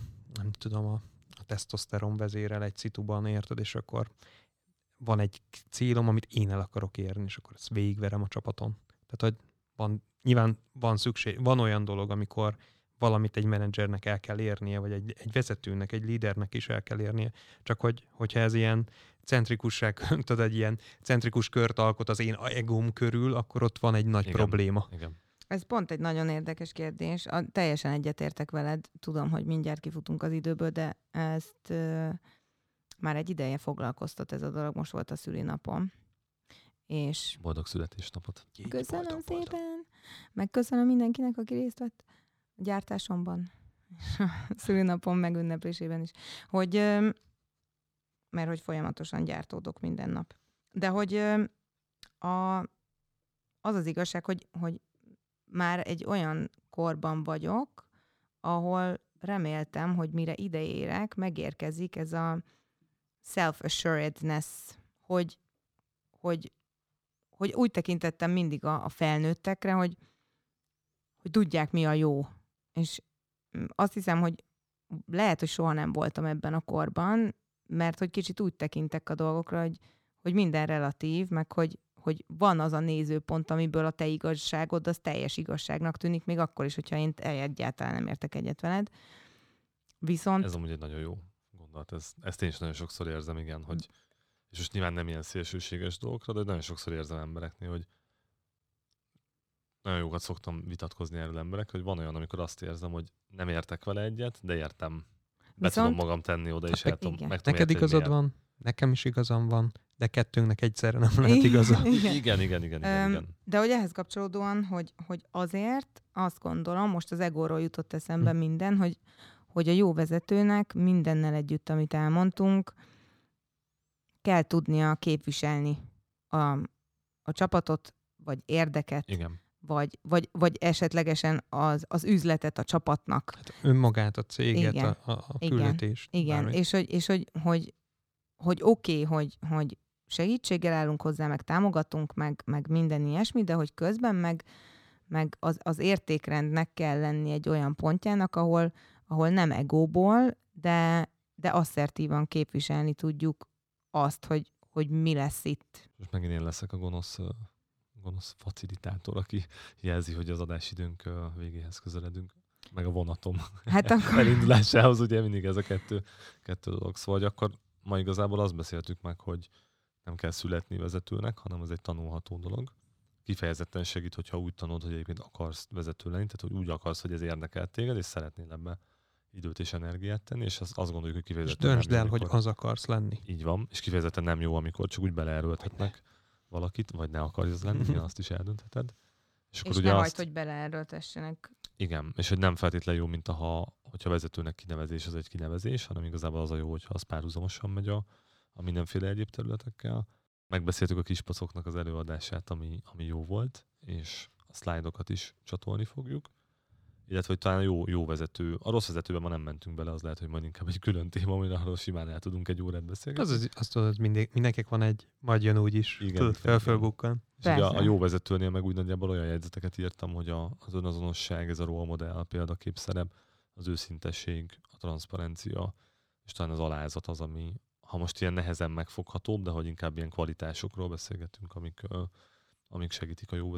tesztoszteron vezérel egy szituban, érted, és akkor van egy célom, amit én el akarok érni, és akkor ezt végigverem a csapaton. Tehát, hogy nyilván van szükség, van olyan dolog, amikor valamit egy menedzsernek el kell érnie, vagy egy vezetőnek, egy lídernek is el kell érnie. Csak hogyha ez ilyen centrikusság, tudod, egy ilyen centrikus kört alkot az én egóm körül, akkor ott van egy nagy probléma. Igen. Ez pont egy nagyon érdekes kérdés. Teljesen egyetértek veled. Tudom, hogy mindjárt kifutunk az időből, de ezt már egy ideje foglalkoztat ez a dolog. Most volt a szülinapom. És boldog születésnapot. Köszönöm szépen. Meg köszönöm mindenkinek, aki részt vett a gyártásomban. A szülinapom megünneplésében is. Mert hogy folyamatosan gyártódok minden nap. De hogy az az igazság, hogy már egy olyan korban vagyok, ahol reméltem, hogy mire ideérek, megérkezik ez a self-assuredness, hogy úgy tekintettem mindig a felnőttekre, hogy tudják, mi a jó. És azt hiszem, hogy lehet, hogy soha nem voltam ebben a korban, mert hogy kicsit úgy tekintek a dolgokra, hogy minden relatív, meg hogy van az a nézőpont, amiből a te igazságod az teljes igazságnak tűnik, még akkor is, hogyha én egyáltalán nem értek egyet veled. Viszont... Ez amúgy egy nagyon jó gondolat. Ezt én is nagyon sokszor érzem, igen, hogy és most nyilván nem ilyen szélsőséges dolgokra, de nagyon sokszor érzem embereknél, hogy nagyon jókat szoktam vitatkozni erről emberek, hogy van olyan, amikor azt érzem, hogy nem értek vele egyet, de értem. Be tudom magam tenni oda, és meg tudom neked igazad van, nekem is igazam van, de kettőnknek egyszerre nem lehet igaza. Igen. De hogy ehhez kapcsolódóan, hogy azért azt gondolom, most az egóról jutott eszembe minden, hogy a jó vezetőnek mindennel együtt, amit elmondtunk, kell tudnia képviselni a csapatot, vagy érdeket, igen. Vagy esetlegesen az üzletet a csapatnak. Hát önmagát, a céget, igen. a küldetést. Igen, és hogy oké, hogy segítséggel állunk hozzá, meg támogatunk, meg minden ilyesmi, de hogy közben meg az értékrendnek kell lenni egy olyan pontjának, ahol nem egóból, de asszertívan képviselni tudjuk azt, hogy mi lesz itt. Most megint én leszek a gonosz facilitátor, aki jelzi, hogy az adásidőnk végéhez közeledünk, meg a vonatom elindulásához, ugye mindig ez a kettő dolog. Szóval, hogy akkor ma igazából azt beszéltük meg, hogy nem kell születni vezetőnek, hanem ez egy tanulható dolog. Kifejezetten segít, hogyha úgy tanulod, hogy egyébként akarsz vezető lenni, tehát hogy úgy akarsz, hogy ez érdekel téged, és szeretnél ebbe időt és energiát tenni, és azt gondoljuk, hogy kifejezetten döntsd el, hogy az akarsz lenni. Így van, és kifejezetten nem jó, amikor csak úgy beleerőltetnek valakit, vagy ne akarsz az lenni, azt is eldöntheted. És akkor ugye ne hagyd, hogy beleerőltessenek. Igen, és hogy nem feltétlenül jó, mint hogyha vezetőnek kinevezés az egy kinevezés, hanem igazából az a jó, hogyha az párhuzamosan megy a mindenféle egyéb területekkel. Megbeszéltük a kispacoknak az előadását, ami jó volt, és a szlájdokat is csatolni fogjuk. Illetve, hogy talán jó vezető. A rossz vezetőben ma nem mentünk bele, az lehet, hogy majd inkább egy külön téma, amiről simán el tudunk egy órát beszélgetni. Azt tudod, mindenkinek van egy, majd jön úgy is, felbukkan. És ugye a jó vezetőnél meg úgy nagyjából olyan jegyzeteket írtam, hogy az önazonosság, ez a role model, a példaképszerep, az őszintesség, a transzparencia, és talán az alázat az, ami, ha most ilyen nehezen megfoghatóbb, de hogy inkább ilyen kvalitásokról beszélgetünk, amik segítik a jó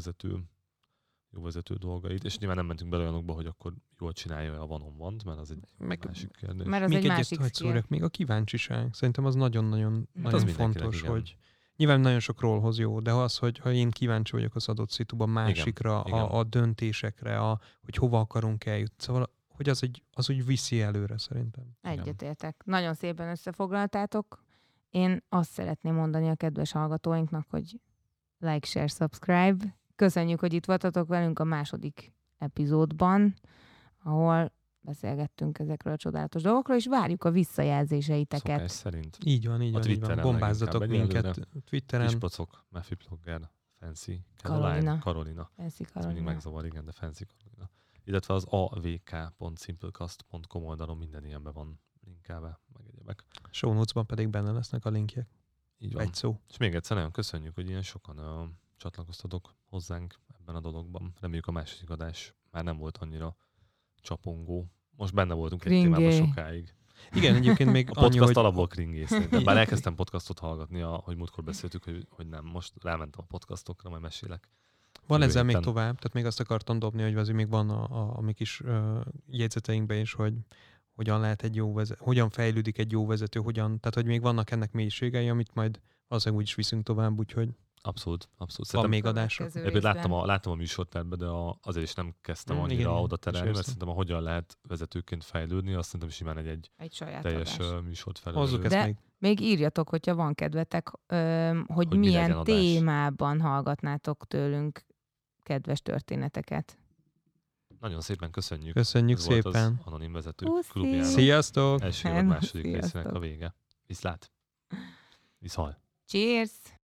vezető dolgait, és nyilván nem mentünk bele olyanokba, hogy akkor jól csinálja a van-on-van-t, mert az egy másik kérdés. Mert az még egy másik szól, még a kíváncsiság. Szerintem az nagyon-nagyon fontos, hogy nyilván nagyon sok rólhoz jó, de az, hogy ha én kíváncsi vagyok az adott szituban másikra, igen. A döntésekre, hogy hova akarunk eljutni. Szóval, hogy az úgy viszi előre szerintem. Egyetértek. Nagyon szépen összefoglaltátok. Én azt szeretném mondani a kedves hallgatóinknak, hogy like, share, subscribe. Köszönjük, hogy itt voltatok velünk a második epizódban, ahol beszélgettünk ezekről a csodálatos dolgokról, és várjuk a visszajelzéseiteket. Szokás szerint. Így van. Bombázzatok minket Twitteren. Kispocok, Mephi Blogger, Fancy Carolina. Fancy Ez mindig megzavar, igen, de Fancy Carolina. Illetve az avk.simplecast.com oldalon minden ilyenben van linkelve, meg egyebek. Show notes-ban pedig benne lesznek a linkjek. Így van. Egy szó. És még egyszer nagyon köszönjük, hogy ilyen sokan csatlakoztatok hozzánk ebben a dologban. Reméljük a második adás már nem volt annyira csapongó. Most benne voltunk egy témában sokáig. Igen, egyébként még a podcast alapból kringész. Bár elkezdtem podcastot hallgatni, hogy múltkor beszéltük, hogy nem. Most rámentem a podcastokra, majd mesélek. Van ezzel még tovább, tehát még azt akartam dobni, hogy azért még van a mi kis jegyzeteinkben is, hogy hogyan lehet egy jó vezető, hogyan fejlődik egy jó vezető, tehát hogy még vannak ennek mélységei, amit majd valószínűleg úgy is viszünk tovább, úgyhogy Abszolút. Van még adásra. Láttam a műsortervbe, de azért is nem kezdtem annyira oda terelni, mert szerintem hogyan lehet vezetőként fejlődni, azt szerintem simán egy teljes műsort felelőző. De még írjatok, hogyha van kedvetek, hogy milyen témában hallgatnátok tőlünk kedves történeteket. Nagyon szépen köszönjük. Köszönjük Ez szépen. Volt az Anonim Vezetők Klubjának. Sziasztok! Első vagy második részének a vége. Viszlát! Viszhal! Cheers!